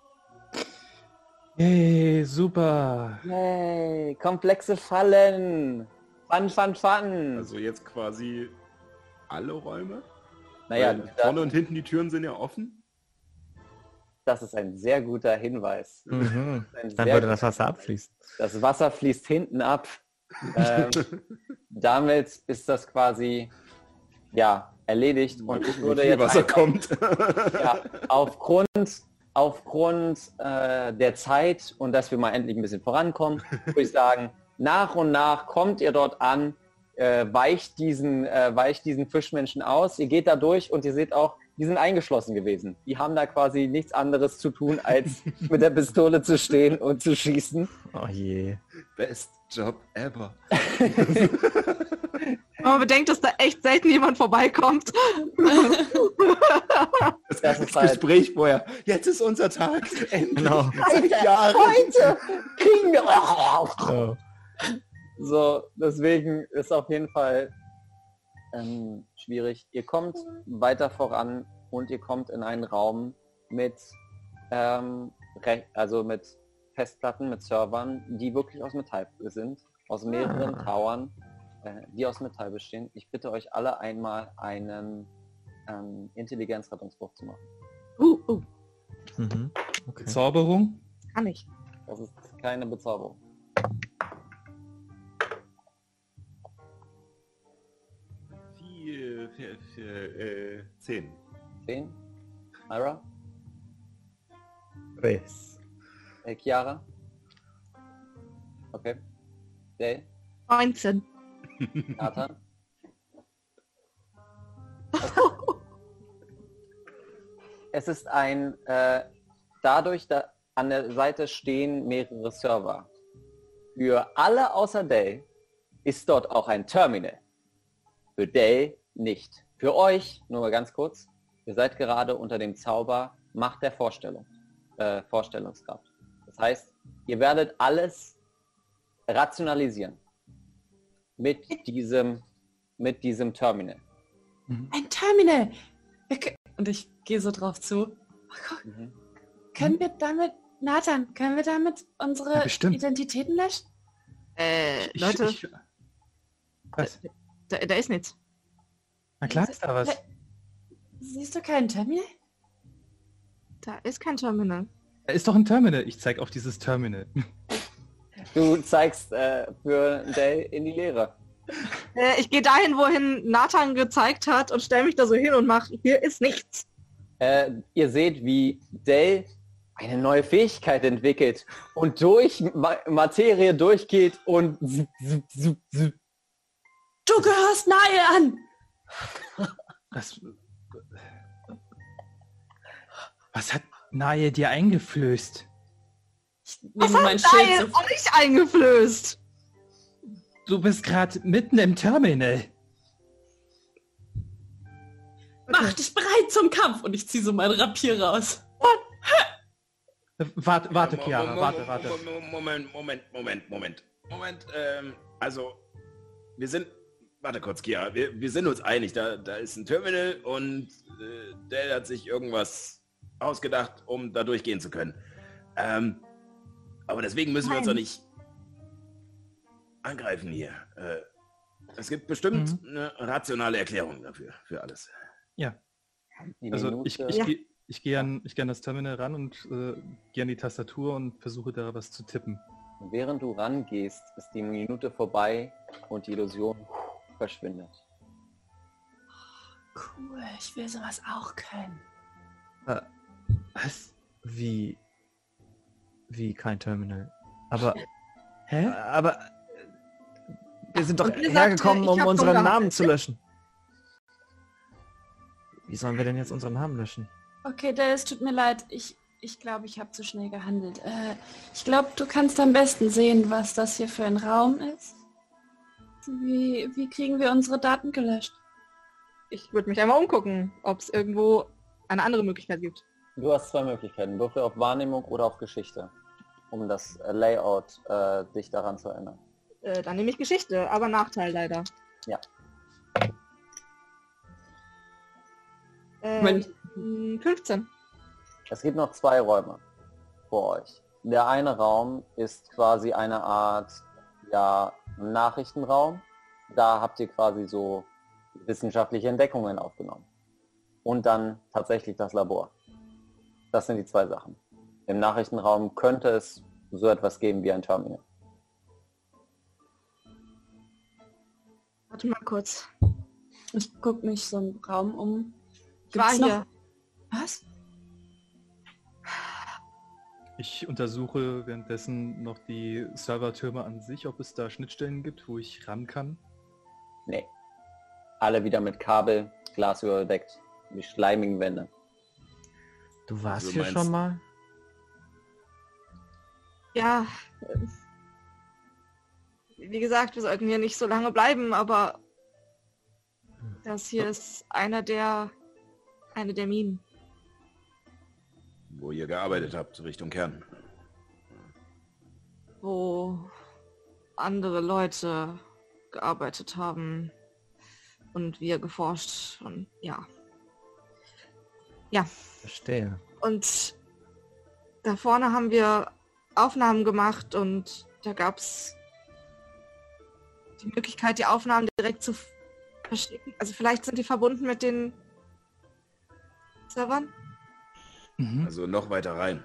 Yay, super. Yay, komplexe Fallen. Fun. Also jetzt quasi alle Räume? Naja, vorne und hinten die Türen sind ja offen. Das ist ein sehr guter Hinweis. Dann würde das Wasser abfließen. Das Wasser fließt hinten ab. Damit ist das quasi erledigt. Und ich würde jetzt Wasser kommt. Aufgrund aufgrund der Zeit und dass wir mal endlich ein bisschen vorankommen, würde ich sagen, nach und nach kommt ihr dort an, weicht diesen Fischmenschen aus. Ihr geht da durch und ihr seht auch, die sind eingeschlossen gewesen. Die haben da quasi nichts anderes zu tun, als mit der Pistole zu stehen und zu schießen. Oh je. Best Job ever. Man bedenkt, dass da echt selten jemand vorbeikommt. Das ist Gespräch vorher. Jetzt ist unser Tag. Genau. Heute kriegen wir... Oh. So, deswegen ist auf jeden Fall schwierig. Ihr kommt weiter voran und ihr kommt in einen Raum mit mit Festplatten, mit Servern, die wirklich aus Metall sind, aus mehreren Towern, die aus Metall bestehen. Ich bitte euch alle einmal einen Intelligenzrettungswurf zu machen. Mhm. Okay. Bezauberung? Kann ich. Das ist keine Bezauberung. Für 10. 10? Ira? Yes. Chiara? Okay. Dale? 19. Nathan? Es ist ein, dadurch, da an der Seite stehen mehrere Server. Für alle außer Dale ist dort auch ein Terminal. Für Dale nicht. Für euch, nur mal ganz kurz, ihr seid gerade unter dem Zauber Macht der Vorstellungskraft. Das heißt, ihr werdet alles rationalisieren. Mit diesem Terminal. Ein Terminal! Und ich gehe so drauf zu. Können wir damit, Nathan, unsere Identitäten löschen? Leute, Was? da ist nichts. Na klar ist da was. Siehst du keinen Terminal? Da ist kein Terminal. Da ist doch ein Terminal. Ich zeige auf dieses Terminal. Du zeigst für Dale in die Leere. Ich gehe dahin, wohin Nathan gezeigt hat und stelle mich da so hin und mache, hier ist nichts. Ihr seht, wie Dale eine neue Fähigkeit entwickelt und durch Materie durchgeht und Du gehörst Nahe an! Was hat Nahe dir eingeflößt? Ich nehme mein Schild so. Euch eingeflößt. Du bist gerade mitten im Terminal. Mach dich bereit zum Kampf! Und ich ziehe so mein Rapier raus. Warte, Chiara, warte. Moment. Also, wir sind... Warte kurz, Chiara. Wir sind uns einig. Da ist ein Terminal und der hat sich irgendwas ausgedacht, um da durchgehen zu können. Aber deswegen müssen wir uns doch nicht angreifen hier. Es gibt bestimmt eine rationale Erklärung dafür, für alles. Ja. Also ich gehe an das Terminal ran und gehe an die Tastatur und versuche da was zu tippen. Während du rangehst, ist die Minute vorbei und die Illusion verschwindet. Cool, ich will sowas auch können. Was? Wie kein Terminal? Aber... Hä? Aber... Wir sind doch Und ihr hergekommen, sagte, um unseren Hunger. Namen zu löschen. Wie sollen wir denn jetzt unseren Namen löschen? Okay, es tut mir leid. Ich glaube, ich habe zu schnell gehandelt. Ich glaube, du kannst am besten sehen, was das hier für ein Raum ist. Wie kriegen wir unsere Daten gelöscht? Ich würde mich einmal umgucken, ob es irgendwo eine andere Möglichkeit gibt. Du hast zwei Möglichkeiten. Würfel auf Wahrnehmung oder auf Geschichte, um das Layout dich daran zu erinnern. Dann nehme ich Geschichte, aber Nachteil leider. Ja. 15. Es gibt noch zwei Räume vor euch. Der eine Raum ist quasi eine Art Nachrichtenraum. Da habt ihr quasi so wissenschaftliche Entdeckungen aufgenommen. Und dann tatsächlich das Labor. Das sind die zwei Sachen. Im Nachrichtenraum könnte es so etwas geben wie ein Terminal. Warte mal kurz. Ich gucke mich so im Raum um. Ich war Gibt's noch- hier. Was? Ich untersuche währenddessen noch die Servertürme an sich, ob es da Schnittstellen gibt, wo ich ran kann. Nee. Alle wieder mit Kabel, Glas überdeckt, die schleimigen Wände. Du warst hier schon mal? Ja. Wie gesagt, wir sollten hier nicht so lange bleiben, aber das hier ist eine der Minen. Wo ihr gearbeitet habt, Richtung Kern. Wo andere Leute gearbeitet haben und wir geforscht und ja. Ja. Verstehe. Und da vorne haben wir Aufnahmen gemacht und da gab es die Möglichkeit, die Aufnahmen direkt zu verschicken. Also vielleicht sind die verbunden mit den Servern? Also noch weiter rein.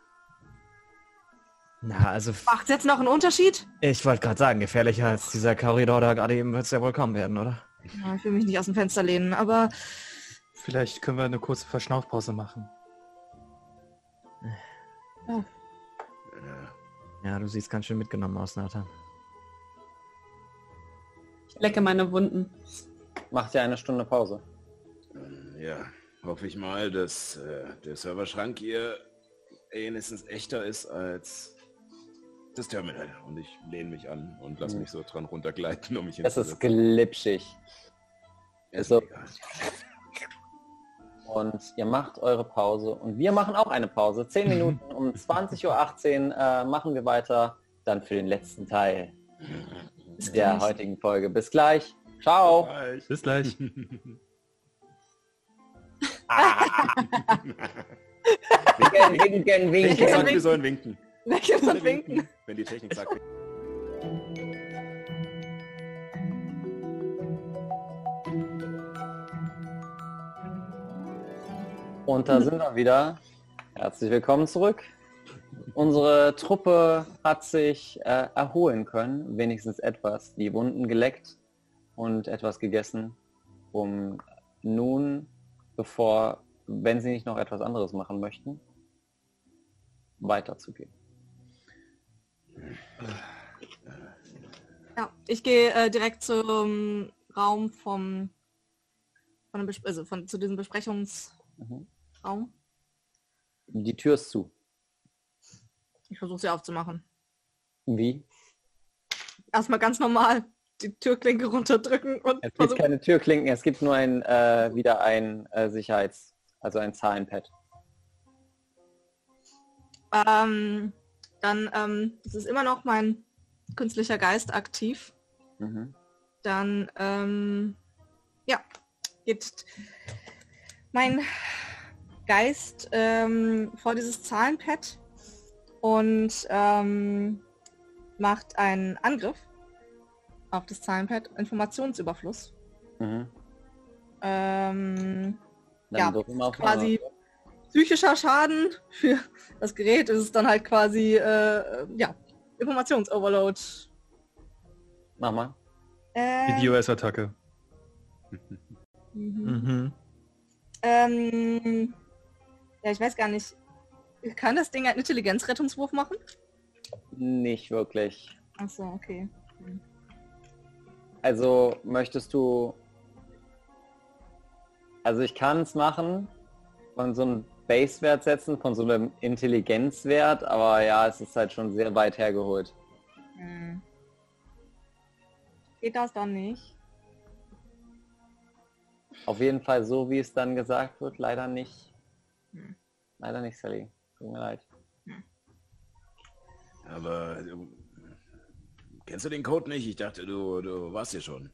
Na, also... Macht's jetzt noch einen Unterschied? Ich wollte gerade sagen, gefährlicher als dieser Korridor da gerade eben wird es ja wohl kaum werden, oder? Ja, ich will mich nicht aus dem Fenster lehnen, aber... Vielleicht können wir eine kurze Verschnaufpause machen. Ja. Ja, du siehst ganz schön mitgenommen aus, Nathan. Ich lecke meine Wunden. Macht ja eine Stunde Pause. Ja, hoffe ich mal, dass der Serverschrank hier wenigstens echter ist als das Terminal. Und ich lehne mich an und lasse mich so dran runtergleiten, um mich Es hinzusetzen. ist glitschig. Also, und ihr macht eure Pause und wir machen auch eine Pause. 10 Minuten um 20:18 Uhr machen wir weiter. Dann für den letzten Teil der heutigen Folge. Bis gleich. Ciao. Bis gleich. Winken. Wir sollen winken. Winken. Wenn die Technik sagt. Und da sind wir wieder. Herzlich willkommen zurück. Unsere Truppe hat sich erholen können, wenigstens etwas, die Wunden geleckt und etwas gegessen, um nun, wenn sie nicht noch etwas anderes machen möchten, weiterzugehen. Ja, ich gehe direkt zum Raum zu diesem Besprechungsraum. Die Tür ist zu. Ich versuche sie aufzumachen. Wie? Erstmal ganz normal die Türklinke runterdrücken und Es gibt keine Türklinken, es gibt nur ein also ein Zahlenpad. Es ist immer noch mein künstlicher Geist aktiv. Dann geht mein Geist vor dieses Zahlenpad und macht einen Angriff auf das Zahlenpad, Informationsüberfluss. Quasi psychischer Schaden für das Gerät ist es dann halt quasi Informationsoverload. Mach mal. Die DOS-Attacke. Ich weiß gar nicht. Kann das Ding einen Intelligenzrettungswurf machen? Nicht wirklich. Achso, okay. Also möchtest du... Also ich kann es machen, von so einem Base-Wert setzen, von so einem Intelligenzwert, aber ja, es ist halt schon sehr weit hergeholt. Geht das dann nicht? Auf jeden Fall so, wie es dann gesagt wird, leider nicht. Leider nicht, Sally. Tut mir leid. Aber kennst du den Code nicht? Ich dachte, du warst hier schon.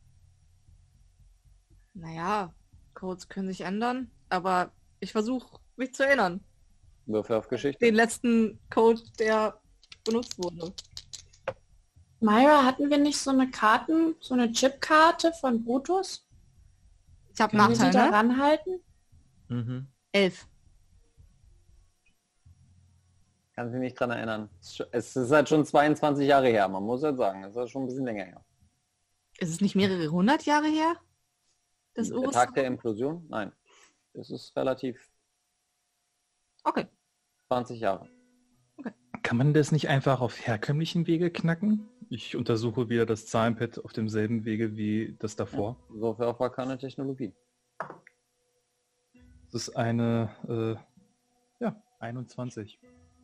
Naja, Codes können sich ändern, aber ich versuche mich zu erinnern. Würfel auf Geschichte. Den letzten Code, der benutzt wurde. Myra, hatten wir nicht so eine Chipkarte von Brutus? Ich habe Können wir Nachteil, die da ne? ranhalten? 11. Kann sich nicht dran erinnern. Es ist halt schon 22 Jahre her, man muss halt sagen. Es ist schon ein bisschen länger her. Ist es nicht mehrere 100 Jahre her? Das Der Tag der Implosion? Nein. Es ist relativ... Okay. 20 Jahre. Kann man das nicht einfach auf herkömmlichen Wege knacken? Ich untersuche wieder das Zahlenpad auf demselben Wege wie das davor. So für auf arkane Technologie. Das ist eine, 21.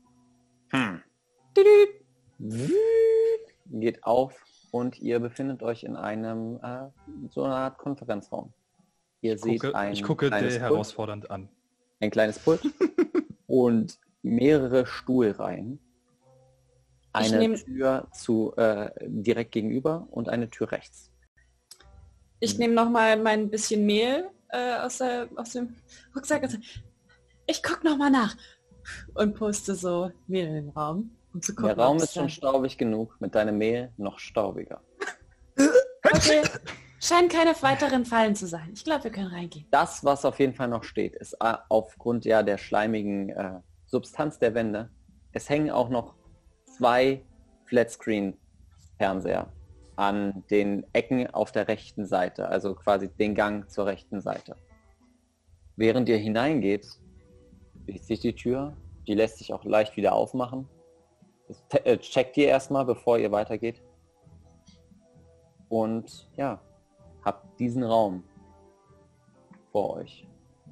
Geht auf und ihr befindet euch in einem so einer Art Konferenzraum. Ihr seht Ich gucke Dell herausfordernd an. Ein kleines Pult und mehrere Stuhlreihen. Eine Tür direkt gegenüber und eine Tür rechts. Ich nehme nochmal mein bisschen Mehl aus dem Rucksack. Ich gucke nochmal nach und poste so Mehl in den Raum. Um zu gucken, der Raum ist schon staubig genug, mit deinem Mehl noch staubiger. Okay, scheinen keine weiteren Fallen zu sein. Ich glaube, wir können reingehen. Das, was auf jeden Fall noch steht, ist aufgrund der schleimigen Substanz der Wände. Es hängen auch noch 2 Flatscreen-Fernseher an den Ecken auf der rechten Seite, also quasi den Gang zur rechten Seite. Während ihr hineingeht, schließt sich die Tür, die lässt sich auch leicht wieder aufmachen. Das checkt ihr erstmal, bevor ihr weitergeht. Und ja, habt diesen Raum vor euch.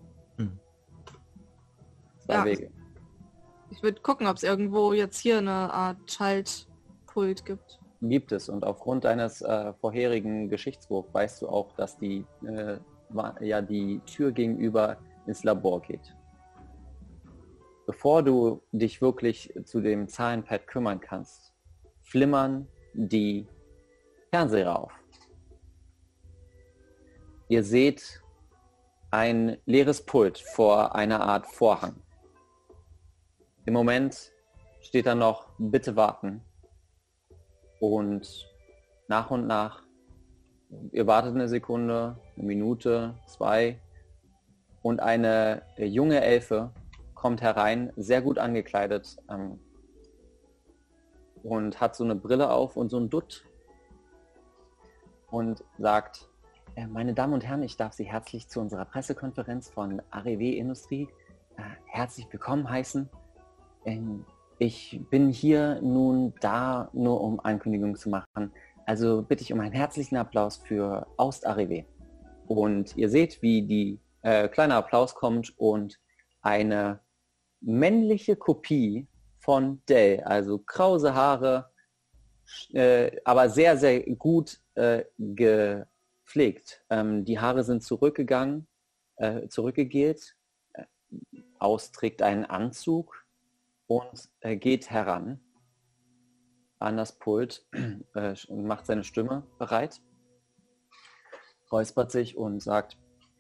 2 Wege. Ich würde gucken, ob es irgendwo jetzt hier eine Art Schaltpult gibt. Gibt es. Und aufgrund deines vorherigen Geschichtswurfs weißt du auch, dass die Tür gegenüber ins Labor geht. Bevor du dich wirklich zu dem Zahlenpad kümmern kannst, flimmern die Fernseher auf. Ihr seht ein leeres Pult vor einer Art Vorhang. Im Moment steht da noch "Bitte warten" und nach, ihr wartet eine Sekunde, eine Minute, 2 und eine junge Elfe kommt herein, sehr gut angekleidet und hat so eine Brille auf und so ein Dutt und sagt: Meine Damen und Herren, ich darf Sie herzlich zu unserer Pressekonferenz von Arrivé Industrie herzlich willkommen heißen. Ich bin hier nun da, nur um Ankündigungen zu machen. Also bitte ich um einen herzlichen Applaus für Aust Arrivé. Und ihr seht, wie die kleine Applaus kommt und eine männliche Kopie von Dell, also krause Haare, aber sehr, sehr gut gepflegt. Die Haare sind zurückgegelt. Aust trägt einen Anzug und geht heran an das Pult und macht seine Stimme bereit, räuspert sich und sagt: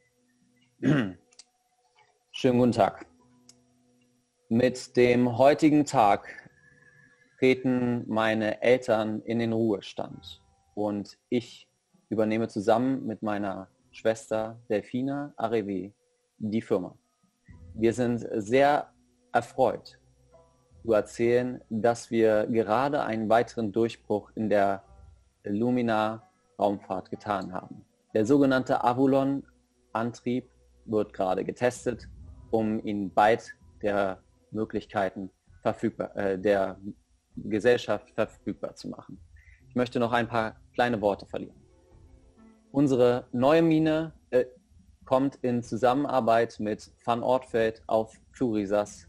Schönen guten Tag. Mit dem heutigen Tag treten meine Eltern in den Ruhestand und ich übernehme zusammen mit meiner Schwester Delfina Arrivé die Firma. Wir sind sehr erfreut zu erzählen, dass wir gerade einen weiteren Durchbruch in der Lumina-Raumfahrt getan haben. Der sogenannte Avulon-Antrieb wird gerade getestet, um ihn bald der Möglichkeiten der Gesellschaft verfügbar zu machen. Ich möchte noch ein paar kleine Worte verlieren. Unsere neue Mine kommt in Zusammenarbeit mit Van Ortfeld auf Thurisas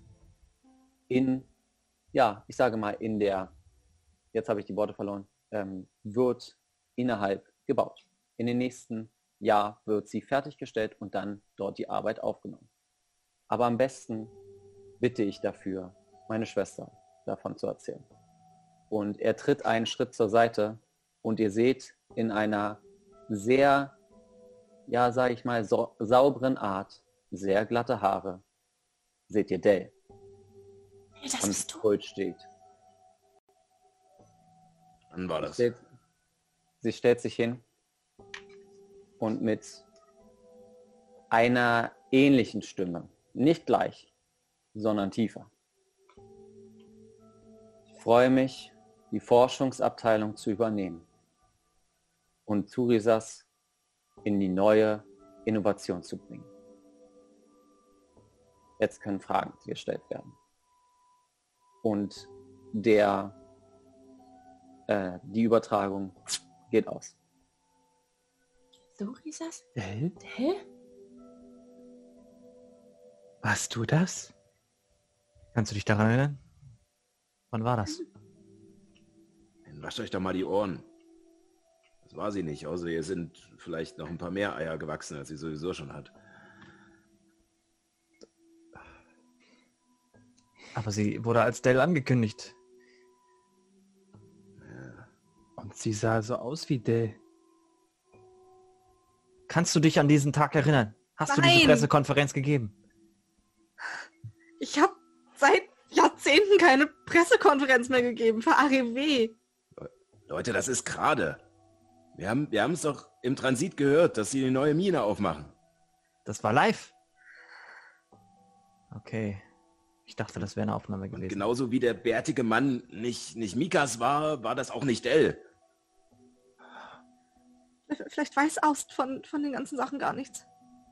jetzt habe ich die Worte verloren, wird innerhalb gebaut. In den nächsten Jahr wird sie fertiggestellt und dann dort die Arbeit aufgenommen. Aber am besten bitte ich dafür, meine Schwester davon zu erzählen. Und er tritt einen Schritt zur Seite und ihr seht in einer sehr, sage ich mal, sauberen Art, sehr glatte Haare, seht ihr Dell. Hey, das am bist du. Pult steht. Wann war das? Sie stellt sich hin und mit einer ähnlichen Stimme, nicht gleich, sondern tiefer. Ich freue mich, die Forschungsabteilung zu übernehmen und Thurisas in die neue Innovation zu bringen. Jetzt können Fragen gestellt werden. Und die Übertragung geht aus. So hieß das? Dell? Dell? Warst du das? Kannst du dich daran erinnern? Wann war das? Wascht euch doch mal die Ohren. Das war sie nicht, außer ihr sind vielleicht noch ein paar mehr Eier gewachsen, als sie sowieso schon hat. Aber sie wurde als Dell angekündigt. Ja. Und sie sah so aus wie Dell. Kannst du dich an diesen Tag erinnern? Hast du diese Pressekonferenz gegeben? Ich habe seit Jahrzehnten keine Pressekonferenz mehr gegeben für AREW. Leute, das ist gerade. Wir haben es doch im Transit gehört, dass sie eine neue Mine aufmachen. Das war live. Okay. Ich dachte, das wäre eine Aufnahme gewesen. Und genauso wie der bärtige Mann nicht Mikas war das auch nicht Dell. Vielleicht weiß Aust von den ganzen Sachen gar nichts.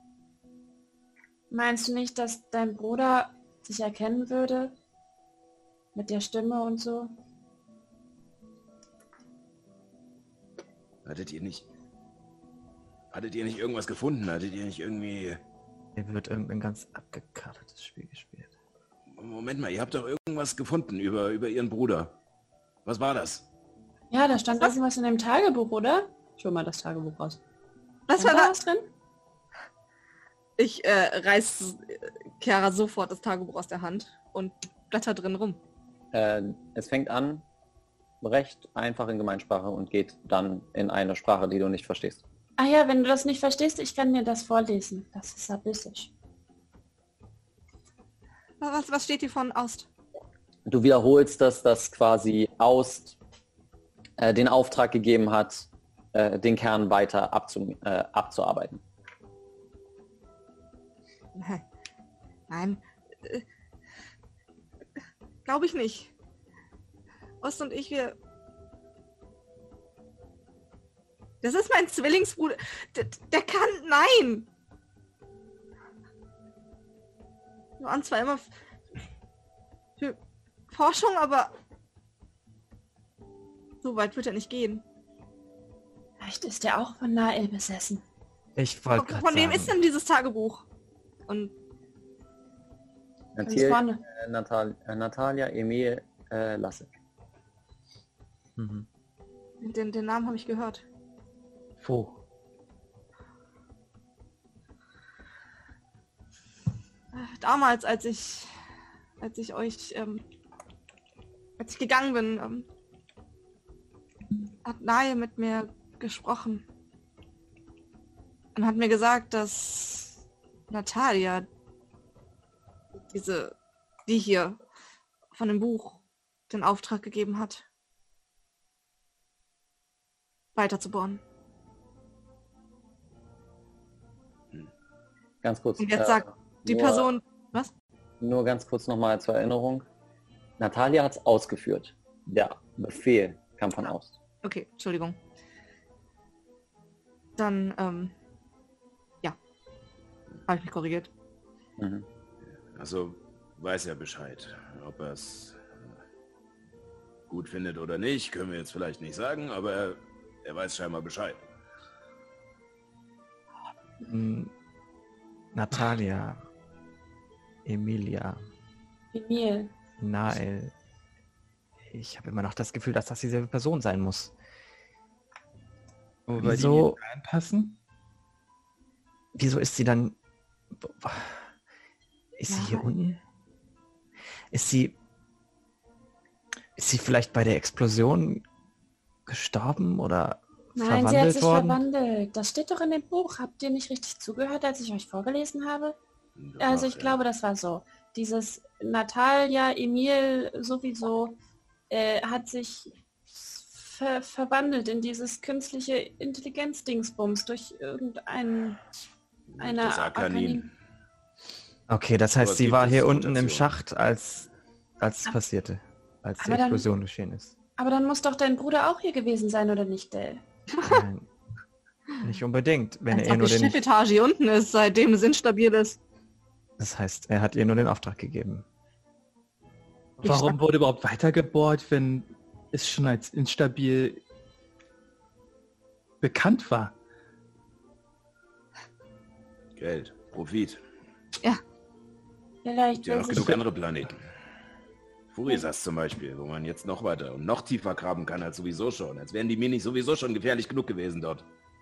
Meinst du nicht, dass dein Bruder sich erkennen würde? Mit der Stimme und so? Hattet ihr nicht irgendwas gefunden? Hattet ihr nicht irgendwie... Hier wird irgendein ganz abgekartetes Spiel gespielt. Moment mal, ihr habt doch irgendwas gefunden über ihren Bruder. Was war das? Ja, da stand irgendwas in dem Tagebuch, oder? Schon mal das Tagebuch raus. Was war da was drin? Ich reiß Chiara sofort das Tagebuch aus der Hand und blätter drin rum. Es fängt an recht einfach in Gemeinsprache und geht dann in eine Sprache, die du nicht verstehst. Ah ja, wenn du das nicht verstehst, ich kann dir das vorlesen. Das ist abyssisch. Was steht hier von Aust? Du wiederholst, dass das quasi Aust den Auftrag gegeben hat, den Kern weiter abzuarbeiten. Nein. Glaube ich nicht. Ost und ich, das ist mein Zwillingsbruder. Der kann... Nein! Wir waren zwar immer für Forschung, aber so weit wird er nicht gehen. Vielleicht ist er auch von Nael besessen. Ich wollte gerade Von wem sagen, ist denn dieses Tagebuch? Und Natalia, Emil, Lasse. Mhm. Den Namen habe ich gehört. Wo? Damals, als ich gegangen bin, hat Nae mit mir gesprochen und hat mir gesagt, dass Natalia, die hier von dem Buch, den Auftrag gegeben hat, weiterzubohren. Ganz kurz. Und jetzt sagt die Person... Was? Nur ganz kurz nochmal zur Erinnerung. Natalia hat es ausgeführt. Der Befehl kam von Aust. Okay, Entschuldigung. Dann, ja. Habe ich mich korrigiert. Mhm. Also weiß er Bescheid. Ob er es gut findet oder nicht, können wir jetzt vielleicht nicht sagen, aber er weiß scheinbar Bescheid. Natalia, Emilia, Emil. Nael. Ich habe immer noch das Gefühl, dass das dieselbe Person sein muss. Weil Wieso? die reinpassen? Wieso ist sie dann... Ist sie hier unten? Ist sie vielleicht bei der Explosion gestorben oder Nein, verwandelt sie hat sich worden? verwandelt. Das steht doch in dem Buch. Habt ihr nicht richtig zugehört, als ich euch vorgelesen habe? Also ich glaube, das war so. Dieses Natalia, Emil sowieso hat sich verwandelt in dieses künstliche Intelligenz-Dingsbums durch eine Arkanin. Okay, das heißt, Aber sie gibt war es hier unten im Mutationen? Schacht, als es passierte. Als die Aber dann- Explosion geschehen ist. Aber dann muss doch dein Bruder auch hier gewesen sein, oder nicht, Dell? Nein, nicht unbedingt, wenn Als er ob nur die den... Chefetage hier unten ist, seitdem es instabil ist. Das heißt, er hat ihr nur den Auftrag gegeben. Warum wurde überhaupt weitergebohrt, wenn es schon als instabil bekannt war? Geld, Profit. Ja. Vielleicht Ja, noch genug andere Planeten. Furisas zum Beispiel, wo man jetzt noch weiter und noch tiefer graben kann als sowieso schon. Als wären die Minis sowieso schon gefährlich genug gewesen dort.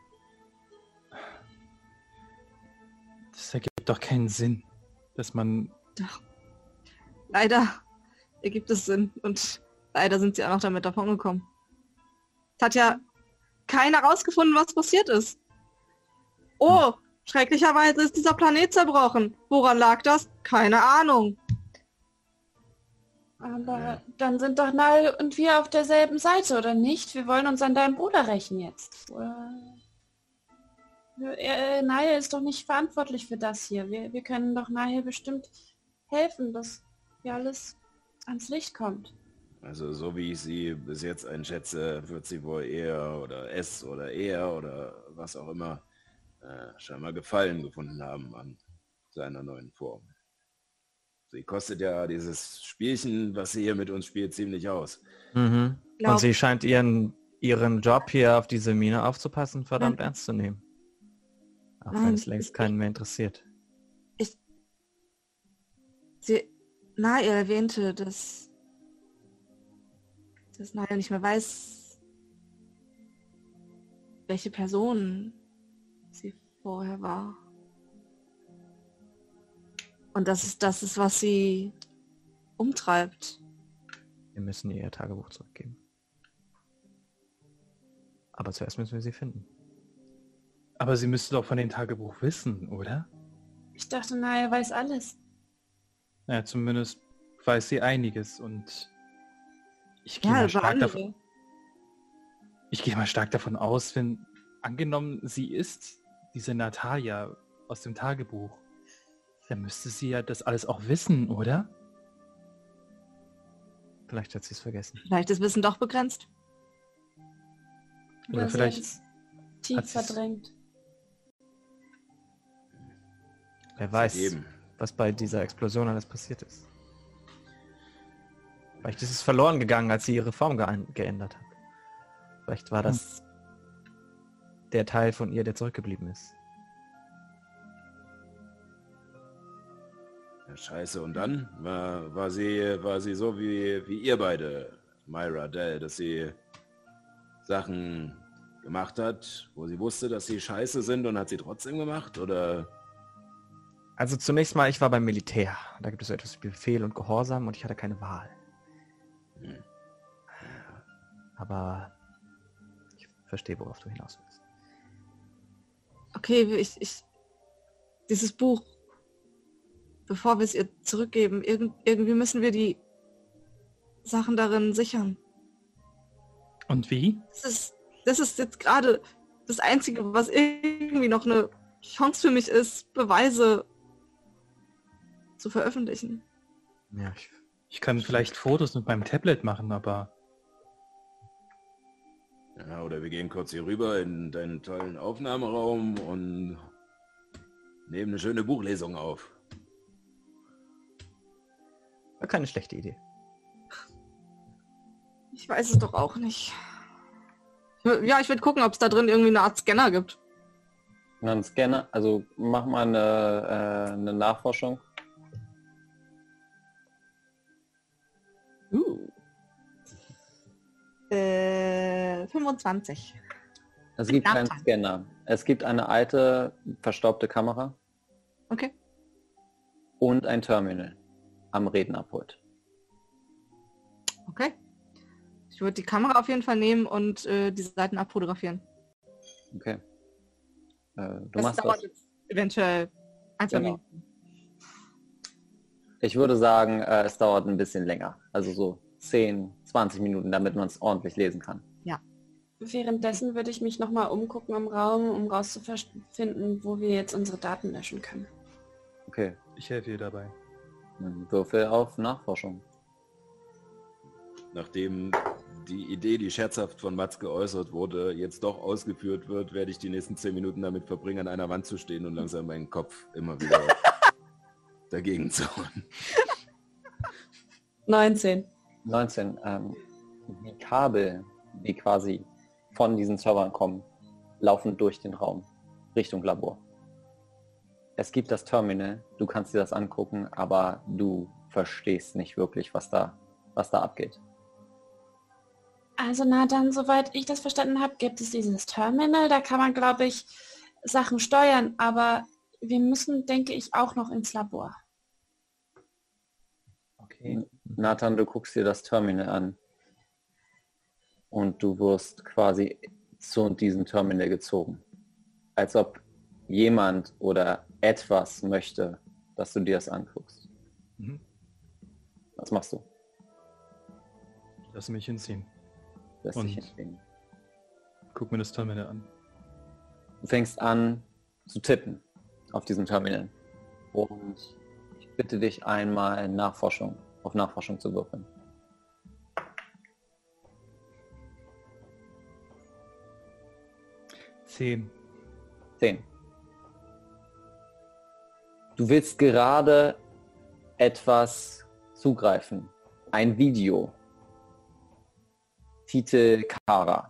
Das ergibt doch keinen Sinn, dass man... Doch. Leider ergibt es Sinn und leider sind sie auch noch damit davon gekommen. Es hat ja keiner rausgefunden, was passiert ist. Oh, schrecklicherweise ist dieser Planet zerbrochen. Woran lag das? Keine Ahnung. Aber dann sind doch Nile und wir auf derselben Seite, oder nicht? Wir wollen uns an deinem Bruder rächen jetzt. Nile ist doch nicht verantwortlich für das hier. Wir können doch Nile bestimmt helfen, dass hier alles ans Licht kommt. Also so wie ich sie bis jetzt einschätze, wird sie wohl eher oder es oder er oder was auch immer scheinbar Gefallen gefunden haben an seiner neuen Form. Sie kostet ja dieses Spielchen, was sie hier mit uns spielt, ziemlich aus. Mhm. Und sie scheint ihren Job hier auf diese Mine aufzupassen, verdammt ernst zu nehmen. Auch wenn es längst keinen mehr interessiert. Nile erwähnte, dass Nile nicht mehr weiß, welche Person sie vorher war. Und das ist, was sie umtreibt. Wir müssen ihr Tagebuch zurückgeben. Aber zuerst müssen wir sie finden. Aber sie müsste doch von dem Tagebuch wissen, oder? Ich dachte, Nile weiß alles. Ja, zumindest weiß sie einiges und ich gehe mal stark davon aus, wenn angenommen sie ist diese Natalia aus dem Tagebuch, dann müsste sie ja das alles auch wissen, oder? Vielleicht hat sie es vergessen. Vielleicht ist Wissen doch begrenzt. Oder vielleicht tief verdrängt. Wer weiß, was bei dieser Explosion alles passiert ist. Vielleicht ist es verloren gegangen, als sie ihre Form geändert hat. Vielleicht war das der Teil von ihr, der zurückgeblieben ist. Ja, scheiße, und dann? War sie so wie ihr beide, Myra, Dell, dass sie Sachen gemacht hat, wo sie wusste, dass sie scheiße sind und hat sie trotzdem gemacht, oder... Also zunächst mal, ich war beim Militär. Da gibt es so etwas wie Befehl und Gehorsam und ich hatte keine Wahl. Aber ich verstehe, worauf du hinaus willst. Okay, dieses Buch, bevor wir es ihr zurückgeben, irgendwie müssen wir die Sachen darin sichern. Und wie? Das ist jetzt gerade das Einzige, was irgendwie noch eine Chance für mich ist, Beweise zu veröffentlichen. Ja, ich kann vielleicht Fotos mit meinem Tablet machen, aber... Ja, oder wir gehen kurz hier rüber in deinen tollen Aufnahmeraum und nehmen eine schöne Buchlesung auf. War keine schlechte Idee. Ich weiß es doch auch nicht. Ja, ich würde gucken, ob es da drin irgendwie eine Art Scanner gibt. Ein Scanner? Also mach mal eine Nachforschung. 25. Es gibt keinen Scanner. Es gibt eine alte, verstaubte Kamera. Okay. Und ein Terminal am Rednerpult. Okay. Ich würde die Kamera auf jeden Fall nehmen und die Seiten abfotografieren. Okay. Das dauert jetzt eventuell ein, zwei Minuten. Ich würde sagen, es dauert ein bisschen länger. Also so 10, 20 Minuten, damit man es ordentlich lesen kann. Ja. Währenddessen würde ich mich nochmal umgucken im Raum, um rauszufinden, wo wir jetzt unsere Daten löschen können. Okay. Ich helfe dir dabei. Würfel auf Nachforschung. Nachdem die Idee, die scherzhaft von Mats geäußert wurde, jetzt doch ausgeführt wird, werde ich die nächsten 10 Minuten damit verbringen, an einer Wand zu stehen und langsam meinen Kopf immer wieder dagegen zu hauen. 19. 19. Die Kabel, die quasi von diesen Servern kommen, laufen durch den Raum Richtung Labor. Es gibt das Terminal, du kannst dir das angucken, aber du verstehst nicht wirklich, was da abgeht. Also Nathan, soweit ich das verstanden habe, gibt es dieses Terminal, da kann man, glaube ich, Sachen steuern, aber wir müssen, denke ich, auch noch ins Labor. Okay. Nathan, du guckst dir das Terminal an und du wirst quasi zu diesem Terminal gezogen. Als ob jemand oder etwas möchte, dass du dir das anguckst. Mhm. Was machst du? Lass mich hinziehen. Lass dich hinziehen. Guck mir das Terminal an. Du fängst an zu tippen auf diesem Terminal. Und ich bitte dich einmal auf Nachforschung zu würfeln. 10. Du willst gerade etwas zugreifen. Ein Video. Titel Kara.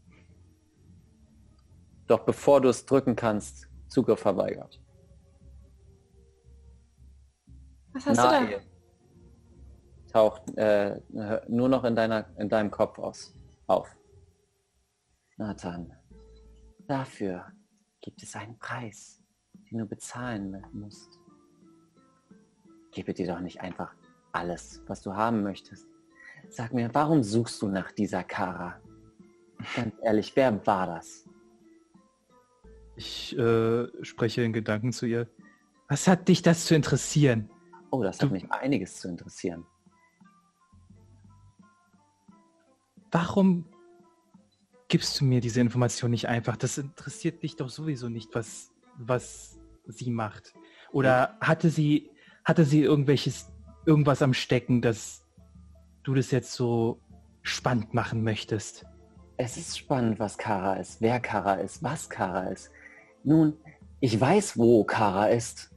Doch bevor du es drücken kannst, Zugriff verweigert. Was hast du da? Taucht nur noch in deinem Kopf auf. Nathan, dafür gibt es einen Preis, den du bezahlen musst. Gebe dir doch nicht einfach alles, was du haben möchtest. Sag mir, warum suchst du nach dieser Kara? Ganz ehrlich, wer war das? Ich spreche in Gedanken zu ihr. Was hat dich das zu interessieren? Oh, das hat mich einiges zu interessieren. Warum gibst du mir diese Information nicht einfach? Das interessiert dich doch sowieso nicht, was sie macht. Oder hatte sie irgendwas am Stecken, dass du das jetzt so spannend machen möchtest? Es ist spannend, was Kara ist, wer Kara ist, was Kara ist. Nun, ich weiß, wo Kara ist.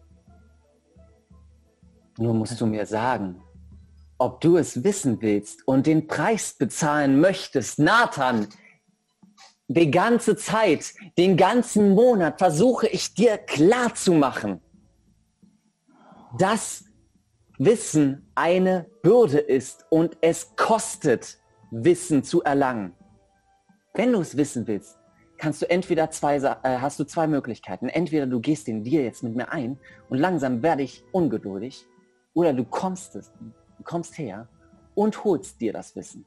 Nur musst du mir sagen, ob du es wissen willst und den Preis bezahlen möchtest. Nathan, die ganze Zeit, den ganzen Monat versuche ich dir klarzumachen, dass Wissen eine Bürde ist und es kostet, Wissen zu erlangen. Wenn du es wissen willst, hast du zwei Möglichkeiten. Entweder du gehst den Deal jetzt mit mir ein und langsam werde ich ungeduldig, oder du kommst her und holst dir das Wissen.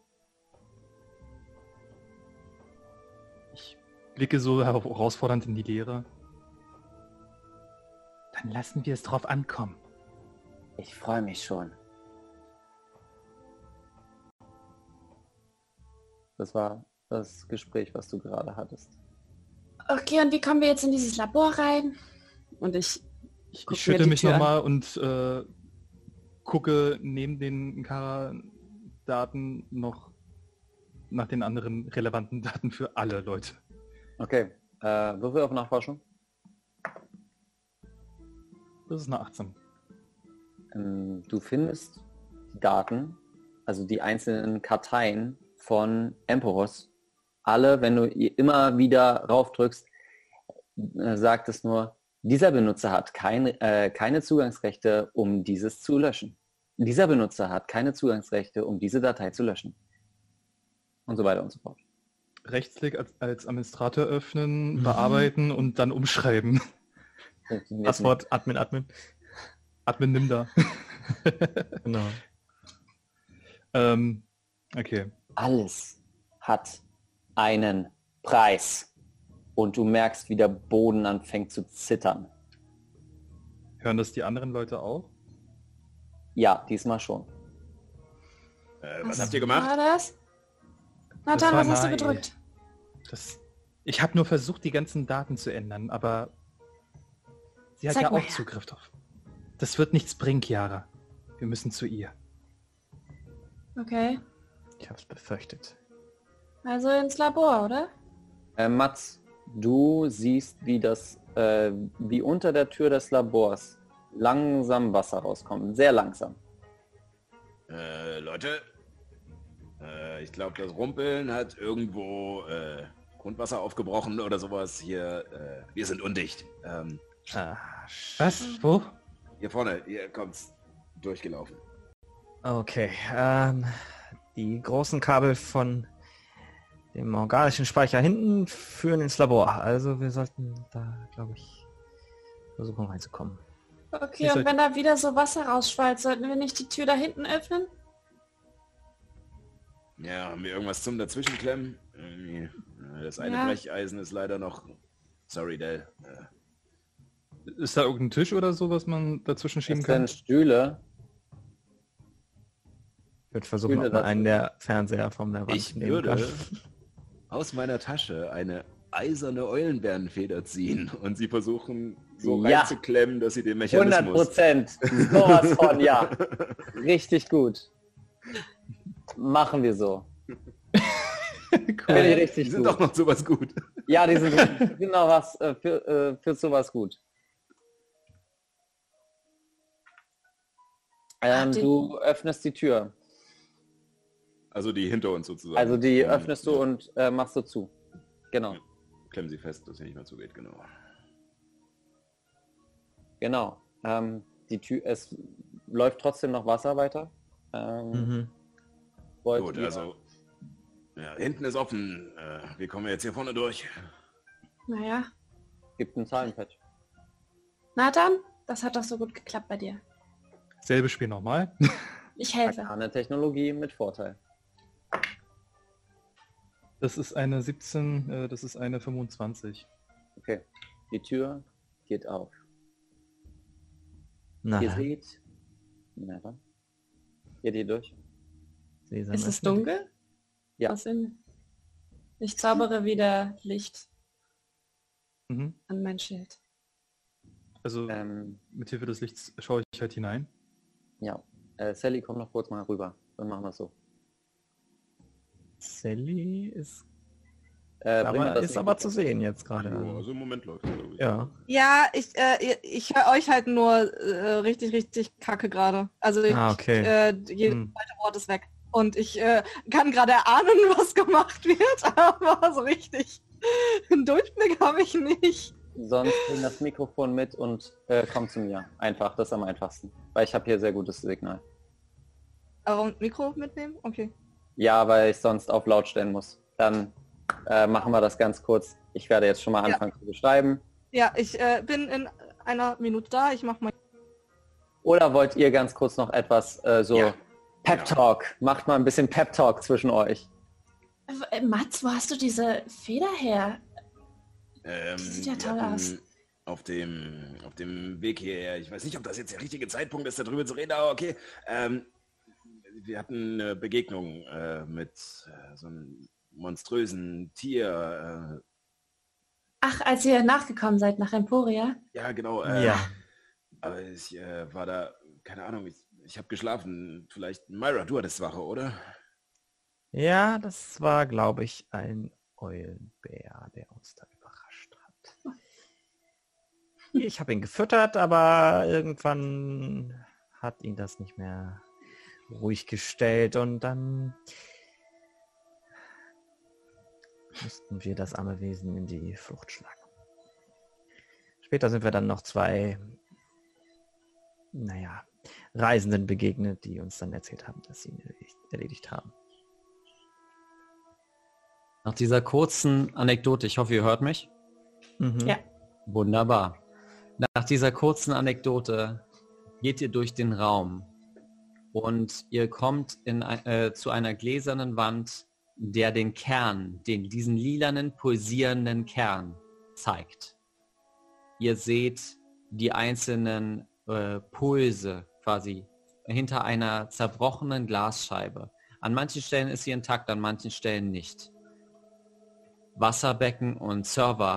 Ich blicke so herausfordernd in die Leere. Dann lassen wir es drauf ankommen. Ich freue mich schon. Das war das Gespräch, was du gerade hattest. Okay, und wie kommen wir jetzt in dieses Labor rein? Und ich schütte mich nochmal und gucke neben den Kara-Daten noch nach den anderen relevanten Daten für alle Leute. Okay, Würfel auf Nachforschung. Das ist eine 18. Du findest die Daten, also die einzelnen Karteien von Emporos. Alle, wenn du immer wieder raufdrückst, sagt es nur, dieser Benutzer hat keine Zugangsrechte, um dieses zu löschen. Dieser Benutzer hat keine Zugangsrechte, um diese Datei zu löschen. Und so weiter und so fort. Rechtsklick als Administrator öffnen, bearbeiten und dann umschreiben. Passwort Admin. Admin nimm da. Genau. Okay. Alles hat einen Preis. Und du merkst, wie der Boden anfängt zu zittern. Hören das die anderen Leute auch? Ja, diesmal schon. Was habt ihr gemacht? War das? Nathan, was hast du gedrückt? Ich habe nur versucht, die ganzen Daten zu ändern, aber sie hat ja auch Zugriff drauf. Das wird nichts bringen, Chiara. Wir müssen zu ihr. Okay. Ich hab's befürchtet. Also ins Labor, oder? Mats, du siehst, wie unter der Tür des Labors langsam Wasser rauskommt. Sehr langsam. Leute, ich glaube, das Rumpeln hat irgendwo Grundwasser aufgebrochen oder sowas. Hier, wir sind undicht. Was? Wo? Hier vorne, ihr kommt's durchgelaufen. Okay, die großen Kabel von dem organischen Speicher hinten führen ins Labor. Also wir sollten da, glaube ich, versuchen reinzukommen. Okay, und wenn da wieder so Wasser rausschwallt, sollten wir nicht die Tür da hinten öffnen? Ja, haben wir irgendwas zum Dazwischenklemmen? Das eine Brecheisen ist leider noch... Sorry, Del. Ist da irgendein Tisch oder so, was man dazwischen schieben kann? Das sind Stühle. Ich würde versuchen, ob man einen der Fernseher von der Wand nehmen kann. Aus meiner Tasche eine eiserne Eulenbärenfeder ziehen und sie versuchen so Ja. reinzuklemmen, dass sie den Mechanismus... 100%. Sowas von, ja. Richtig gut. Machen wir so. Finde ich richtig Die sind gut. doch noch sowas gut. Ja, die sind noch was für sowas gut. Du öffnest die Tür. Also die hinter uns sozusagen. Also die öffnest du und machst du zu. Genau. Ja. Klemmen sie fest, dass sie nicht mehr zugeht, genau. Genau. Die Tür, es läuft trotzdem noch Wasser weiter. Gut, also ja, hinten ist offen. Wie kommen wir jetzt hier vorne durch? Naja. Gibt ein Zahlenpad. Nathan, das hat doch so gut geklappt bei dir. Selbe Spiel nochmal. Ich helfe. Eine Technologie mit Vorteil. Das ist eine 17, das ist eine 25. Okay. Die Tür geht auf. Na, Ihr seht... Geht ihr durch? Ist es dunkel? Ja. Was denn? Ich zaubere wieder Licht Mhm. an mein Schild. Also mit Hilfe des Lichts schaue ich halt hinein. Ja. Sally, komm noch kurz mal rüber. Dann machen wir es so. Sally ist, Bring aber zu sehen jetzt gerade. Also im Moment läuft es, glaube ich. Ja. Ja, ich höre euch halt nur richtig, richtig kacke gerade. Also okay. jedes zweite Wort ist weg. Und ich kann gerade erahnen, was gemacht wird, aber so richtig einen Durchblick habe ich nicht. Sonst bring das Mikrofon mit und komm zu mir. Einfach, das ist am einfachsten. Weil ich habe hier sehr gutes Signal. Aber Mikro mitnehmen? Okay. Ja, weil ich sonst auf laut stellen muss. Dann machen wir das ganz kurz. Ich werde jetzt schon mal anfangen zu beschreiben. Ja, ich bin in einer Minute da. Ich mach mal... Oder wollt ihr ganz kurz noch etwas Pep-Talk? Macht mal ein bisschen Pep-Talk zwischen euch. Mats, wo hast du diese Feder her? Die sieht ja toll aus. Auf dem Weg hierher, ich weiß nicht, ob das jetzt der richtige Zeitpunkt ist, darüber zu reden, aber okay. Wir hatten eine Begegnung mit so einem monströsen Tier. Ach, als ihr nachgekommen seid nach Emporia? Ja, genau. Ja. Aber ich war da, keine Ahnung, ich habe geschlafen. Vielleicht, Myra, du hattest Wache, oder? Ja, das war, glaube ich, ein Eulenbär, der uns da überrascht hat. Ich habe ihn gefüttert, aber irgendwann hat ihn das nicht mehr ruhig gestellt und dann mussten wir das arme Wesen in die Flucht schlagen. Später sind wir dann noch zwei, Reisenden begegnet, die uns dann erzählt haben, dass sie ihn erledigt haben. Nach dieser kurzen Anekdote, ich hoffe, ihr hört mich. Ja. Wunderbar. Nach dieser kurzen Anekdote geht ihr durch den Raum und ihr kommt zu einer gläsernen Wand, der den Kern, diesen lilanen, pulsierenden Kern zeigt. Ihr seht die einzelnen Pulse quasi hinter einer zerbrochenen Glasscheibe. An manchen Stellen ist sie intakt, an manchen Stellen nicht. Wasserbecken und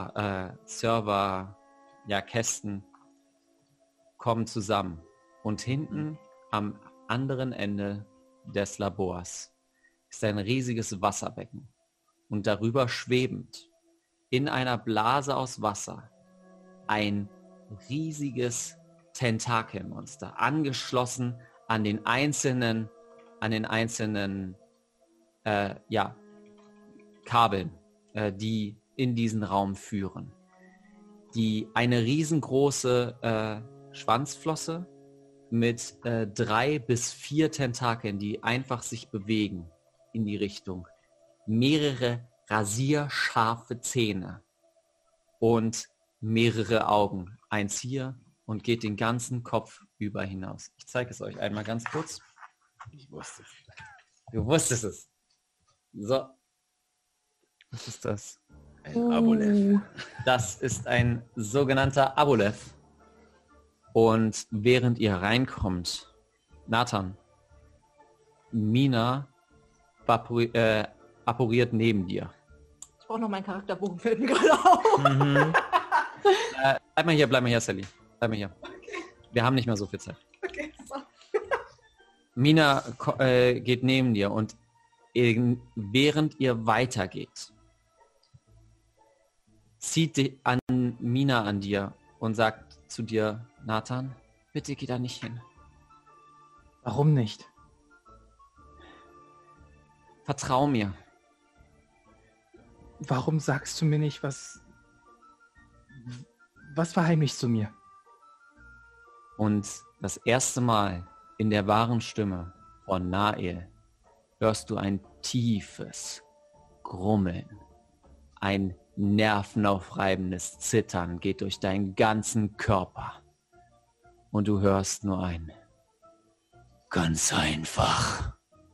Kästen kommen zusammen. Und hinten am anderen Ende des Labors ist ein riesiges Wasserbecken. Und darüber schwebend in einer Blase aus Wasser ein riesiges Tentakelmonster, angeschlossen an den einzelnen an den einzelnen Kabeln, die in diesen Raum führen. Eine riesengroße Schwanzflosse mit 3 bis 4 Tentakeln, die einfach sich bewegen in die Richtung. Mehrere rasierscharfe Zähne und mehrere Augen. Eins hier und geht den ganzen Kopf über hinaus. Ich zeige es euch einmal ganz kurz. Ich wusste es. Du wusstest es. So. Was ist das? Ein Aboleth. Das ist ein sogenannter Aboleth. Und während ihr reinkommt, Nathan, Mina appariert neben dir. Ich brauche noch meinen Charakterbogen, fällt mir gerade auf. Mhm. Bleib mal hier, Sally. Bleib mal hier. Okay. Wir haben nicht mehr so viel Zeit. Okay, so. Mina geht neben dir und während ihr weitergeht, zieht Mina an dir und sagt zu dir, Nathan, bitte geh da nicht hin. Warum nicht? Vertrau mir. Warum sagst du mir nicht, was verheimlichst du mir? Und das erste Mal in der wahren Stimme von Nael hörst du ein tiefes Grummeln. Ein nervenaufreibendes Zittern geht durch deinen ganzen Körper. Und du hörst nur ein ganz einfach.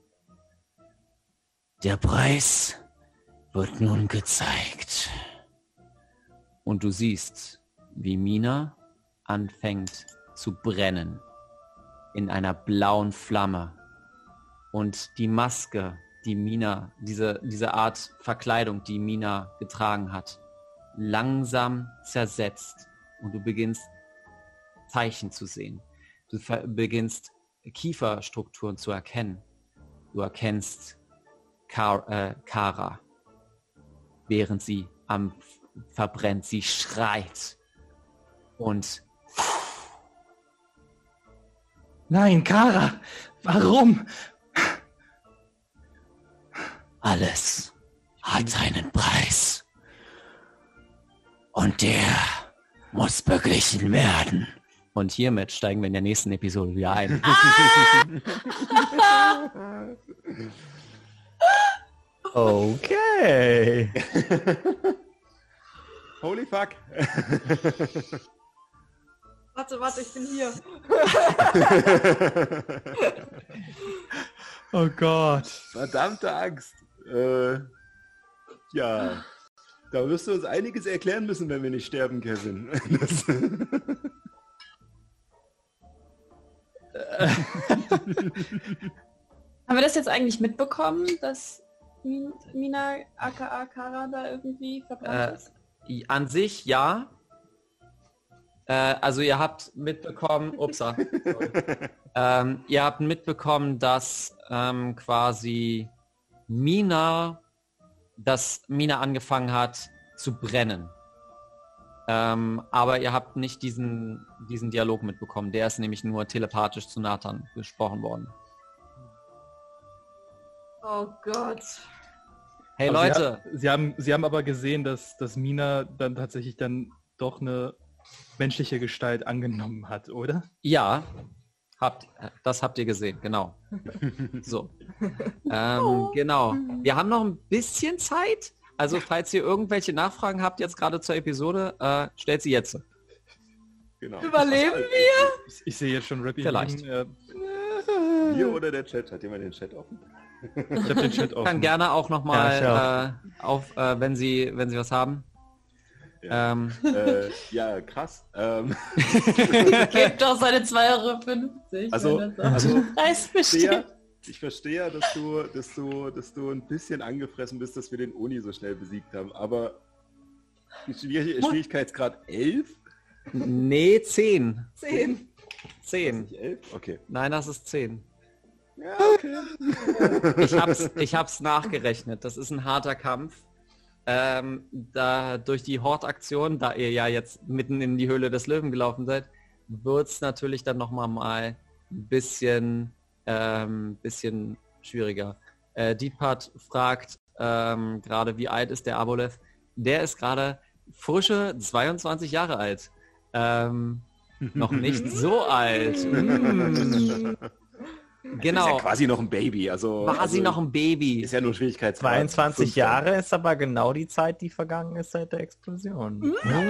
Der Preis wird nun gezeigt. Und du siehst, wie Mina anfängt zu brennen in einer blauen Flamme. Und die Maske, die Mina, diese Art Verkleidung, die Mina getragen hat, langsam zersetzt. Und du beginnst Zeichen zu sehen. Du beginnst Kieferstrukturen zu erkennen. Du erkennst Kara, während sie verbrennt. Sie schreit. Und nein, Kara! Warum? Alles hat einen Preis. Und der muss beglichen werden. Und hiermit steigen wir in der nächsten Episode wieder ein. Okay. Holy fuck. Warte, ich bin hier. Oh Gott. Verdammte Angst. Ja, da wirst du uns einiges erklären müssen, wenn wir nicht sterben, Kevin. Haben wir das jetzt eigentlich mitbekommen, dass Mina aka Kara da irgendwie verbrannt ist? An sich ja. Also ihr habt mitbekommen, ihr habt mitbekommen, dass quasi Mina angefangen hat zu brennen. Aber ihr habt nicht diesen Dialog mitbekommen. Der ist nämlich nur telepathisch zu Nathan gesprochen worden. Oh Gott. Hey Aber Leute! Sie haben aber gesehen, dass Mina dann tatsächlich dann doch eine menschliche Gestalt angenommen hat, oder? Ja, das habt ihr gesehen, genau. So. Genau. Wir haben noch ein bisschen Zeit. Also falls ihr irgendwelche Nachfragen habt jetzt gerade zur Episode, stellt sie jetzt. Genau. Überleben wir? Ich sehe jetzt schon Rappy. Vielleicht. Hier oder der Chat? Hat jemand den Chat offen? Ich habe den Chat offen. Kann gerne auch nochmal wenn sie was haben. Ja, ja krass. Gebt doch seine 2,50 €. Also Preis bestimmt. ich verstehe ja, dass du ein bisschen angefressen bist, dass wir den Oni so schnell besiegt haben, aber Schwierigkeitsgrad 11? Nee, 10. 10. 10. Nicht 11? Okay. Nein, das ist 10. Ja, okay. Ich hab's nachgerechnet. Das ist ein harter Kampf. Da durch die Hort-Aktion, da ihr ja jetzt mitten in die Höhle des Löwen gelaufen seid, wird es natürlich dann nochmal ein bisschen bisschen schwieriger. Deepat fragt gerade, wie alt ist der Aboleth? Der ist gerade frische 22 Jahre alt. Noch nicht so alt. Genau. Ist ja quasi noch ein Baby. Quasi noch ein Baby. Ist ja nur Schwierigkeit. 22 Jahre ist aber genau die Zeit, die vergangen ist seit der Explosion.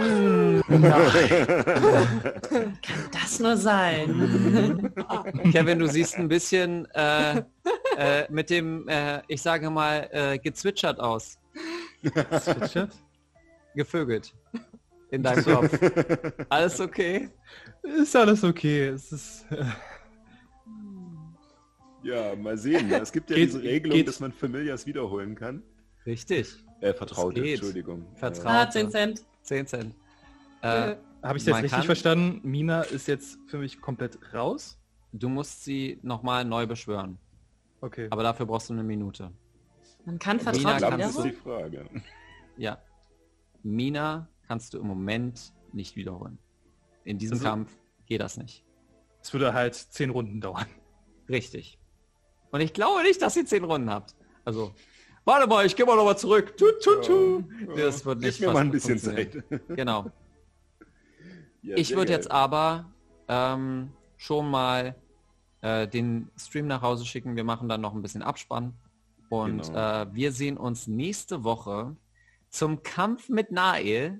Kann das nur sein? Kevin, du siehst ein bisschen mit dem, ich sage mal, gezwitschert aus. Gezwitschert? Gevögelt. In deinem Kopf. Alles okay? Ist alles okay. Es ist... Ja, mal sehen. Es gibt ja diese Regelung, dass man Familias wiederholen kann. Richtig. Vertraute, Entschuldigung. Vertraute. 10 Cent. 10 Cent. Habe ich das richtig verstanden? Mina ist jetzt für mich komplett raus? Du musst sie nochmal neu beschwören. Okay. Aber dafür brauchst du eine Minute. Man kann Vertraute Das ist die Frage. Ja. Mina kannst du im Moment nicht wiederholen. In diesem Kampf geht das nicht. Es würde halt 10 Runden dauern. Richtig. Und ich glaube nicht, dass ihr 10 Runden habt. Also, warte mal, ich gehe mal nochmal zurück. Das wird nicht. Gib mir mal ein bisschen Zeit. Genau. Ja, ich würde jetzt aber schon mal den Stream nach Hause schicken. Wir machen dann noch ein bisschen Abspann. Und wir sehen uns nächste Woche zum Kampf mit Nael.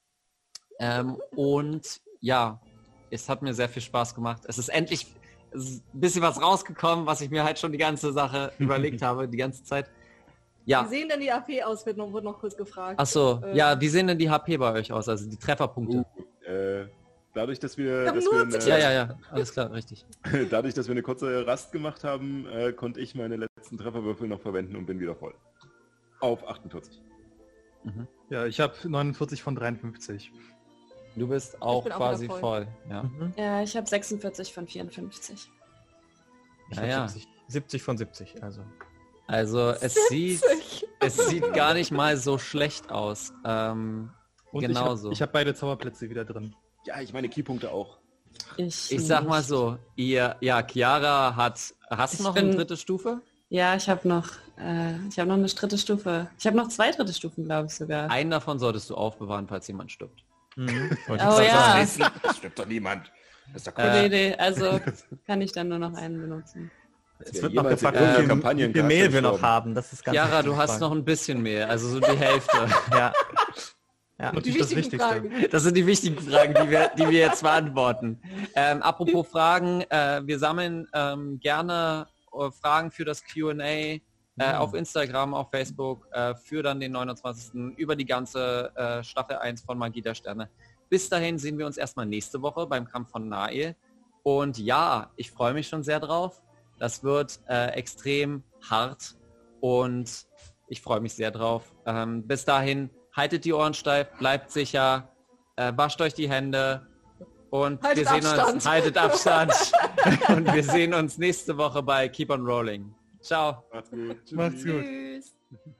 Und ja, es hat mir sehr viel Spaß gemacht. Es ist endlich ein bisschen was rausgekommen, was ich mir halt schon die ganze Sache überlegt habe, die ganze Zeit. Ja. Wie sehen denn die AP aus, wird noch kurz gefragt. Achso, ja, wie sehen denn die HP bei euch aus, also die Trefferpunkte? Dadurch, dass wir... Ja, alles klar, richtig. Dadurch, dass wir eine kurze Rast gemacht haben, konnte ich meine letzten Trefferwürfel noch verwenden und bin wieder voll. Auf 48. Mhm. Ja, ich habe 49 von 53. Du bist auch quasi voll. Ja. Ja, ich habe 46 von 54. Ich habe 70 von 70, also. Also es sieht gar nicht mal so schlecht aus. Genauso. Ich hab beide Zauberplätze wieder drin. Ja, ich meine Keypunkte auch. Ich sag mal so, Chiara hast du noch eine dritte Stufe? Ja, ich habe noch eine dritte Stufe. Ich habe noch 2 dritte Stufen, glaube ich sogar. Einen davon solltest du aufbewahren, falls jemand stirbt. Oh ja. Das stimmt doch niemand. Das ist doch nee, also kann ich dann nur noch einen benutzen. Es wird noch gefragt, wie viel Mehl wir noch haben. Das ist ganz Chiara, du hast noch ein bisschen Mehl, also so die Hälfte. Ja. Natürlich das Wichtigste. Fragen. Das sind die wichtigen Fragen, die wir jetzt beantworten. Apropos Fragen, wir sammeln gerne Fragen für das Q&A auf Instagram, auf Facebook, für dann den 29. über die ganze Staffel 1 von Magie der Sterne. Bis dahin sehen wir uns erstmal nächste Woche beim Kampf von Nael. Und ja, ich freue mich schon sehr drauf. Das wird extrem hart und ich freue mich sehr drauf. Bis dahin, haltet die Ohren steif, bleibt sicher, wascht euch die Hände und wir sehen uns. Haltet Abstand. Und wir sehen uns nächste Woche bei Keep on Rolling. Ciao. Macht's gut. Tschüss.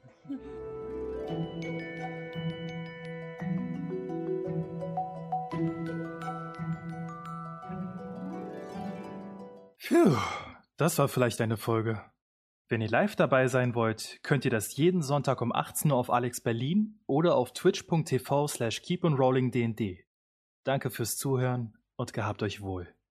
Puh, das war vielleicht eine Folge. Wenn ihr live dabei sein wollt, könnt ihr das jeden Sonntag um 18 Uhr auf Alex Berlin oder auf twitch.tv/keeponrollingdnd. Danke fürs Zuhören und gehabt euch wohl.